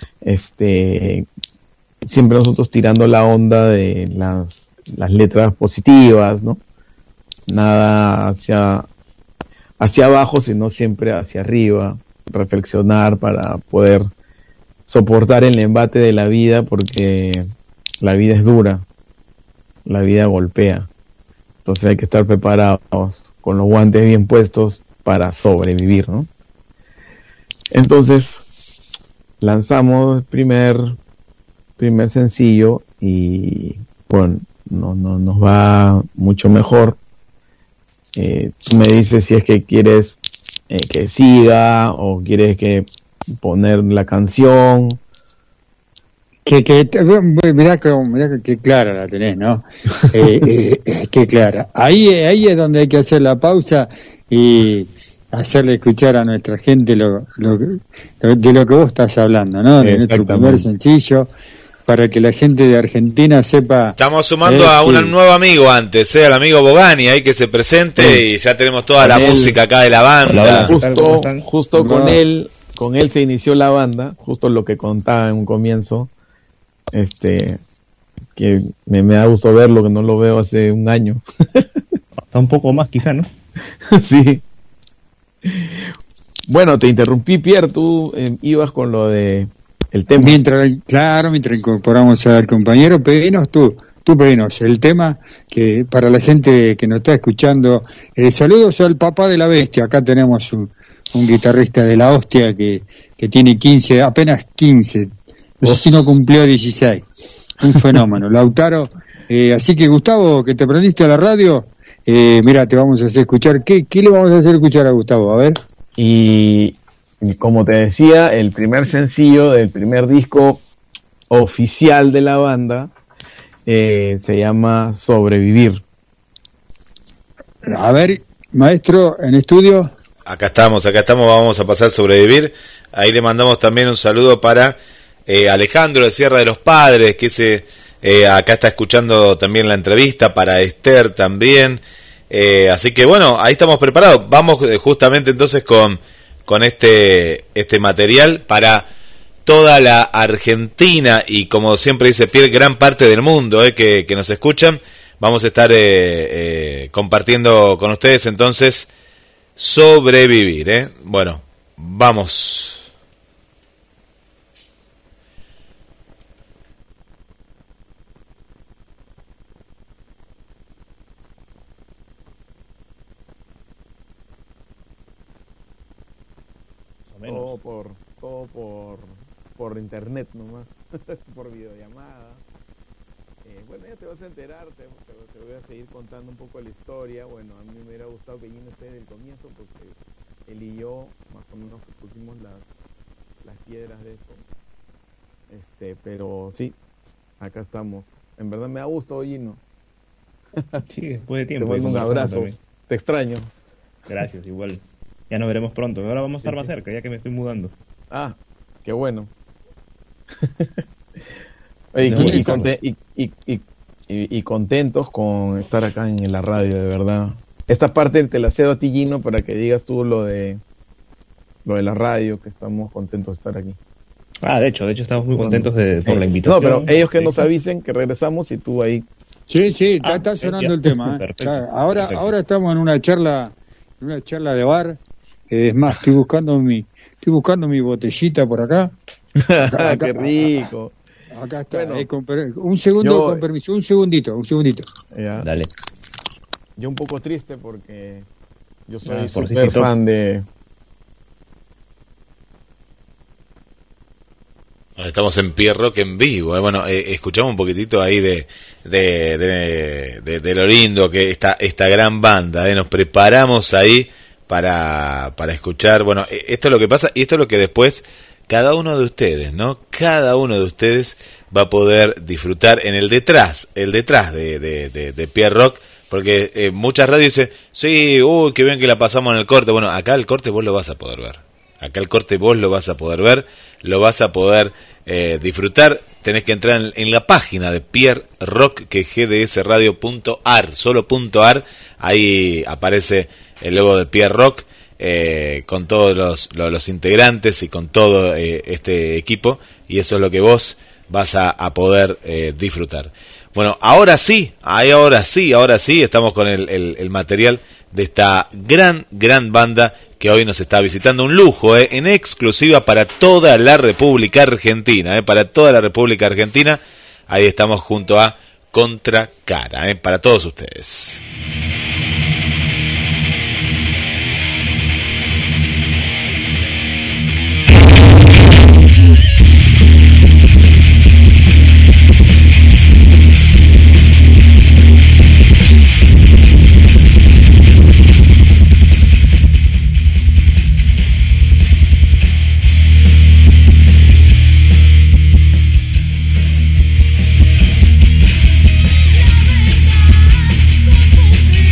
siempre nosotros tirando la onda de las letras positivas, ¿no? Nada hacia abajo, sino siempre hacia arriba, reflexionar para poder soportar el embate de la vida, porque la vida es dura, la vida golpea, Entonces hay que estar preparados con los guantes bien puestos para sobrevivir, ¿no? Entonces lanzamos el primer sencillo y bueno, nos va mucho mejor. Tú me dices si es que quieres que siga o quieres que poner la canción. Mirá que clara la tenés, ¿no? Qué clara. Ahí es donde hay que hacer la pausa y hacerle escuchar a nuestra gente de lo que vos estás hablando, ¿no? De nuestro primer sencillo, para que la gente de Argentina sepa. Estamos sumando a un nuevo amigo antes, al amigo Bogani, ahí que se presente, y ya tenemos toda la música acá de la banda. Justo con él se inició la banda, justo lo que contaba en un comienzo, que me da gusto verlo, que no lo veo hace un año. Hasta un poco más quizá, ¿no? Sí. Bueno, te interrumpí, Pierre, tú ibas con lo de el tema. Mientras incorporamos al compañero, pedinos el tema que para la gente que nos está escuchando. Saludos al papá de la bestia. Acá tenemos un guitarrista de la hostia que tiene apenas 15, no sé si no cumplió 16. Un fenómeno, Lautaro. Así que, Gustavo, que te prendiste a la radio, mira, te vamos a hacer escuchar. ¿Qué le vamos a hacer escuchar a Gustavo? A ver. Y como te decía, el primer sencillo del primer disco oficial de la banda se llama Sobrevivir. A ver, maestro, en estudio. Acá estamos, vamos a pasar Sobrevivir. Ahí le mandamos también un saludo para Alejandro de Sierra de los Padres, que acá está escuchando también la entrevista, para Esther también. Así que bueno, ahí estamos preparados. Vamos justamente entonces con este material para toda la Argentina y, como siempre dice Pierre, gran parte del mundo que nos escuchan. Vamos a estar compartiendo con ustedes entonces Sobrevivir. Bueno, vamos. Todo por internet nomás, por videollamada. Bueno, ya te vas a enterar, te voy a seguir contando un poco la historia. Bueno, a mí me hubiera gustado que Gino esté desde el comienzo, porque él y yo más o menos pusimos las piedras de esto. Pero sí, acá estamos. En verdad me da gusto, Gino. Sí, después de tiempo. Te mando un abrazo, te extraño. Gracias, igual. Ya nos veremos pronto. Ahora vamos a estar más cerca, ya que me estoy mudando. Ah, qué bueno. Y contentos con estar acá en la radio, de verdad. Esta parte te la cedo a ti, Gino, para que digas tú lo de la radio, que estamos contentos de estar aquí. De hecho estamos muy contentos por la invitación. No, pero ellos que nos avisen que regresamos y tú ahí. Sí, está sonando el tema. Perfecto, ahora estamos en una charla de bar. Es más, estoy buscando mi botellita por acá. Acá qué rico. Acá está. Bueno, un segundo, con permiso, un segundito. Ya. Dale. Yo un poco triste porque yo soy súper fan de... Estamos en Pierre Rock en vivo. Bueno, escuchamos un poquitito ahí de lo lindo que esta gran banda. Nos preparamos ahí para escuchar. Bueno, esto es lo que pasa y esto es lo que después cada uno de ustedes, ¿no? Cada uno de ustedes va a poder disfrutar en el detrás de Pierre Rock, porque muchas radios dicen, sí, qué bien que la pasamos en el corte. Bueno, acá el corte vos lo vas a poder ver. Lo vas a poder disfrutar. Tenés que entrar en la página de Pierre Rock, que es gdsradio.ar, solo .ar. Ahí aparece el logo de Pierre Rock, con todos los integrantes y con todo este equipo, y eso es lo que vos vas a poder disfrutar. Bueno, ahora sí, estamos con el material de esta gran banda que hoy nos está visitando. Un lujo, en exclusiva para toda la República Argentina, para toda la República Argentina. Ahí estamos junto a Contra Cara, para todos ustedes. La verdad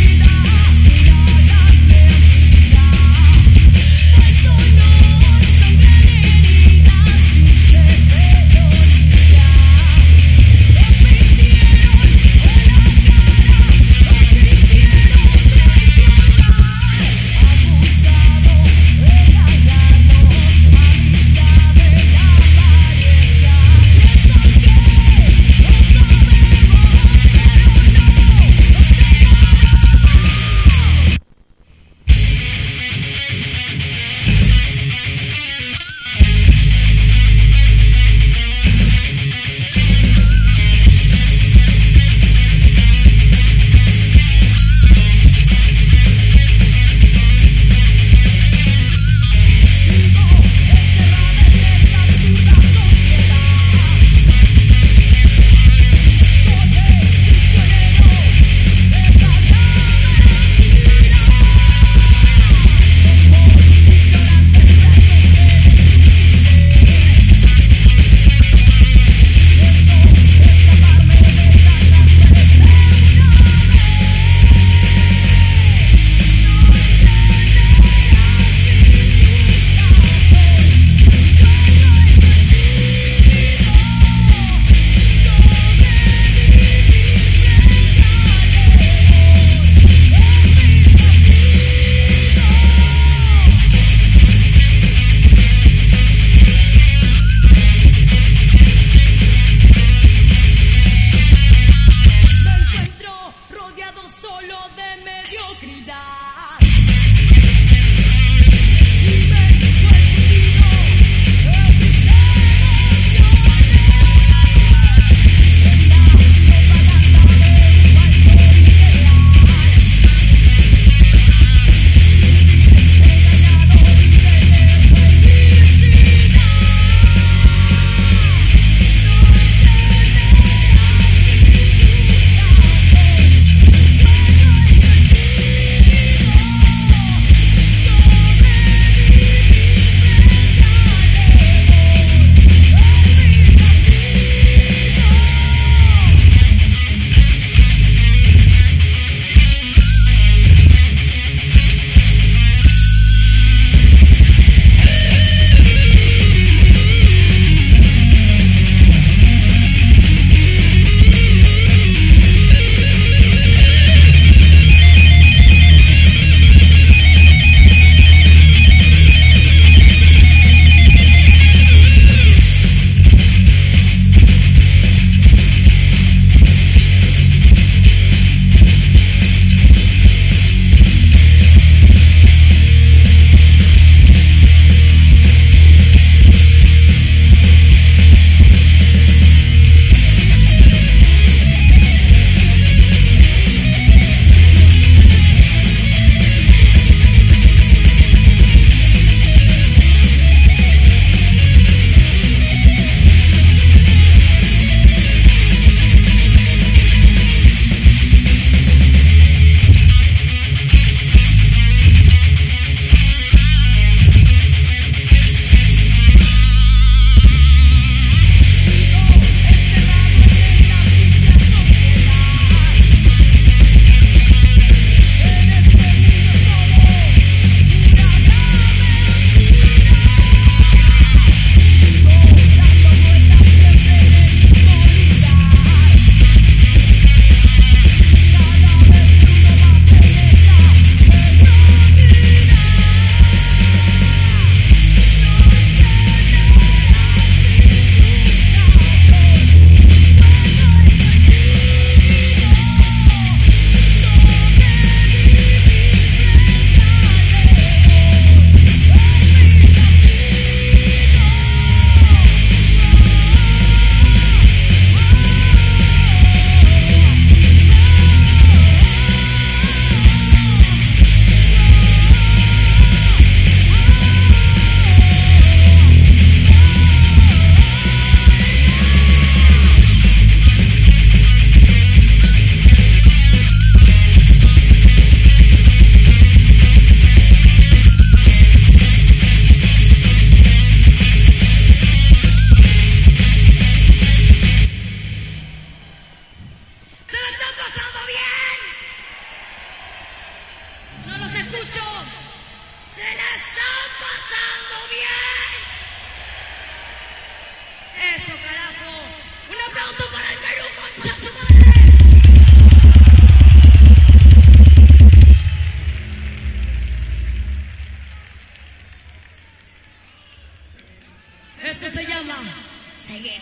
Eso se llama ceguera.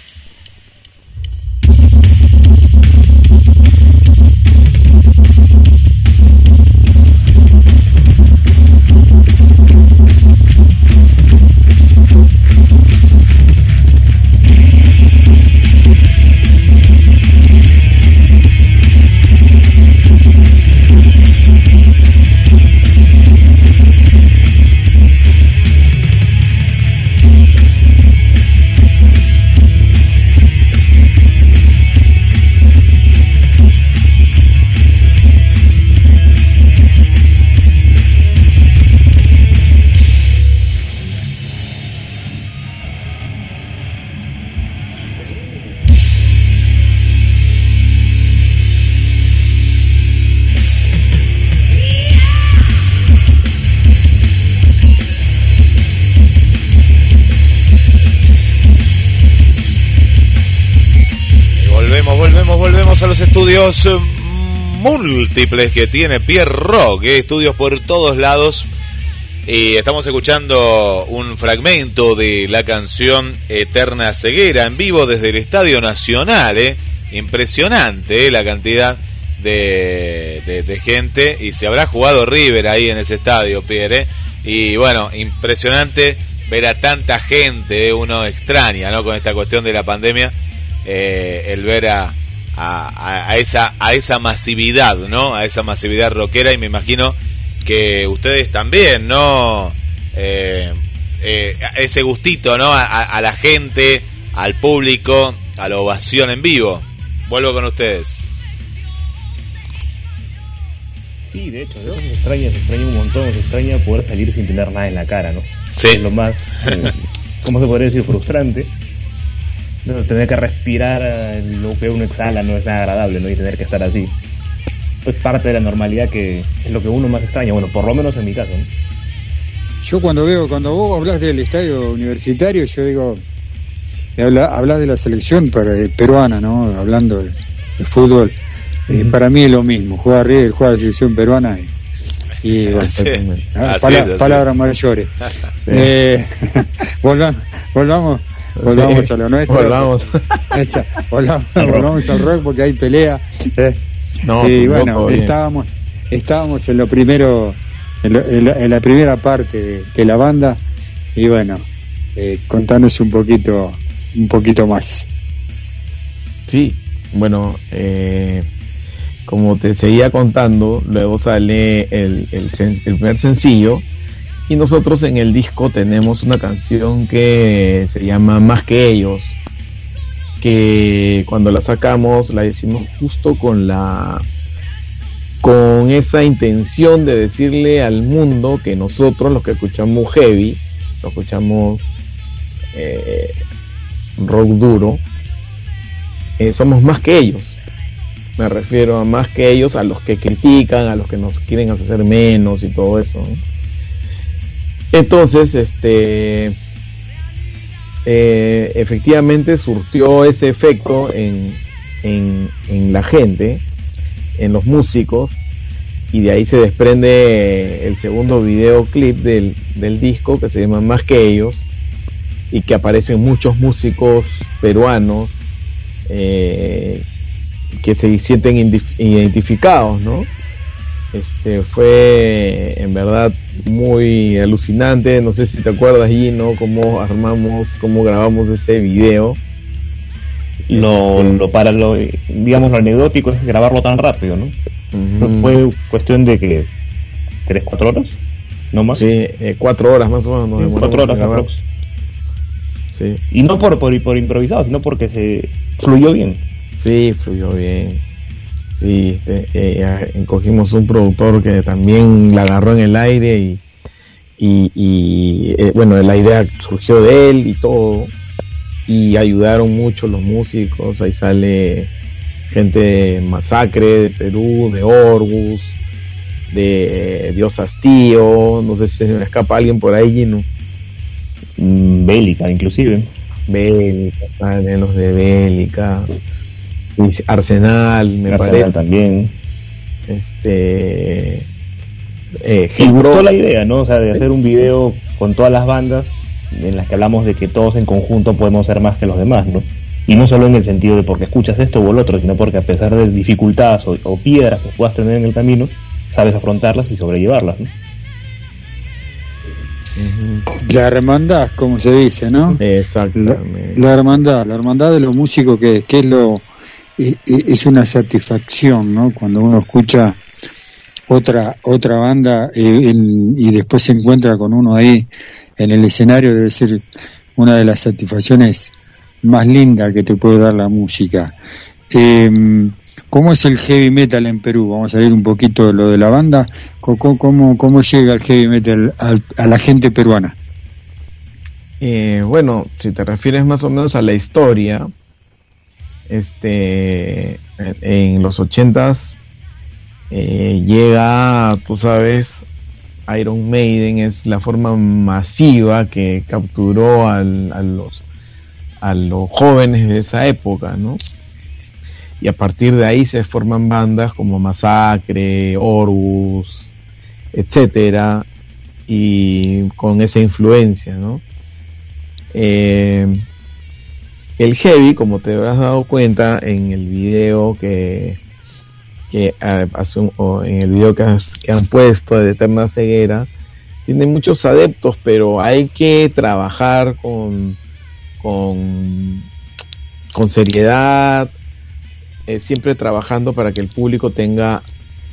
Volvemos a los estudios múltiples que tiene Pierre Rock, estudios por todos lados, y estamos escuchando un fragmento de la canción Eterna Ceguera en vivo desde el Estadio Nacional. Impresionante la cantidad de gente, y se habrá jugado River ahí en ese estadio, Pierre, y bueno, impresionante ver a tanta gente. Uno extraña, ¿no?, con esta cuestión de la pandemia, el ver a esa masividad, ¿no?, a esa masividad rockera, y me imagino que ustedes también, ¿no?, ese gustito, ¿no?, a la gente, al público, a la ovación en vivo. Vuelvo con ustedes. Sí, de hecho, eso se extraña un montón, se extraña poder salir sin tener nada en la cara, ¿no? Sí. Es lo más, ¿cómo se podría decir?, frustrante. No, tener que respirar lo que uno exhala no es nada agradable, ¿no? Y tener que estar así. Es parte de la normalidad, que es lo que uno más extraña, bueno, por lo menos en mi caso, ¿no? Yo cuando vos hablas del estadio universitario, yo digo, hablas de la selección peruana, ¿no? Hablando de fútbol, para mí es lo mismo, juega River, juega la selección peruana y bueno, Sí. palabras mayores. Volvamos a lo nuestro. Volvamos al rock, porque hay pelea. Y bueno, estábamos en lo primero, en la primera parte de la banda, y bueno, contanos un poquito más. Sí, bueno, como te seguía contando, luego sale el primer sencillo, y nosotros en el disco tenemos una canción que se llama Más que Ellos, que cuando la sacamos la hicimos justo con esa intención de decirle al mundo que nosotros, los que escuchamos heavy, los escuchamos rock duro, somos más que ellos. Me refiero a más que ellos, a los que critican, a los que nos quieren hacer menos y todo eso, ¿no? Entonces, efectivamente surtió ese efecto en la gente, en los músicos, y de ahí se desprende el segundo videoclip del disco, que se llama Más que Ellos, y que aparecen muchos músicos peruanos que se sienten identificados, ¿no? Fue en verdad muy alucinante. No sé si te acuerdas, Gino, cómo grabamos ese video. Digamos, lo anecdótico es grabarlo tan rápido, ¿no? Uh-huh. Fue cuestión de que 3-4 horas, no más. Sí, 4 horas más o menos. 4 horas aprox. Sí. Y no por improvisado, sino porque se fluyó bien. Sí, fluyó bien. Sí, cogimos un productor que también la agarró en el aire, y bueno, la idea surgió de él y todo, y ayudaron mucho los músicos. Ahí sale gente de Masacre, de Perú, de Orgus, de Dios Hastío, no sé si se me escapa alguien por ahí, Gino. Bélica, inclusive. Bélica, salen los de Bélica. Arsenal, me parece también. Me gustó la idea, ¿no? O sea, de hacer un video con todas las bandas en las que hablamos de que todos en conjunto podemos ser más que los demás, ¿no? Y no solo en el sentido de porque escuchas esto o el otro, sino porque a pesar de dificultades o piedras que puedas tener en el camino, sabes afrontarlas y sobrellevarlas, ¿no? La hermandad, como se dice, ¿no? Exactamente. La hermandad de los músicos, que es es una satisfacción, ¿no? Cuando uno escucha otra banda y después se encuentra con uno ahí en el escenario, debe ser una de las satisfacciones más lindas que te puede dar la música. ¿Cómo es el heavy metal en Perú? Vamos a ver un poquito de lo de la banda. ¿Cómo llega el heavy metal a la gente peruana? Bueno, si te refieres más o menos a la historia, en los 80s llega, tú sabes, Iron Maiden es la forma masiva que capturó a los jóvenes de esa época, ¿no? Y a partir de ahí se forman bandas como Masacre, Horus, etcétera, y con esa influencia, ¿no? El heavy, como te habrás dado cuenta en el video en el video que han puesto de Eterna Ceguera, tiene muchos adeptos, pero hay que trabajar con seriedad, siempre trabajando para que el público tenga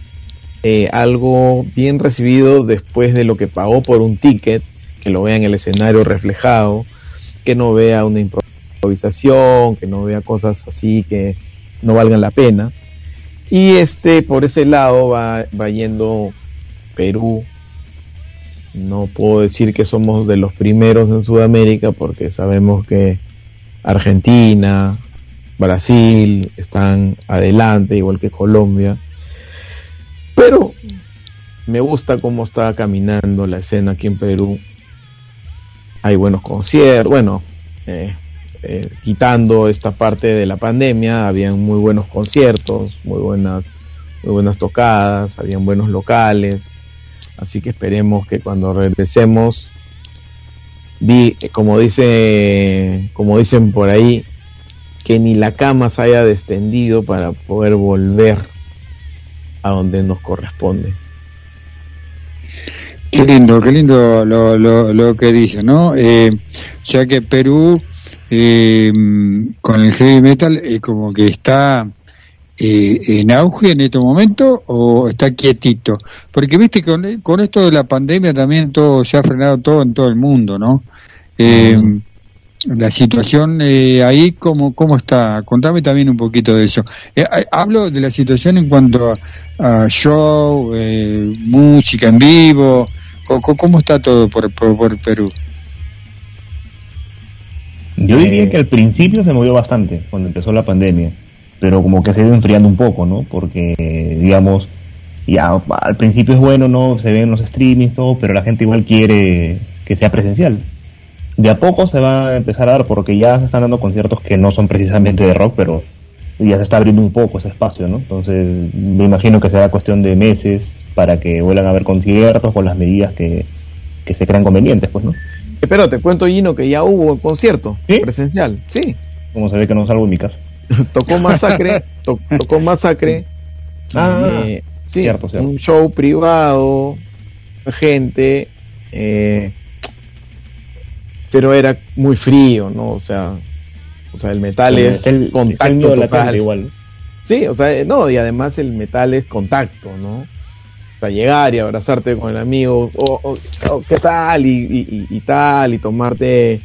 algo bien recibido después de lo que pagó por un ticket, que lo vea en el escenario reflejado, que no vea una improvisación, que no vea cosas así que no valgan la pena. Y por ese lado va yendo Perú. No puedo decir que somos de los primeros en Sudamérica, porque sabemos que Argentina, Brasil están adelante, igual que Colombia. Pero me gusta cómo está caminando la escena aquí en Perú. Hay buenos conciertos, bueno, quitando esta parte de la pandemia, habían muy buenos conciertos, muy buenas tocadas, habían buenos locales, así que esperemos que cuando regresemos, como dicen por ahí, que ni la cama se haya descendido para poder volver a donde nos corresponde. Qué lindo lo que dice, ¿no? Ya que Perú con el heavy metal como que está en auge en este momento, o está quietito, porque viste con esto de la pandemia también todo se ha frenado, todo en todo el mundo, ¿no? La situación ahí cómo está, contame también un poquito de eso. Hablo de la situación en cuanto a show, música en vivo. ¿Cómo está todo por Perú? Yo diría que al principio se movió bastante cuando empezó la pandemia, pero como que se ha ido enfriando un poco, ¿no? Porque, digamos, ya al principio es bueno, ¿no? Se ven los streamings, todo, pero la gente igual quiere que sea presencial. De a poco se va a empezar a dar, porque ya se están dando conciertos que no son precisamente de rock, pero ya se está abriendo un poco ese espacio, ¿no? Entonces me imagino que será cuestión de meses para que vuelvan a haber conciertos con las medidas que se crean convenientes, pues, ¿no? Pero te cuento, Gino, que ya hubo un concierto presencial, sí. Como se ve que no salgo de mi casa. Tocó Masacre, tocó Masacre. Sí, cierto. Un show privado, gente, pero era muy frío, ¿no? O sea, el metal es contacto total. Igual. Sí, o sea, no, y además el metal es contacto, ¿no? O sea, llegar y abrazarte con el amigo, ¿qué tal? Y tal, y tomarte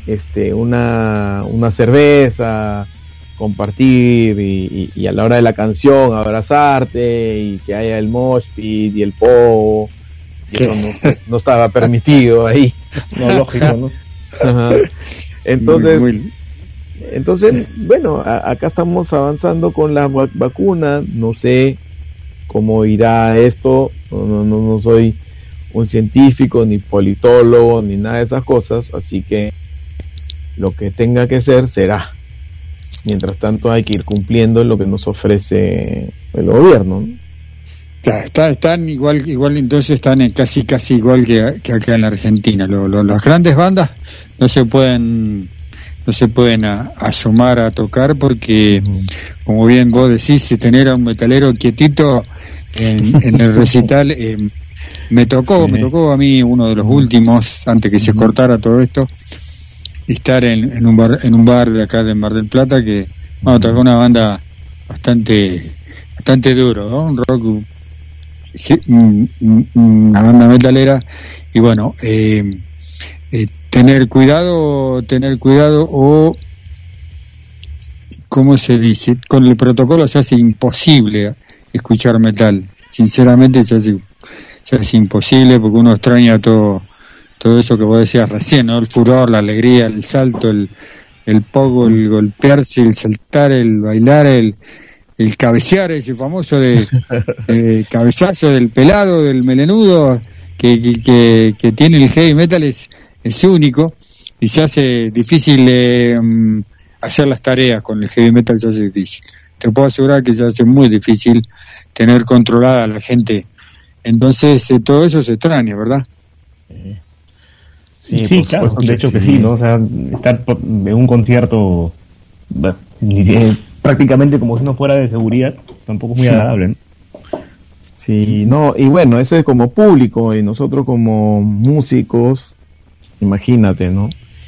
una cerveza, compartir, y a la hora de la canción abrazarte, y que haya el mosh pit y el pogo, y eso no estaba permitido ahí. No, lógico, ¿no? Ajá. Entonces, bueno, acá estamos avanzando con la vacuna, no sé cómo irá esto, no soy un científico, ni politólogo, ni nada de esas cosas, así que lo que tenga que ser, será. Mientras tanto hay que ir cumpliendo lo que nos ofrece el gobierno, ¿no? Están igual, entonces están casi igual que acá en la Argentina. Las grandes bandas no se pueden asomar a tocar porque, como bien vos decís, tener a un metalero quietito en el recital, me tocó a mí uno de los últimos, antes que se cortara todo esto, estar en un bar de acá de Mar del Plata que tocó una banda bastante duro, ¿no? Un rock, una banda metalera, y bueno, tener cuidado o, ¿cómo se dice? Con el protocolo se hace imposible escuchar metal, sinceramente se hace imposible porque uno extraña todo eso que vos decías recién, ¿no? El furor, la alegría, el salto, el pogo, el golpearse, el saltar, el bailar, el cabecear, ese famoso de cabezazo del pelado, del melenudo que tiene el heavy metal es único, y se hace difícil hacer las tareas con el heavy metal, se hace difícil. Te puedo asegurar que se hace muy difícil tener controlada a la gente. Entonces todo eso se extraña, ¿verdad? Sí, claro, de hecho que sí, ¿no? O sea, estar en un concierto prácticamente como si no fuera de seguridad, tampoco es muy agradable, ¿no? Sí, no, y bueno, eso es como público, y nosotros como músicos, imagínate, ¿no?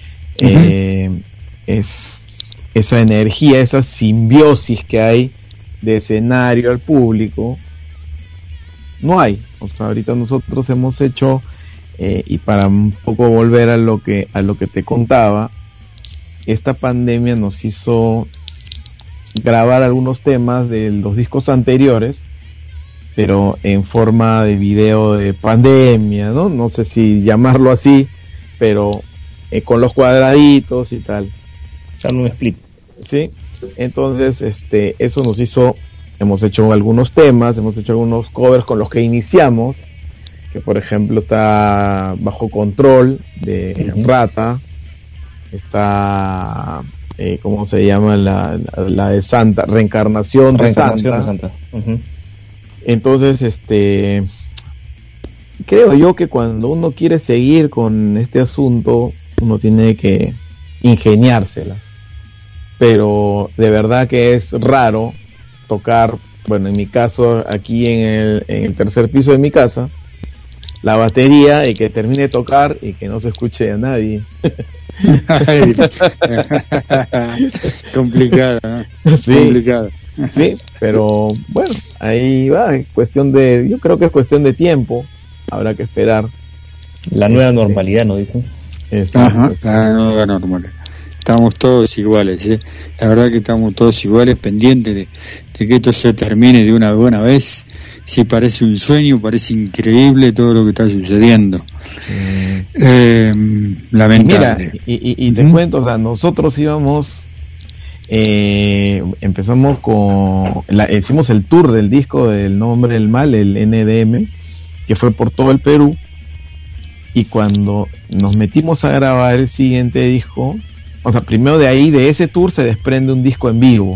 Es esa energía, esa simbiosis que hay de escenario al público, no hay. O sea, ahorita nosotros hemos hecho, y para un poco volver a lo que te contaba, esta pandemia nos hizo grabar algunos temas de los discos anteriores, pero en forma de video de pandemia, ¿no? No sé si llamarlo así, pero con los cuadraditos y tal. Ya no me explico. Sí, entonces eso nos hizo, hemos hecho algunos temas, hemos hecho algunos covers con los que iniciamos, que por ejemplo está Bajo Control de Rata, está ¿cómo se llama? La de Santa, Reencarnación de Santa. Entonces creo yo que cuando uno quiere seguir con este asunto, uno tiene que ingeniárselas, pero de verdad que es raro tocar, bueno, en mi caso aquí en el tercer piso de mi casa, la batería, y que termine de tocar y que no se escuche a nadie. Complicado, ¿no? Sí, complicado. Sí, pero bueno, ahí va, yo creo que es cuestión de tiempo, habrá que esperar. La nueva normalidad, ¿no? Dicen. Ajá, la nueva normalidad. Estamos todos iguales, ¿eh? La verdad que estamos todos iguales, pendientes de que esto se termine de una buena vez. Sí, parece un sueño, parece increíble todo lo que está sucediendo. Lamentable. Y te cuento, o sea, nosotros íbamos, empezamos hicimos el tour del disco del Nombre del Mal, el NDM, que fue por todo el Perú, y cuando nos metimos a grabar el siguiente disco, o sea, primero de ese tour se desprende un disco en vivo,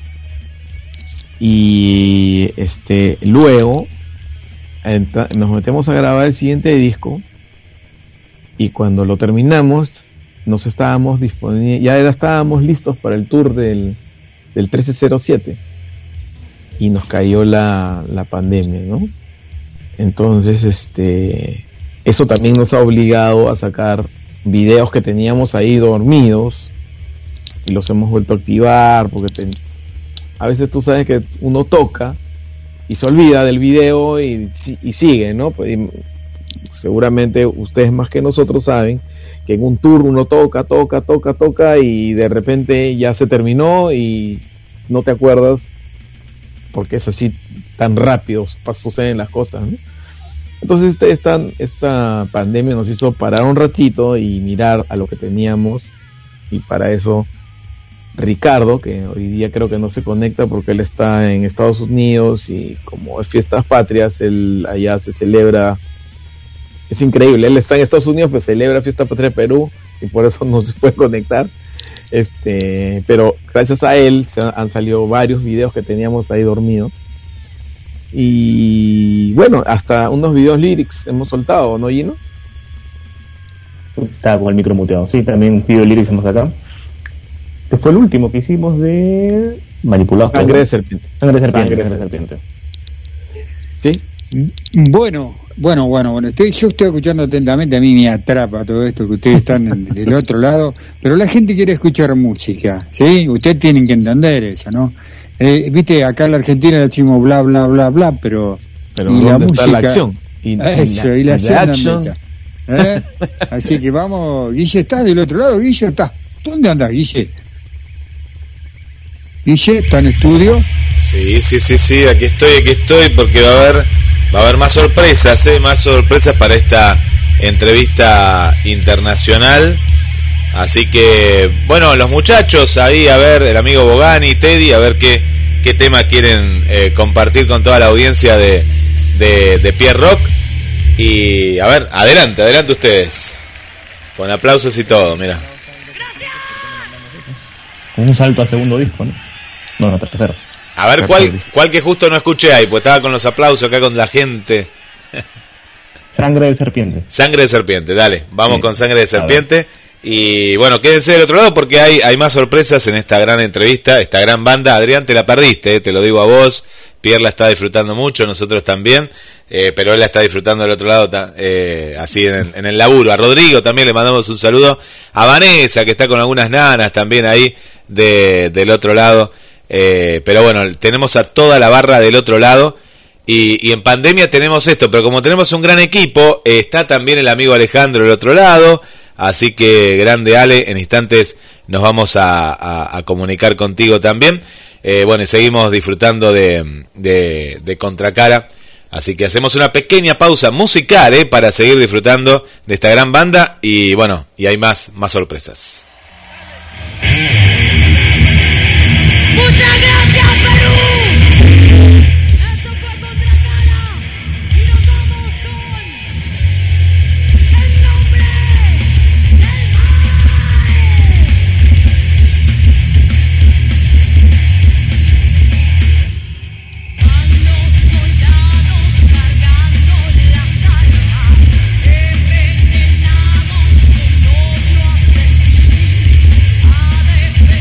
y luego nos metemos a grabar el siguiente disco, y cuando lo terminamos nos estábamos ya estábamos listos para el tour del 1307, y nos cayó la pandemia, ¿no? Entonces eso también nos ha obligado a sacar videos que teníamos ahí dormidos, y los hemos vuelto a activar porque a veces tú sabes que uno toca y se olvida del video y sigue, ¿no? Pues, seguramente ustedes más que nosotros saben que en un tour uno toca y de repente ya se terminó y no te acuerdas, porque es así, tan rápido suceden las cosas, ¿no? Entonces esta pandemia nos hizo parar un ratito y mirar a lo que teníamos, y para eso Ricardo, que hoy día creo que no se conecta porque él está en Estados Unidos, y como es Fiestas Patrias, él allá se celebra, es increíble, él está en Estados Unidos, pues celebra Fiesta Patria de Perú, y por eso no se puede conectar, pero gracias a él han salido varios videos que teníamos ahí dormidos, Y bueno, hasta unos videos lyrics hemos soltado, ¿no, Gino? Estaba con el micro muteado. Sí, también video lyrics hemos sacado. Este fue el último que hicimos de Manipulados. Sangre de serpiente. Sangre de serpiente. Sí. Bueno. Yo estoy escuchando atentamente, a mí me atrapa todo esto que ustedes están del otro lado, pero la gente quiere escuchar música, ¿sí? Ustedes tienen que entender eso, ¿no? Viste, acá en la Argentina le decimos bla, bla, bla, bla, pero y la música, la acción? Y la acción, ¿dónde está? Así que vamos, Guille, ¿estás del otro lado? Guille, ¿estás? ¿Dónde andas, Guille? Guille, ¿está en estudio? Sí, aquí estoy porque va a haber más sorpresas, para esta entrevista internacional. Así que, bueno, los muchachos ahí, a ver, el amigo Bogani, Teddy, a ver qué tema quieren compartir con toda la audiencia de Pierre Rock. Y, a ver, adelante ustedes. Con aplausos y todo, mira. Un salto al segundo disco, ¿no? No, tercero. A ver, ¿cuál que justo no escuché ahí? Pues estaba con los aplausos acá con la gente. Sangre de serpiente, dale, vamos con Sangre de serpiente. Y bueno, quédense del otro lado porque hay más sorpresas en esta gran entrevista, esta gran banda. Adrián, te la perdiste, te lo digo a vos. Pierre la está disfrutando mucho, nosotros también, pero él la está disfrutando del otro lado, así en el laburo. A Rodrigo también le mandamos un saludo. A Vanessa, que está con algunas nanas también ahí del otro lado. Pero bueno, tenemos a toda la barra del otro lado. Y en pandemia tenemos esto, pero como tenemos un gran equipo, está también el amigo Alejandro del otro lado. Así que grande Ale, en instantes nos vamos a comunicar contigo también. Bueno, y seguimos disfrutando de Contracara. Así que hacemos una pequeña pausa musical para seguir disfrutando de esta gran banda. Y bueno, y hay más sorpresas. Muchas gracias, Perú. Esto fue Contracara y nos vamos con el nombre del Van los soldados cargando las armas, envenenados con odio a sentir, a defender.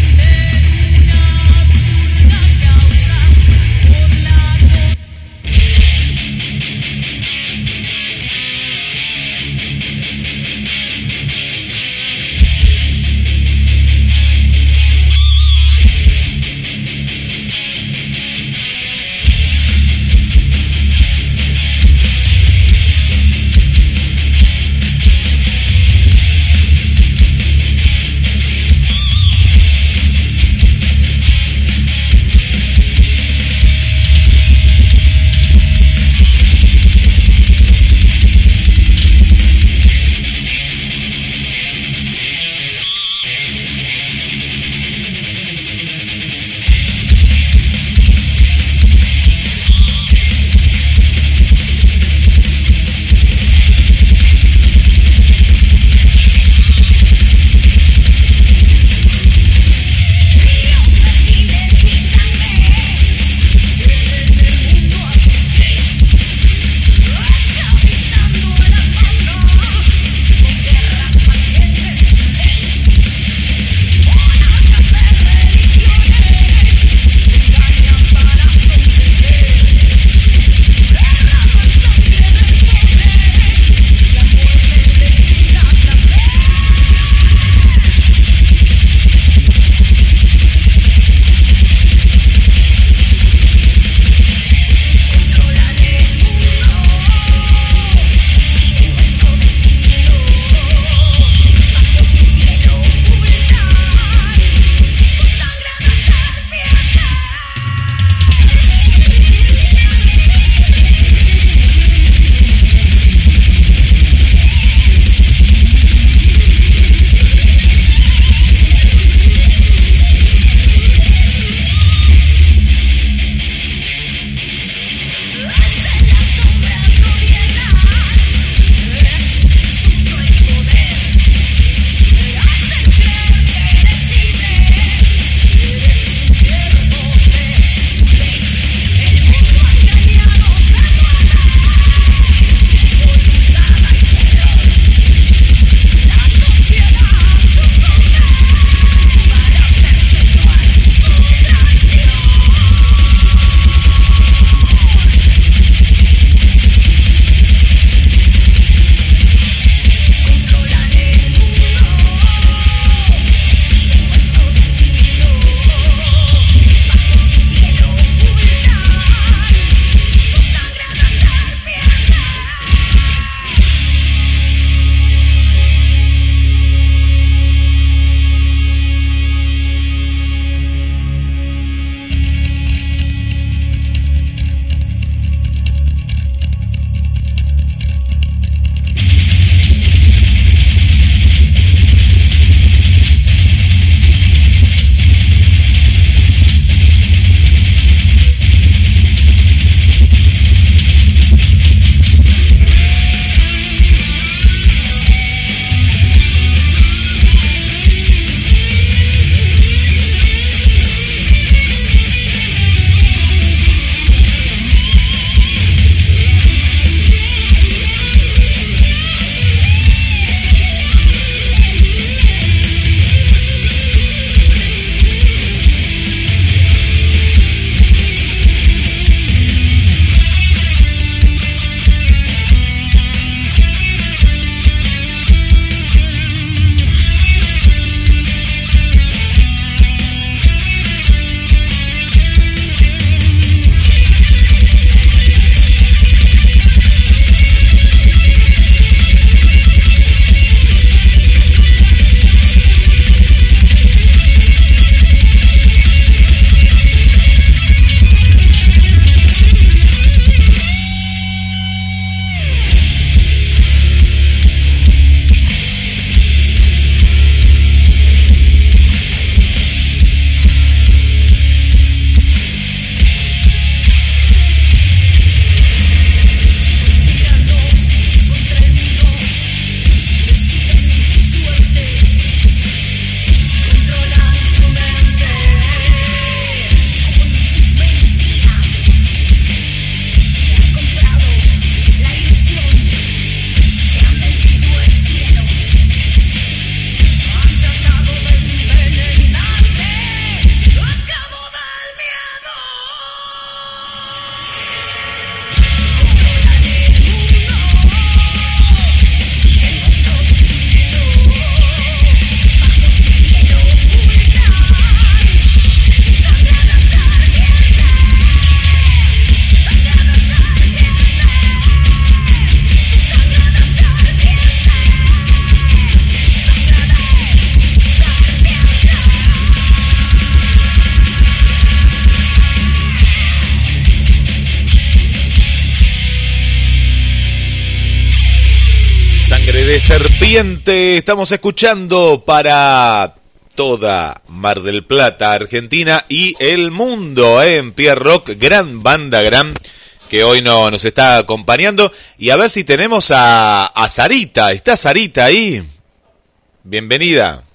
de Serpiente estamos escuchando para toda Mar del Plata, Argentina y el mundo, en Pierre Rock, gran banda, que hoy nos está acompañando. Y a ver si tenemos a Sarita. ¿Está Sarita ahí? Bienvenida.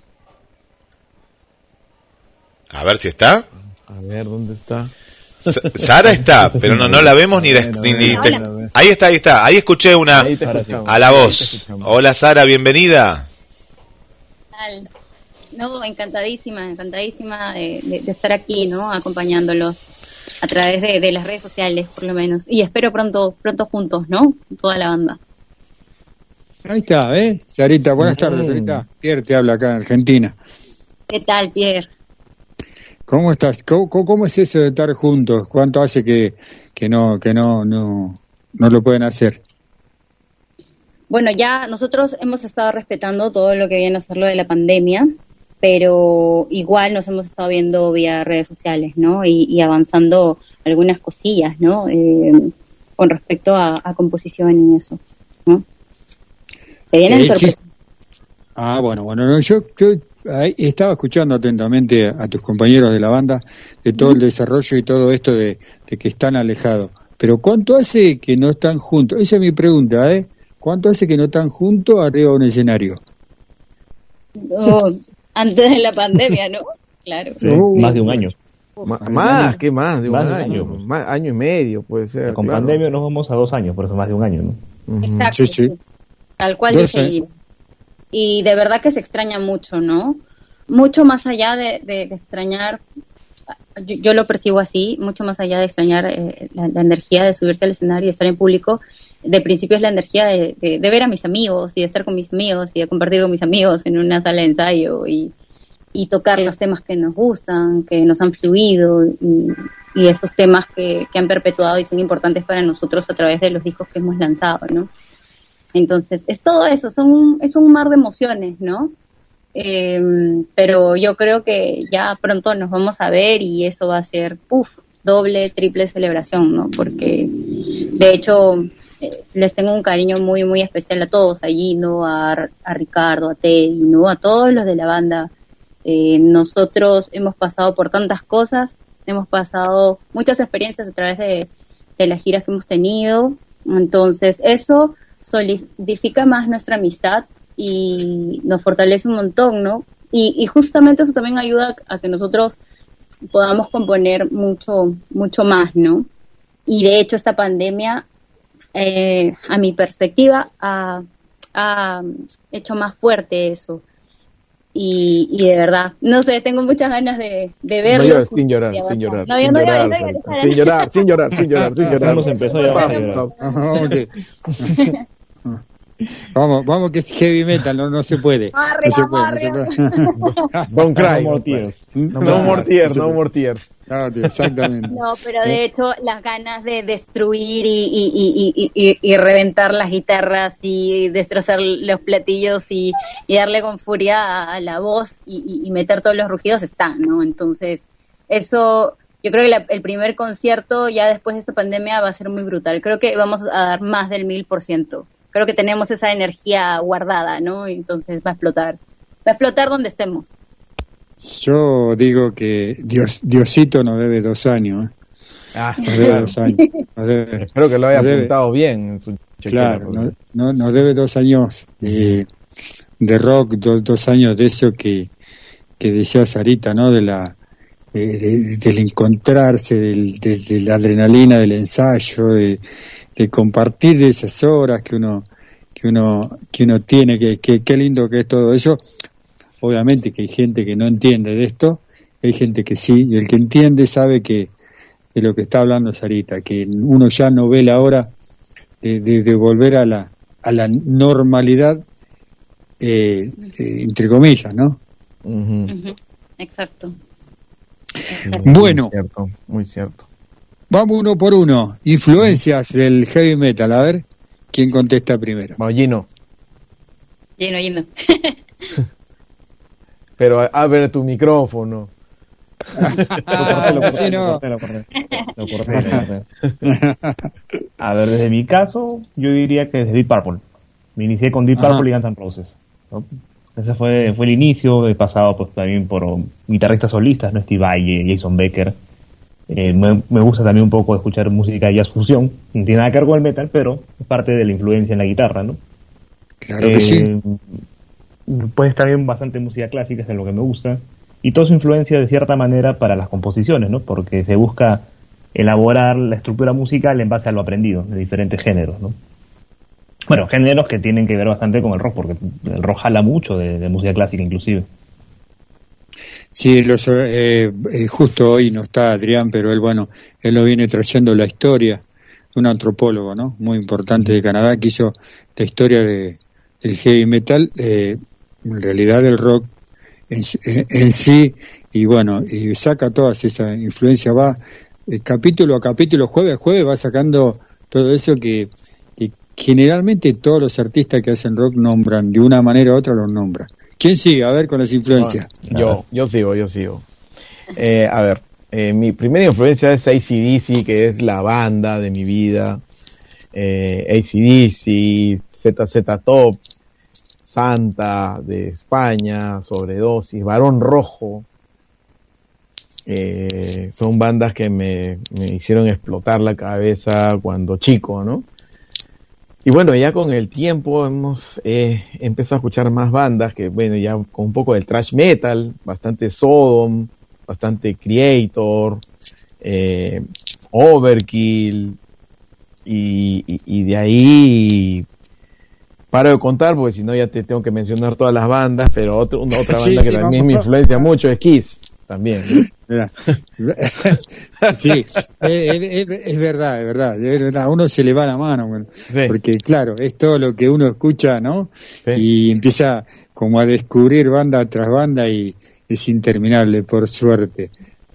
A ver si está. A ver, ¿dónde está? Sara está, pero no la vemos ni ahí está. Ahí escuché a la voz. Hola Sara, bienvenida. No, encantadísima de estar aquí, ¿no? Acompañándolos a través de las redes sociales, por lo menos. Y espero pronto juntos, ¿no? Toda la banda. Ahí está, Sarita, buenas tardes, Sarita. Pierre te habla acá en Argentina. ¿Qué tal, Pierre? ¿Cómo estás? ¿Cómo es eso de estar juntos? ¿Cuánto hace que no lo pueden hacer? Bueno, ya nosotros hemos estado respetando todo lo que viene a ser lo de la pandemia, pero igual nos hemos estado viendo vía redes sociales, ¿no? Y avanzando algunas cosillas, ¿no? Con respecto a composición y eso, ¿no? Se vienen sorpresas. Bueno, no, yo estaba escuchando atentamente a tus compañeros de la banda de todo el desarrollo y todo esto de que están alejados. Pero ¿cuánto hace que no están juntos? Esa es mi pregunta, ¿Cuánto hace que no están juntos arriba de un escenario? Antes de la pandemia, ¿no? Claro. Sí, más de un año. ¿Qué más? De un año. Año y medio puede ser. Con pandemia nos vamos a 2 años, por eso más de un año, ¿no? Exacto. Sí. Tal cual dice. Y de verdad que se extraña mucho, ¿no? Mucho más allá de extrañar, yo lo percibo así, mucho más allá de extrañar la energía de subirse al escenario y estar en público. De principio es la energía de ver a mis amigos y de estar con mis amigos y de compartir con mis amigos en una sala de ensayo y tocar los temas que nos gustan, que nos han fluido y estos temas que han perpetuado y son importantes para nosotros a través de los discos que hemos lanzado, ¿no? Entonces, es todo eso, es un mar de emociones, ¿no? Pero yo creo que ya pronto nos vamos a ver y eso va a ser, doble, triple celebración, ¿no? Porque, de hecho, les tengo un cariño muy, muy especial a todos allí, ¿no? A Ricardo, a Teddy, ¿no? A todos los de la banda. Nosotros hemos pasado por tantas cosas, hemos pasado muchas experiencias a través de las giras que hemos tenido, entonces eso solidifica más nuestra amistad y nos fortalece un montón, ¿no? Y justamente eso también ayuda a que nosotros podamos componer mucho más, ¿no? Y de hecho esta pandemia, a mi perspectiva, ha hecho más fuerte eso. Y de verdad, no sé, tengo muchas ganas de verlo. Sin llorar. Vamos a empezar ya. Vamos que es heavy metal, no se puede. No se puede. Don't cry. No more tears. Exactamente. No, pero de hecho las ganas de destruir y reventar las guitarras y destrozar los platillos y darle con furia a la voz y meter todos los rugidos están, ¿no? Entonces, eso, yo creo que el primer concierto ya después de esta pandemia va a ser muy brutal. Creo que vamos a dar más del 1000%. Creo que tenemos esa energía guardada, ¿no? Y entonces va a explotar donde estemos. Yo digo que Diosito nos debe 2 años. Nos debe 2 años. Espero que lo haya apuntado bien en su chequera. Claro, nos debe 2 años de rock, 2 años de eso que decía Sarita, ¿no? Del encontrarse, de la adrenalina del ensayo, de compartir esas horas que uno tiene, que lindo que es todo eso. Obviamente que hay gente que no entiende de esto, hay gente que sí, y el que entiende sabe que de lo que está hablando Sarita, que uno ya no ve la hora de volver a la normalidad, entre comillas, ¿no? Exacto. Bueno, muy cierto. Vamos uno por uno. Influencias del heavy metal. A ver, ¿quién contesta primero? Gino. Gino. Pero abre tu micrófono. Lo corté. A ver, desde mi caso, yo diría que es Deep Purple. Me inicié con Deep Purple y Guns N' Roses, ¿no? Ese fue el inicio. He pasado pues también por guitarristas solistas, ¿no? Steve Vai, Jason Becker. Me gusta también un poco escuchar música de jazz fusión. No tiene nada que ver con el metal, pero es parte de la influencia en la guitarra, ¿no? Claro que sí. Pues también bastante música clásica, es lo que me gusta. Y toda su influencia de cierta manera para las composiciones, ¿no? Porque se busca elaborar la estructura musical en base a lo aprendido de diferentes géneros, ¿no? Bueno, géneros que tienen que ver bastante con el rock, porque el rock jala mucho de música clásica inclusive. Sí, justo hoy no está Adrián, pero él lo viene trayendo la historia de un antropólogo, ¿no? Muy importante de Canadá, que hizo la historia del heavy metal, en realidad del rock en sí, y saca todas esas influencias, va capítulo a capítulo, jueves a jueves, va sacando todo eso que generalmente todos los artistas que hacen rock nombran, de una manera u otra los nombran. ¿Quién sigue? A ver, con las influencias. Yo sigo. A ver, mi primera influencia es AC/DC, que es la banda de mi vida. AC/DC, ZZ Top, Santa de España, Sobredosis, Barón Rojo. Son bandas que me hicieron explotar la cabeza cuando chico, ¿no? Y bueno, ya con el tiempo hemos empezado a escuchar más bandas que, bueno, ya con un poco del thrash metal, bastante Sodom, bastante Creator, Overkill, y de ahí paro de contar porque si no ya te tengo que mencionar todas las bandas, pero otra banda que también me influencia mucho es Kiss, también, ¿no? Sí, es verdad, a uno se le va la mano, bueno, sí. Porque claro, es todo lo que uno escucha, ¿no? Sí. Y empieza como a descubrir banda tras banda y es interminable, por suerte.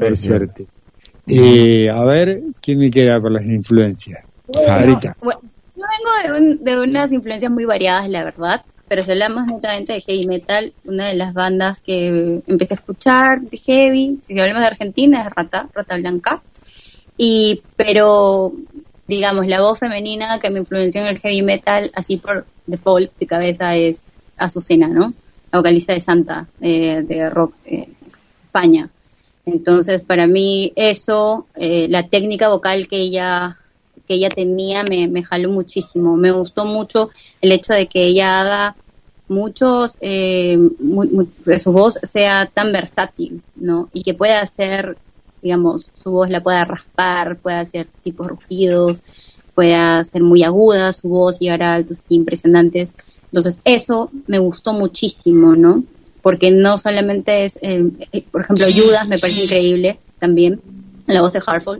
A ver, ¿quién me queda por las influencias? Ahorita. Bueno, yo vengo de unas influencias muy variadas, la verdad. Pero si hablamos netamente de heavy metal, una de las bandas que empecé a escuchar de heavy, si hablamos de Argentina, es Rata Blanca. Pero, digamos, la voz femenina que me influenció en el heavy metal, así por default de cabeza, es Azucena, ¿no? La vocalista de Santa, de rock, España. Entonces, para mí, eso, la técnica vocal que ella tenía me jaló muchísimo. Me gustó mucho el hecho de que ella haga muchos, que su voz sea tan versátil, ¿no? Y que pueda hacer, digamos, su voz la pueda raspar, pueda hacer tipos rugidos, pueda ser muy aguda su voz, llegar a altos impresionantes. Entonces eso me gustó muchísimo, ¿no? Porque no solamente es, por ejemplo, Judas me parece increíble también, la voz de Hartford.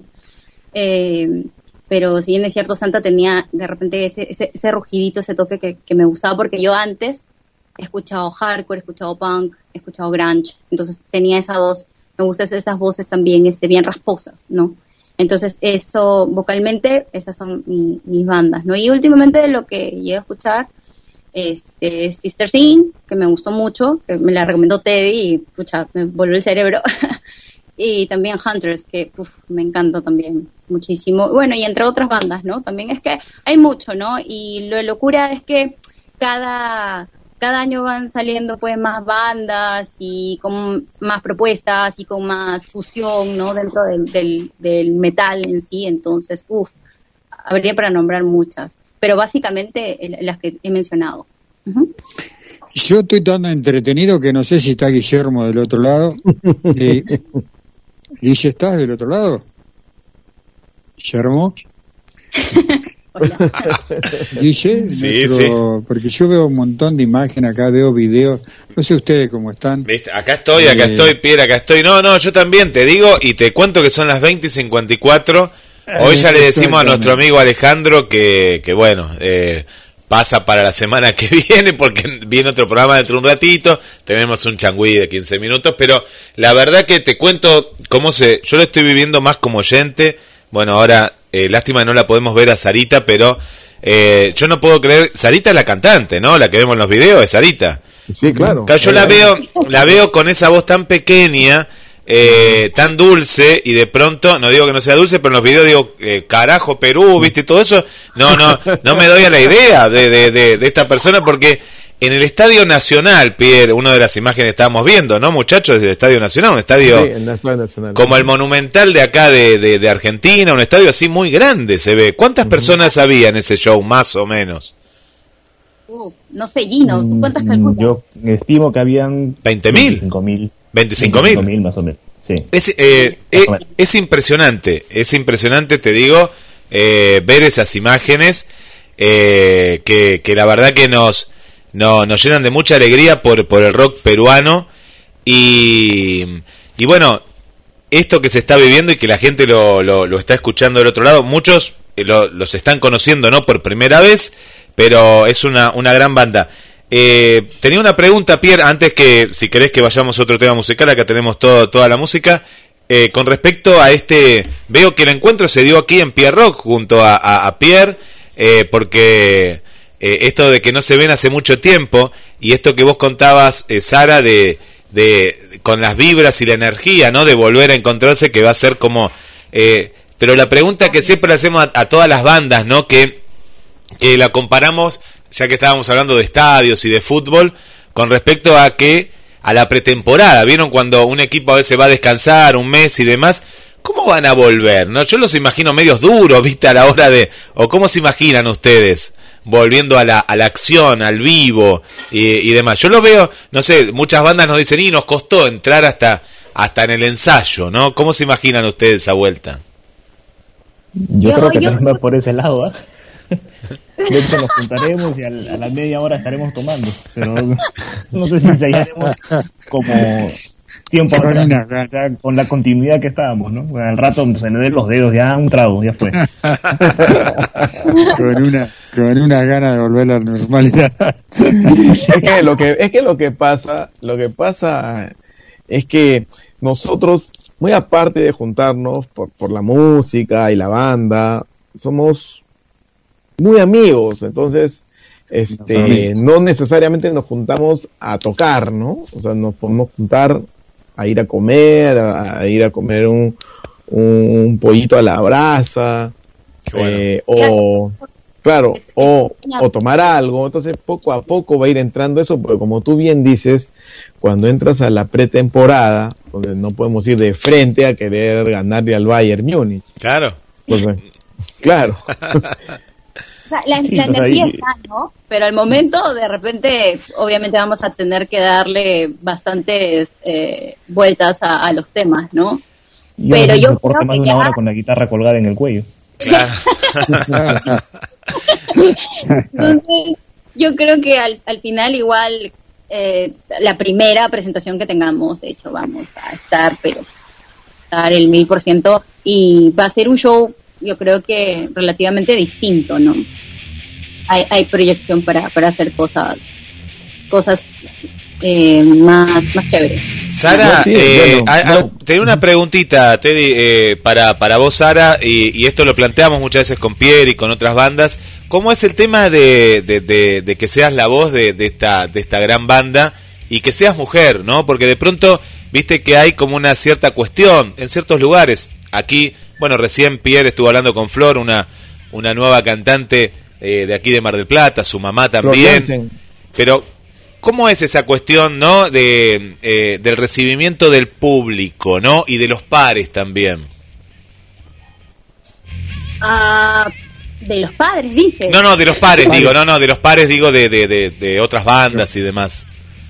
Pero si bien es cierto, Santa tenía de repente ese rugidito, ese toque que me gustaba, porque yo antes he escuchado hardcore, he escuchado punk, he escuchado grunge, entonces tenía esa voz, me gustan esas voces también bien rasposas, ¿no? Entonces eso, vocalmente, esas son mis bandas, ¿no? Y últimamente lo que llegué a escuchar es Sister Sin, que me gustó mucho, que me la recomendó Teddy y pucha, me volvió el cerebro. Y también Hunters, que me encanta también muchísimo. Bueno, y entre otras bandas, ¿no? También es que hay mucho, ¿no? Y lo locura es que cada año van saliendo pues más bandas y con más propuestas y con más fusión, ¿no? Dentro del metal en sí. Entonces, habría para nombrar muchas. Pero básicamente las que he mencionado. Uh-huh. Yo estoy tan entretenido que no sé si está Guillermo del otro lado. Guille, ¿estás del otro lado? Guillermo. Hola. Guille, sí. Porque yo veo un montón de imágenes acá, veo videos. No sé ustedes cómo están. ¿Viste? Acá estoy, Pierre, acá estoy. No, yo también te digo y te cuento que son las 20:54. Hoy ya le decimos a nuestro amigo Alejandro que bueno, pasa para la semana que viene porque viene otro programa dentro de un ratito, tenemos un changüí de 15 minutos, pero la verdad que te cuento yo lo estoy viviendo más como oyente. Bueno, ahora lástima que no la podemos ver a Sarita, pero yo no puedo creer, Sarita es la cantante, ¿no? La que vemos en los videos es Sarita. Sí, claro. Yo la veo con esa voz tan pequeña, tan dulce, y de pronto, no digo que no sea dulce, pero en los videos digo, carajo, Perú, ¿viste? Y todo eso, no me doy a la idea de esta persona, porque en el Estadio Nacional, Pierre, una de las imágenes que estábamos viendo, ¿no, muchachos? Del Estadio Nacional, un estadio Nacional. Como el Monumental de acá de Argentina, un estadio así muy grande se ve. ¿Cuántas personas había en ese show, más o menos? No sé, Gino, ¿tú cuántas calculas? Yo estimo que habían 20.000. 25.000. 25.000 más o menos, sí. Es impresionante, te digo, ver esas imágenes, que la verdad que nos llenan de mucha alegría por el rock peruano, y bueno, esto que se está viviendo y que la gente lo está escuchando del otro lado, muchos los están conociendo, ¿no?, por primera vez, pero es una gran banda. Tenía una pregunta, Pierre, antes que, si querés que vayamos a otro tema musical, acá tenemos toda la música, con respecto a veo que el encuentro se dio aquí en Pierre Rock junto a Pierre, porque esto de que no se ven hace mucho tiempo, y esto que vos contabas, Sara, de con las vibras y la energía, ¿no?, de volver a encontrarse, que va a ser como... pero la pregunta que siempre le hacemos a todas las bandas, ¿no?, que la comparamos, ya que estábamos hablando de estadios y de fútbol, con respecto a la pretemporada. ¿Vieron cuando un equipo a veces va a descansar un mes y demás? ¿Cómo van a volver? ¿No? Yo los imagino medios duros, ¿viste? A la hora o ¿cómo se imaginan ustedes volviendo a la acción, al vivo y demás? Yo lo veo, no sé, muchas bandas nos dicen, y nos costó entrar hasta en el ensayo, ¿no? ¿Cómo se imaginan ustedes esa vuelta? Yo creo que no por ese lado, ¿eh? De hecho, nos juntaremos y a la media hora estaremos tomando, pero no sé si ensayaremos como tiempo atrás, con la continuidad que estábamos, ¿no? Bueno, al rato se me den los dedos, ya un trago, ya fue. con una gana de volver a la normalidad. Es que lo que pasa es que nosotros, muy aparte de juntarnos por la música y la banda, somos muy amigos, entonces no necesariamente nos juntamos a tocar, ¿no? O sea, nos podemos juntar a ir a comer, un pollito a la brasa, o tomar algo. Entonces poco a poco va a ir entrando eso, porque como tú bien dices, cuando entras a la pretemporada, donde no podemos ir de frente a querer ganarle al Bayern Múnich. Claro. Pues, claro. O sea, la energía está, ¿no? Pero al momento, de repente, obviamente vamos a tener que darle bastantes vueltas a los temas, ¿no? Pero yo creo que más de una hora con la guitarra colgada en el cuello. Claro. Entonces, yo creo que al final igual la primera presentación que tengamos, de hecho, vamos a estar el 1000%, y va a ser un show, yo creo que relativamente distinto, ¿no? Hay proyección para hacer cosas más chéveres. Sara, tenía una preguntita, Teddy, para vos, Sara, y esto lo planteamos muchas veces con Pierre y con otras bandas. ¿Cómo es el tema de que seas la voz de esta gran banda y que seas mujer, ¿no? Porque de pronto, viste que hay como una cierta cuestión en ciertos lugares. Aquí, bueno, recién Pierre estuvo hablando con Flor, una nueva cantante de aquí de Mar del Plata, su mamá también. Pero, ¿cómo es esa cuestión, no, del recibimiento del público, no, y de los pares también? De los padres, dices. No, de los pares, digo, de los pares, digo, de otras bandas y demás.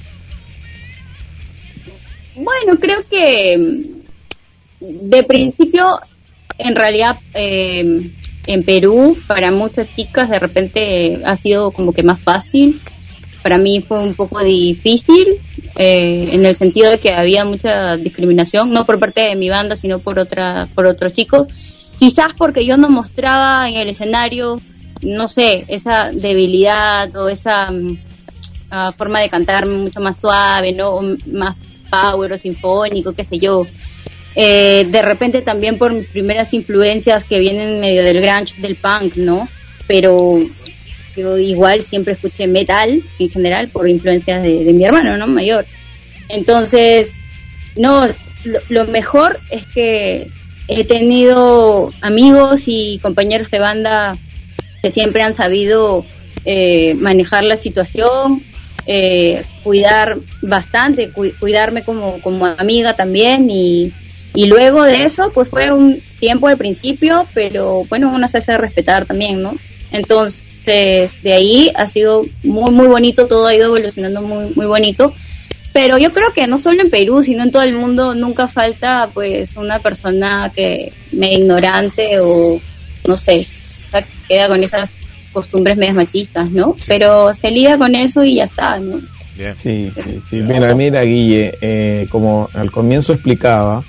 Bueno, creo que de principio, en realidad, en Perú, para muchas chicas de repente ha sido como que más fácil. Para mí fue un poco difícil, en el sentido de que había mucha discriminación, no por parte de mi banda, sino por otros chicos. Quizás porque yo no mostraba en el escenario, no sé, esa debilidad o esa forma de cantar mucho más suave, ¿no? O más power o sinfónico, qué sé yo. De repente también por mis primeras influencias que vienen medio del grunge, del punk, ¿no? Pero yo igual siempre escuché metal en general por influencias de mi hermano, ¿no? Mayor. Entonces, no, lo mejor es que he tenido amigos y compañeros de banda que siempre han sabido manejar la situación, cuidar bastante, cuidarme como amiga también, y luego de eso pues fue un tiempo al principio, pero bueno, uno se hace respetar también, ¿no? Entonces de ahí ha sido muy muy bonito, todo ha ido evolucionando muy muy bonito, pero yo creo que no solo en Perú sino en todo el mundo nunca falta pues una persona que medio ignorante o no sé, o sea, queda con esas costumbres medias machistas, ¿no? Pero se lidia con eso y ya está, ¿no? Bien. Sí. Mira, Guille, como al comienzo explicaba,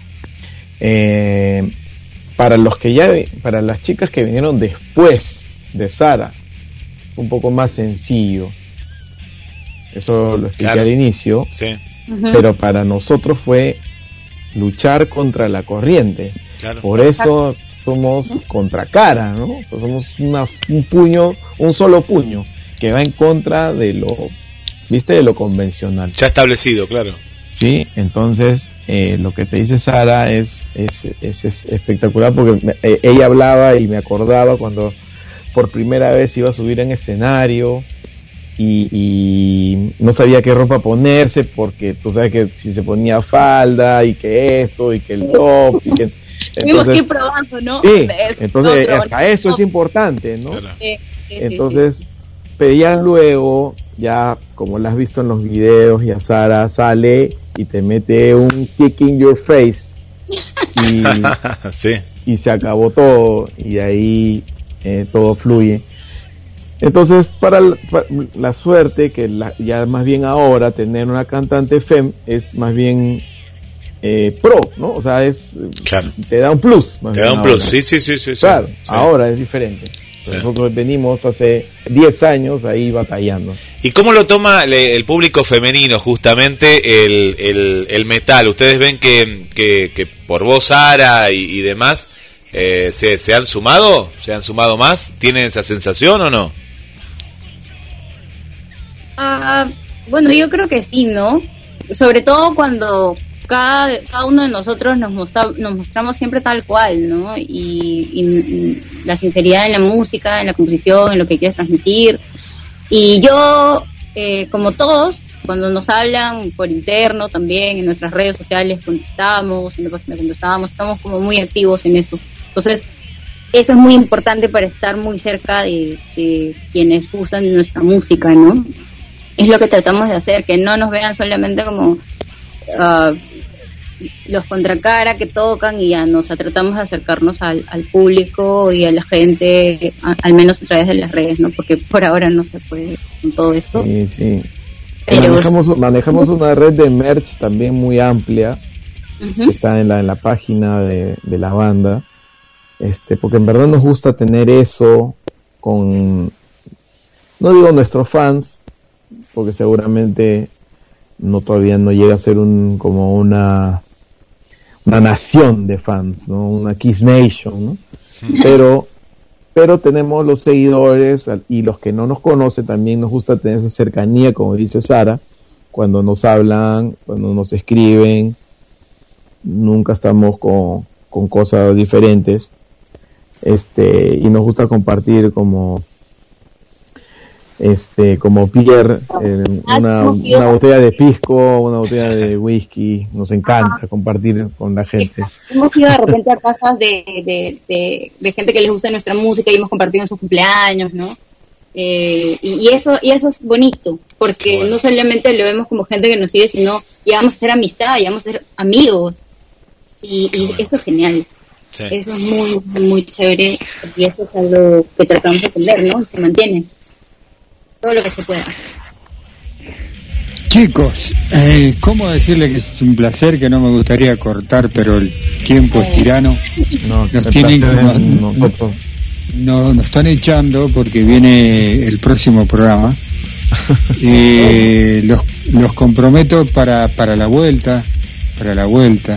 para las chicas que vinieron después de Sara, un poco más sencillo. Eso lo expliqué al inicio. Sí. Pero para nosotros fue luchar contra la corriente. Claro. Por eso somos contracara, ¿no? O sea, somos un solo puño que va en contra de lo convencional. Ya establecido, claro. Sí, entonces lo que te dice Sara es espectacular, porque ella hablaba y me acordaba cuando por primera vez iba a subir en escenario y no sabía qué ropa ponerse, porque tú sabes que si se ponía falda y que esto y que el top y que tuvimos que ir probando, ¿no? Sí, entonces hasta eso es importante, ¿no? Sí, entonces, pero ya luego, ya como lo has visto en los videos, ya Sara sale y te mete un kick in your face sí. Y se acabó todo, y ahí todo fluye. Entonces, para la suerte que ya más bien ahora tener una cantante fem es más bien pro, ¿no? O sea, claro, te da un plus. Te da un plus, sí. Claro, sí. Ahora es diferente. Sí. Nosotros venimos hace 10 años ahí batallando. ¿Y cómo lo toma el público femenino justamente el metal? ¿Ustedes ven que por vos, Sara y demás, se han sumado? ¿Se han sumado más? ¿Tienen esa sensación o no? Bueno, yo creo que sí, ¿no? Sobre todo cuando cada uno de nosotros nos mostramos siempre tal cual, ¿no? Y la sinceridad en la música, en la composición, en lo que quieres transmitir. Y yo, como todos, cuando nos hablan por interno también, en nuestras redes sociales contestamos, en la página contestamos, estamos como muy activos en eso. Entonces, eso es muy importante para estar muy cerca de quienes usan nuestra música, ¿no? Es lo que tratamos de hacer, que no nos vean solamente como los contracara que tocan y ya nos tratamos de acercarnos al público y a la gente, al menos a través de las redes, ¿no? Porque por ahora no se puede con todo esto. Sí. Pero manejamos una red de merch también muy amplia, que está en la página de la banda, porque en verdad nos gusta tener eso con, no digo nuestros fans, porque seguramente todavía no llega a ser como una nación de fans, ¿no? Una Kiss Nation, ¿no? Pero tenemos los seguidores y los que no nos conocen también nos gusta tener esa cercanía, como dice Sara, cuando nos hablan, cuando nos escriben, nunca estamos con cosas diferentes, y nos gusta compartir como Pierre, una botella de pisco, una botella de whisky, nos encanta compartir con la gente. Hemos ido de repente a casas de gente que les gusta nuestra música y hemos compartido en sus cumpleaños, ¿no? Y eso es bonito, porque no solamente lo vemos como gente que nos sigue, sino llegamos a ser amistad, llegamos a ser amigos, y eso es genial. Sí. Eso es muy, muy chévere, y eso es algo que tratamos de entender, ¿no? Se mantiene todo lo que se pueda. Chicos, ¿cómo decirle que es un placer, que no me gustaría cortar, pero el tiempo es tirano? Nos están echando porque viene el próximo programa. Los comprometo para la vuelta, para la vuelta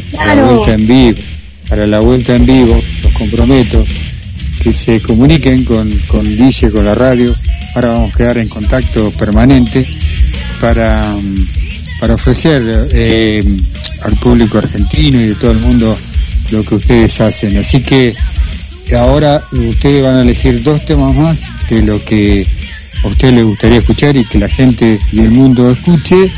en vivo, los comprometo que se comuniquen con Guille, con la radio. Ahora vamos a quedar en contacto permanente para ofrecer al público argentino y de todo el mundo lo que ustedes hacen. Así que ahora ustedes van a elegir 2 temas más de lo que a ustedes les gustaría escuchar y que la gente y el mundo escuche.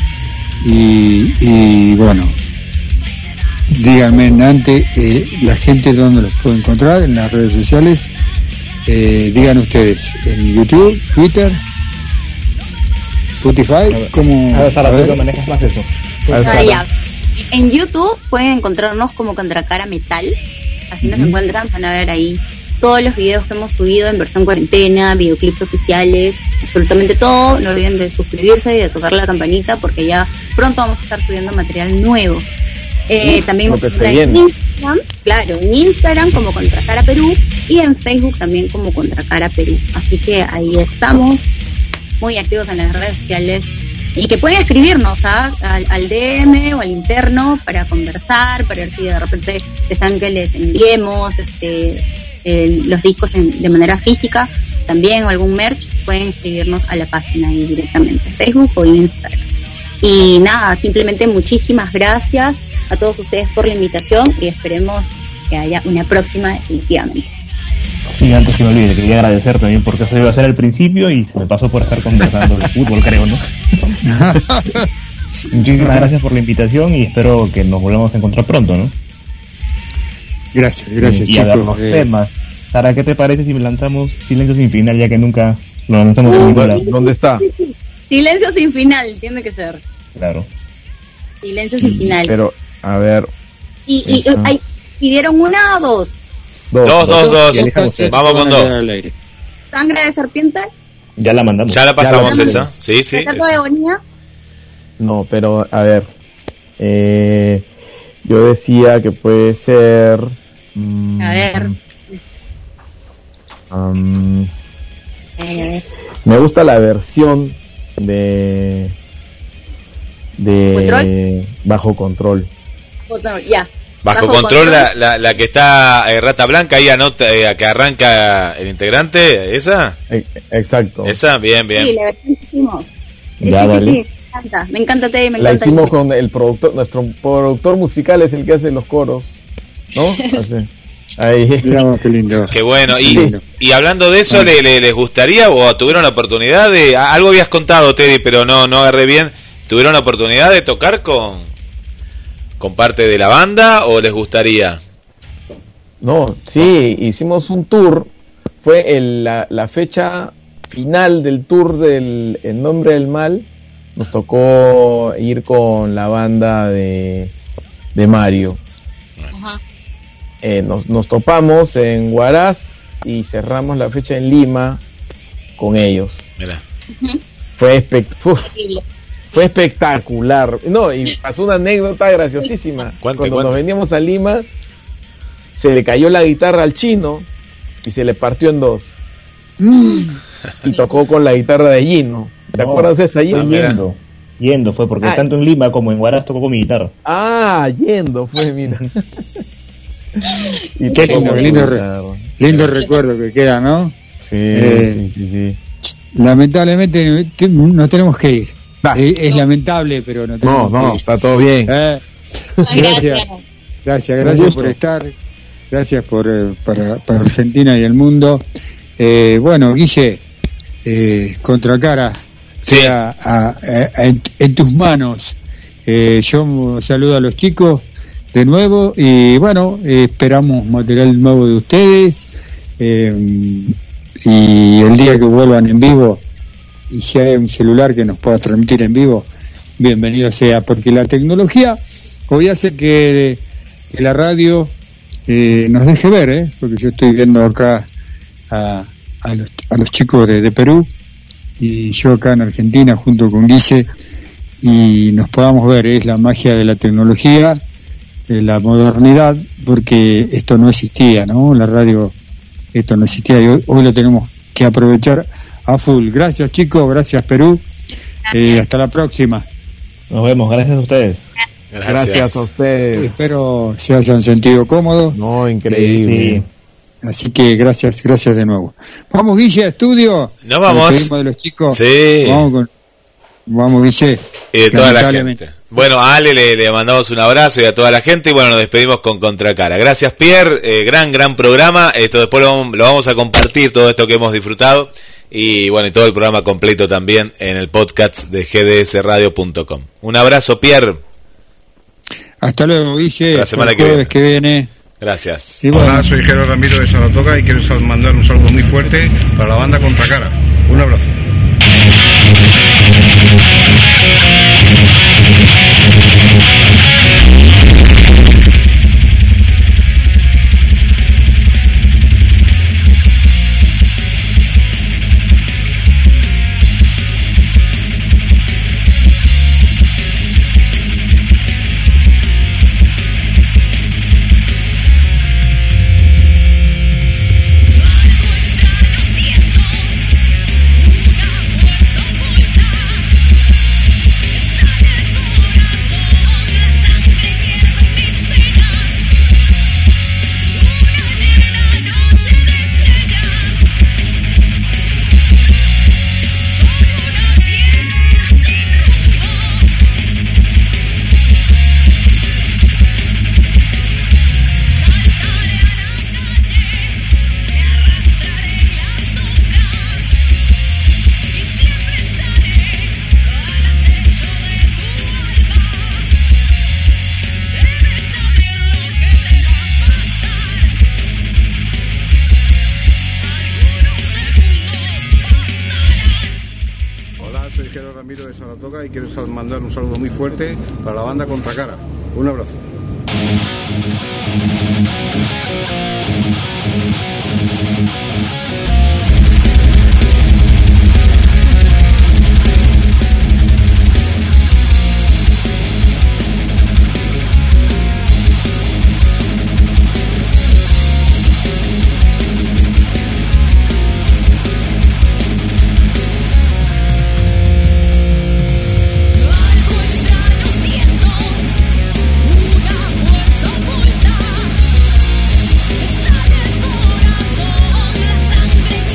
Y bueno, díganme antes, la gente dónde los puede encontrar en las redes sociales. Digan ustedes, en YouTube, Twitter, Spotify, ¿cómo? A ver, manejas más eso. En YouTube pueden encontrarnos como Contracara Metal, así nos encuentran, van a ver ahí todos los videos que hemos subido en versión cuarentena, videoclips oficiales, absolutamente todo. No olviden de suscribirse y de tocar la campanita porque ya pronto vamos a estar subiendo material nuevo. También en Instagram, en Instagram como Contracara Perú y en Facebook también como Contracara Perú. Así que ahí estamos, muy activos en las redes sociales y que pueden escribirnos al DM o al interno para conversar, para ver si de repente desean que les enviemos los discos de manera física también o algún merch. Pueden escribirnos a la página ahí directamente, Facebook o Instagram. Y nada, simplemente muchísimas gracias a todos ustedes por la invitación y esperemos que haya una próxima definitivamente. Sí, antes que me olvide, quería agradecer también porque eso iba a ser al principio y se me pasó por estar conversando de fútbol, creo, ¿no? Muchísimas gracias por la invitación y espero que nos volvamos a encontrar pronto, ¿no? Gracias, y chicos. A ver los temas. Sara, ¿qué te parece si lanzamos Silencio sin final, ya que nunca lo lanzamos en ningún lado? ¿Dónde está? Silencio sin final, tiene que ser. Claro. Silencio sin final. Pero, a ver. ¿Y pidieron 1 o 2? Dos. Vamos con 2. ¿Sangre de serpiente? Ya la mandamos. Ya la pasamos esa. Sí. ¿Retrato de agonía? No, pero, a ver. Yo decía que puede ser... a ver. Me gusta la versión de ¿Control? Bajo Control. Ya. Bajo control. La que está Rata Blanca ahí anota que arranca el integrante, ¿esa? Exacto. Esa, bien. Sí, la versión que hicimos. Ya, vale. Me encanta Teddy, me la encanta. La hicimos con el productor, nuestro productor musical es el que hace los coros, ¿no? Ahí. Miramos, qué lindo. Qué bueno. Y hablando de eso, ¿les gustaría o tuvieron la oportunidad de... Algo habías contado, Teddy, pero no agarré bien. ¿Tuvieron la oportunidad de tocar con parte de la banda o les gustaría? No, sí, hicimos un tour. Fue la fecha final del tour del En Nombre del Mal. Nos tocó ir con la banda de Mario. Ajá. Nos topamos en Huaraz y cerramos la fecha en Lima con ellos. Mira. Fue espectacular. No, y pasó una anécdota graciosísima. Cuando nos veníamos a Lima, se le cayó la guitarra al chino y se le partió en 2. Y tocó con la guitarra de Gino. ¿Te acuerdas de esa? Yendo fue, porque tanto en Lima como en Huaraz tocó con mi guitarra. Yendo fue, mira. Y qué lindo recuerdo que queda, ¿no? Sí. Lamentablemente nos tenemos que ir. Es lamentable, pero no tenemos que ir. Está todo bien. Gracias por estar. Gracias para Argentina y el mundo. Bueno, Guille, Contracara, en tus manos. Yo saludo a los chicos de nuevo y bueno, esperamos material nuevo de ustedes y el día que vuelvan en vivo y si hay un celular que nos pueda transmitir en vivo, bienvenido sea, porque la tecnología hoy hace que la radio nos deje ver, porque yo estoy viendo acá a los chicos de Perú y yo acá en Argentina junto con Guille y nos podamos ver. Es la magia de la tecnología, de la modernidad, porque esto no existía, ¿no? La radio, esto no existía y hoy lo tenemos que aprovechar a full. Gracias, chicos, gracias, Perú. Hasta la próxima. Nos vemos, gracias a ustedes. Gracias a ustedes. Espero se hayan sentido cómodos. No, increíble. Así que gracias de nuevo. Vamos, Guille, a estudio. Nos vamos. Nos despedimos de los chicos. Sí. Vamos Vamos, Guille. Toda la gente. Bueno, a Ale le mandamos un abrazo y a toda la gente, y bueno, nos despedimos con Contracara. Gracias, Pierre, gran programa. Esto después lo vamos a compartir, todo esto que hemos disfrutado, y bueno, y todo el programa completo también en el podcast de gdsradio.com. Un abrazo, Pierre. Hasta luego, Guille. La semana que viene. Gracias. Y bueno. Hola, soy Gerardo Ramiro de Saratoga y quiero mandar un saludo muy fuerte para la banda Contracara. Un abrazo. Y quiero mandar un saludo muy fuerte para la banda Contracara. Un abrazo. Oculta, está en el corazón, la sangre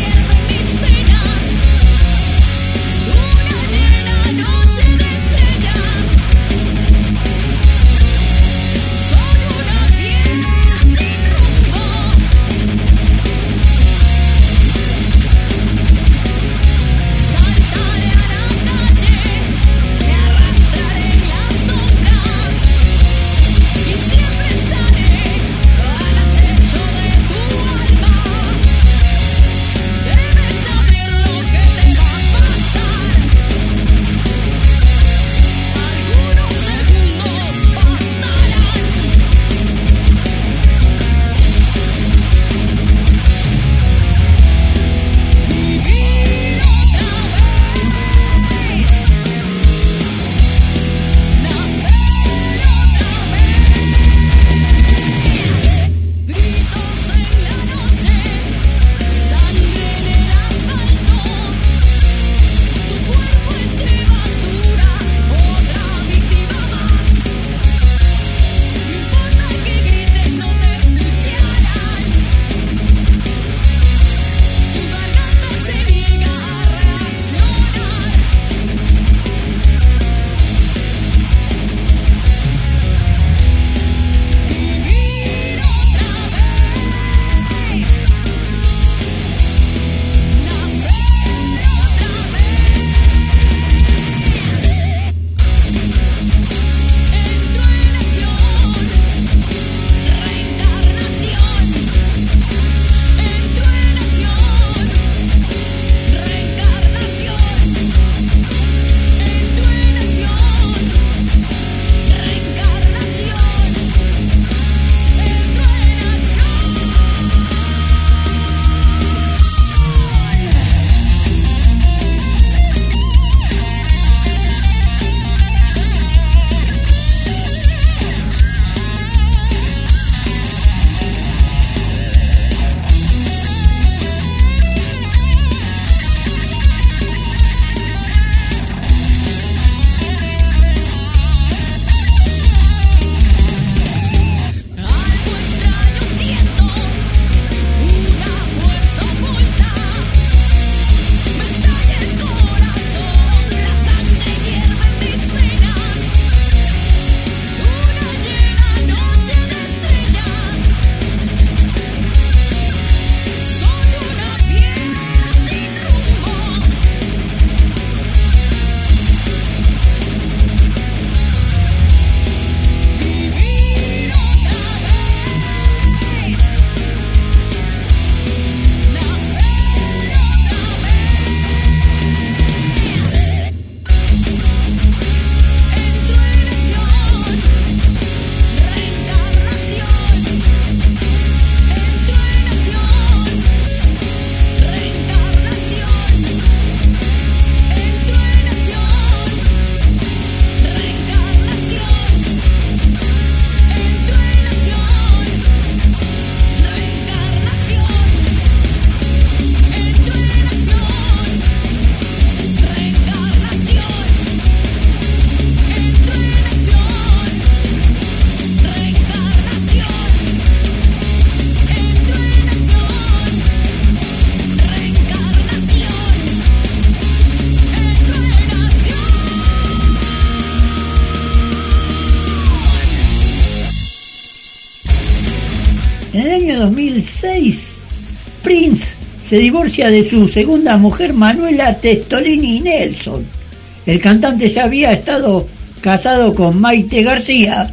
En el año 2006, Prince se divorcia de su segunda mujer, Manuela Testolini Nelson. El cantante ya había estado casado con Maite García.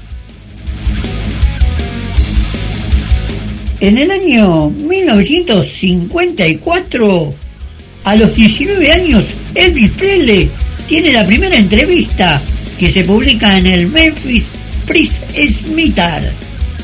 En el año 1954, a los 19 años, Elvis Presley tiene la primera entrevista que se publica en el Memphis Press-Smitter.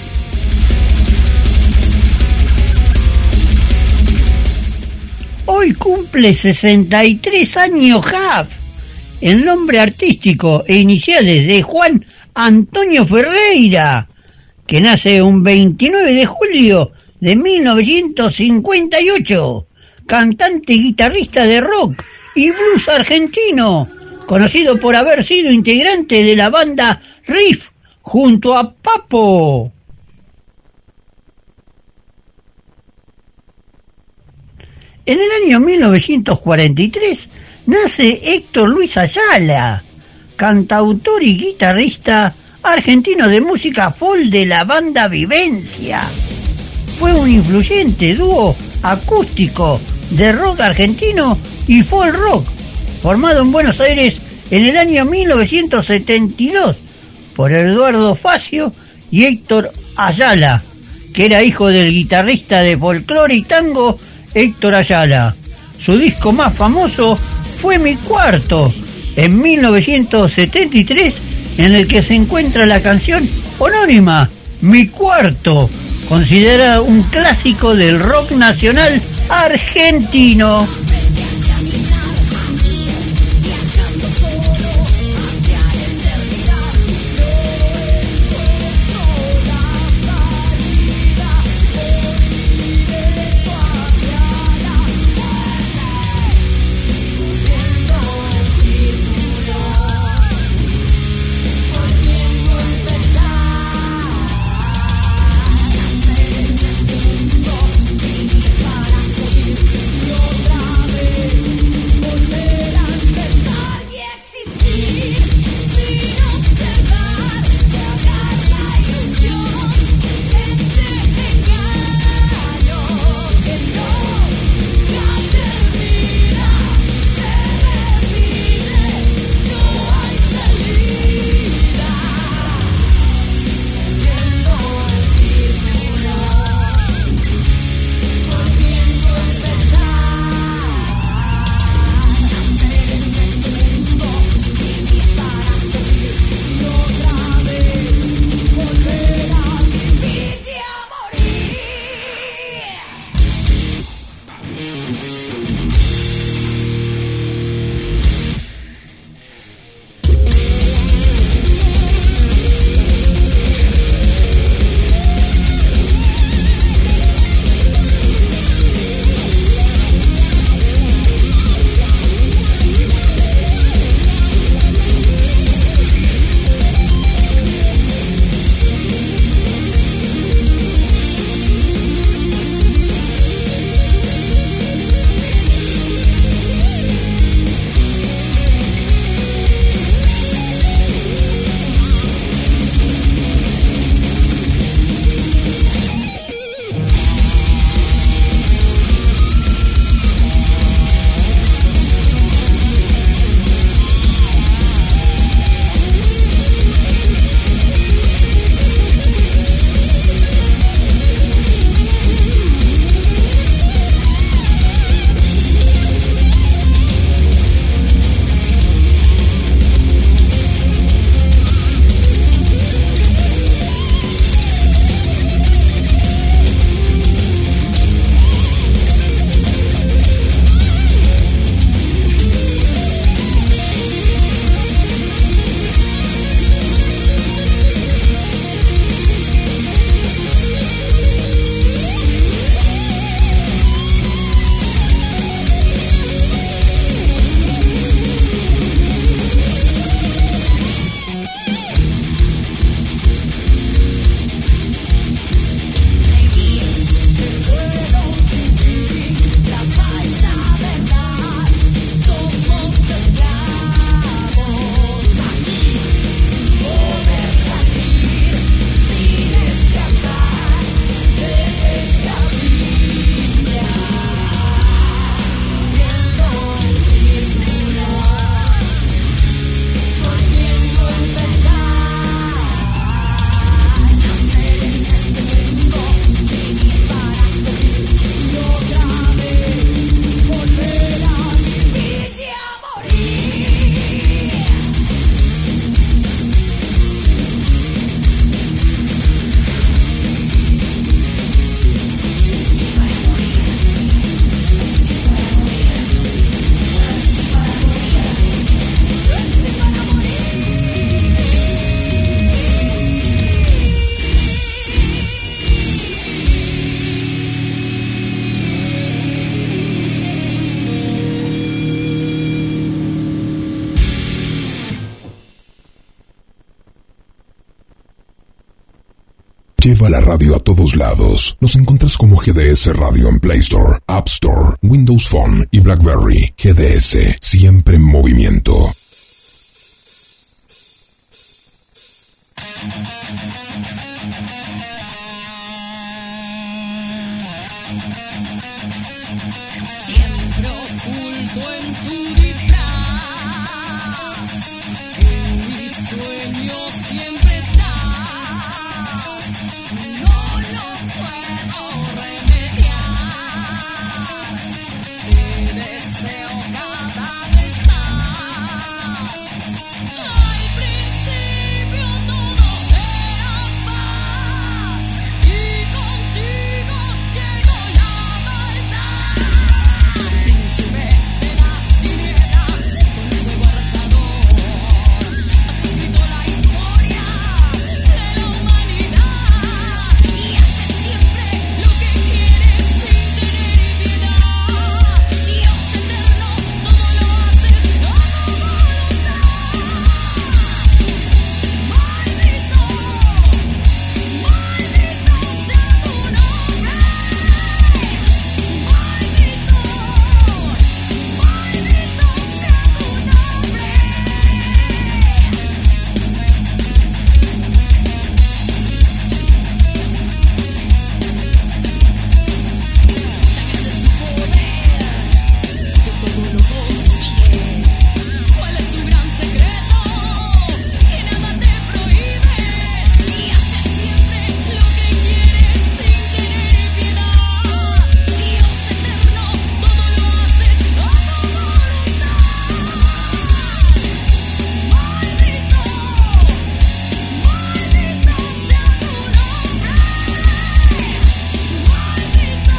Hoy cumple 63 años Huff, el nombre artístico e iniciales de Juan Antonio Ferreira, que nace un 29 de julio de 1958, cantante y guitarrista de rock y blues argentino, conocido por haber sido integrante de la banda Riff junto a Papo. En el año 1943 nace Héctor Luis Ayala, cantautor y guitarrista argentino de música folk de la banda Vivencia. Fue un influyente dúo acústico de rock argentino y folk rock, formado en Buenos Aires en el año 1972 por Eduardo Facio y Héctor Ayala, que era hijo del guitarrista de folclore y tango Héctor Ayala. Su disco más famoso fue Mi Cuarto, en 1973, en el que se encuentra la canción homónima, Mi Cuarto, considerada un clásico del rock nacional argentino. Lleva la radio a todos lados. Nos encuentras como GDS Radio en Play Store, App Store, Windows Phone y BlackBerry. GDS, siempre en movimiento. Siempre oculto en tu disfraz, en mis sueños siempre estás, no lo puedo remediar, te deseo cada vez más, al principio todo era paz, y contigo llegó la maldad. Príncipe de las tinieblas, con fuego arrasador, has escrito la historia de la humanidad y haces siempre lo que quieres sin tener piedad. Dios eterno, todo lo haces a tu voluntad. Maldito, maldito sea tu nombre. ¿Cuál es tu gran secreto? Que nada te prohíbe y haces siempre lo que quieres sin tener piedad. Dios eterno, todo lo haces a tu voluntad. Maldito, maldito sea tu nombre. Maldito,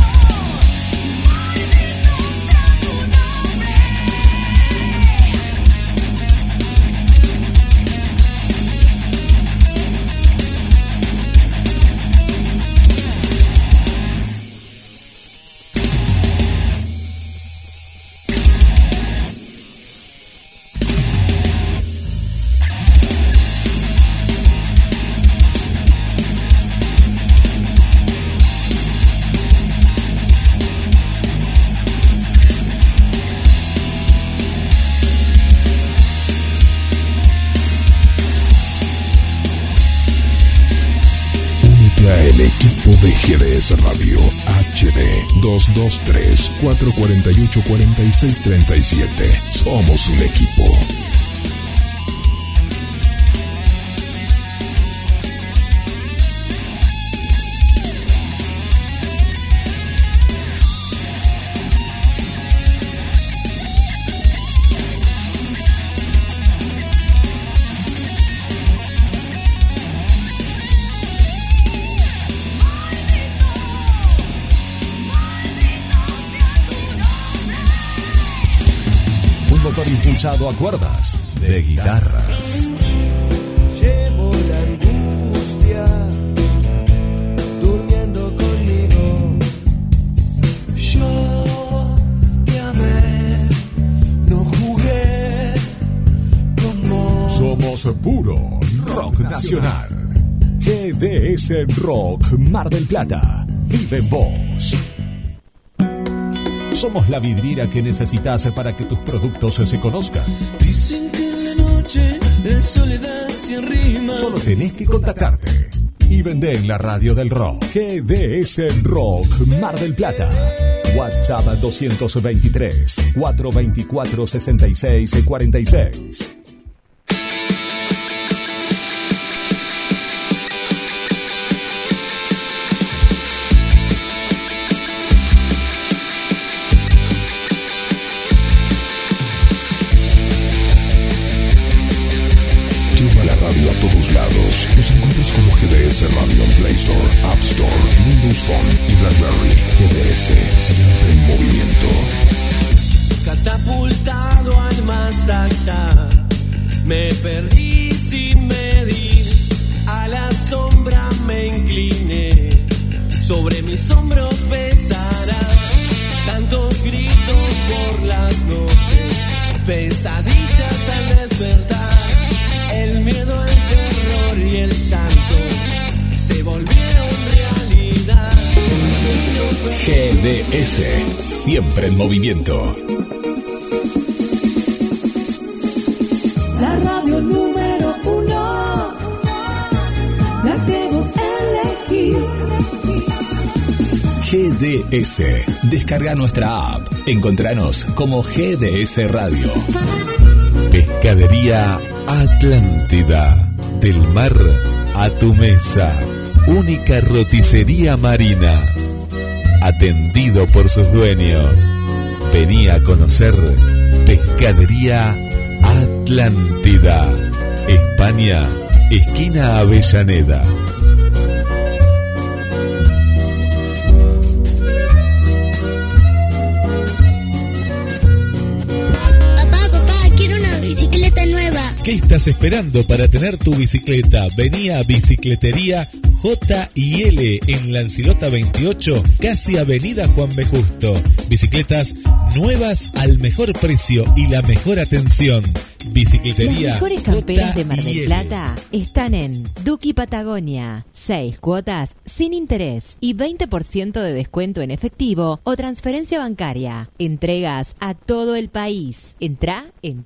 maldito sea tu nombre. Únete a el equipo de GDS Radio HD 223-448-4637. Somos un equipo. Un motor impulsado a cuerdas de guitarras. Llevo la angustia durmiendo conmigo. Yo te amé, no jugué como. Somos puro rock nacional. GDS Rock Mar del Plata. Vive en vos. Somos la vidriera que necesitas para que tus productos se conozcan. Dicen que en la noche es soledad sin rima. Solo tenés que contactarte y vender en la radio del rock. GDS Rock Mar del Plata. WhatsApp 223 424 6646. Lleva la radio a todos lados. Nos encuentras como GDS Radio en Play Store, App Store, Windows Phone y BlackBerry. GDS, siempre en movimiento. Catapultado al más allá, me perdí sin medir, a la sombra me incliné, sobre mis hombros pesará, tantos gritos por las noches, pesadillas al despertar, el miedo, el terror y el llanto se volvió GDS, siempre en movimiento. La radio número 1, la que vos elegís. GDS, descarga nuestra app. Encontranos como GDS Radio. Pescadería Atlántida. Del mar a tu mesa. Única roticería marina. Atendido por sus dueños. Vení a conocer Pescadería Atlántida. España, esquina Avellaneda. ¿Qué estás esperando para tener tu bicicleta? Vení a Bicicletería J&L en Lancilota 28, casi Avenida Juan B. Justo. Bicicletas nuevas al mejor precio y la mejor atención. Bicicletería. Las mejores camperas de Mar del Plata están en Duki Patagonia. 6 cuotas sin interés y 20% de descuento en efectivo o transferencia bancaria. Entregas a todo el país. Entrá en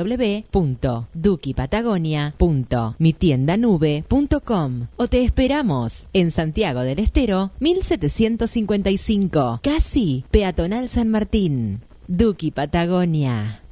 www.dukipatagonia.mitiendanube.com o te esperamos en Santiago del Estero 1755, casi peatonal San Martín. Duki Patagonia.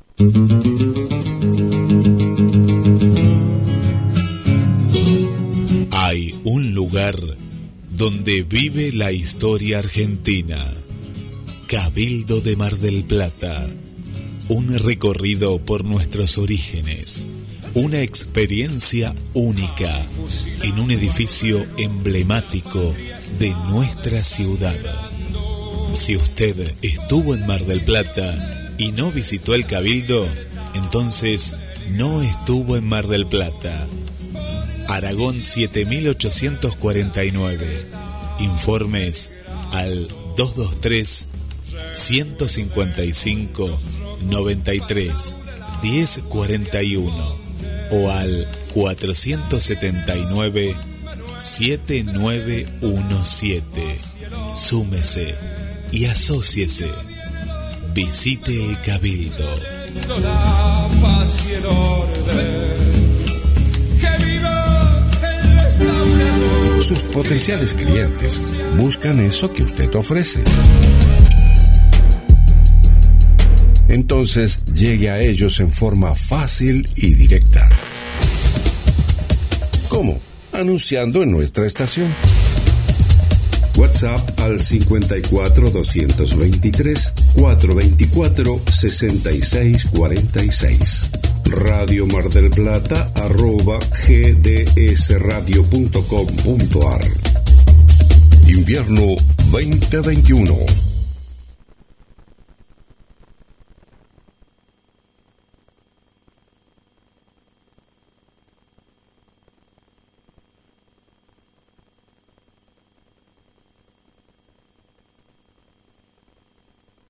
Hay un lugar donde vive la historia argentina. Cabildo de Mar del Plata. Un recorrido por nuestros orígenes. Una experiencia única en un edificio emblemático de nuestra ciudad. Si usted estuvo en Mar del Plata y no visitó el Cabildo, entonces no estuvo en Mar del Plata. Aragón 7849. Informes al 223-155-93-1041 o al 479-7917. Súmese y asóciese. Visite el Cabildo. La paz y el orden. Que viva el restaurador. Sus potenciales clientes buscan eso que usted ofrece. Entonces llegue a ellos en forma fácil y directa. ¿Cómo? Anunciando en nuestra estación. WhatsApp al 54 223 424 6646. Radio Mar del Plata @gdsradio.com.ar. Invierno 2021.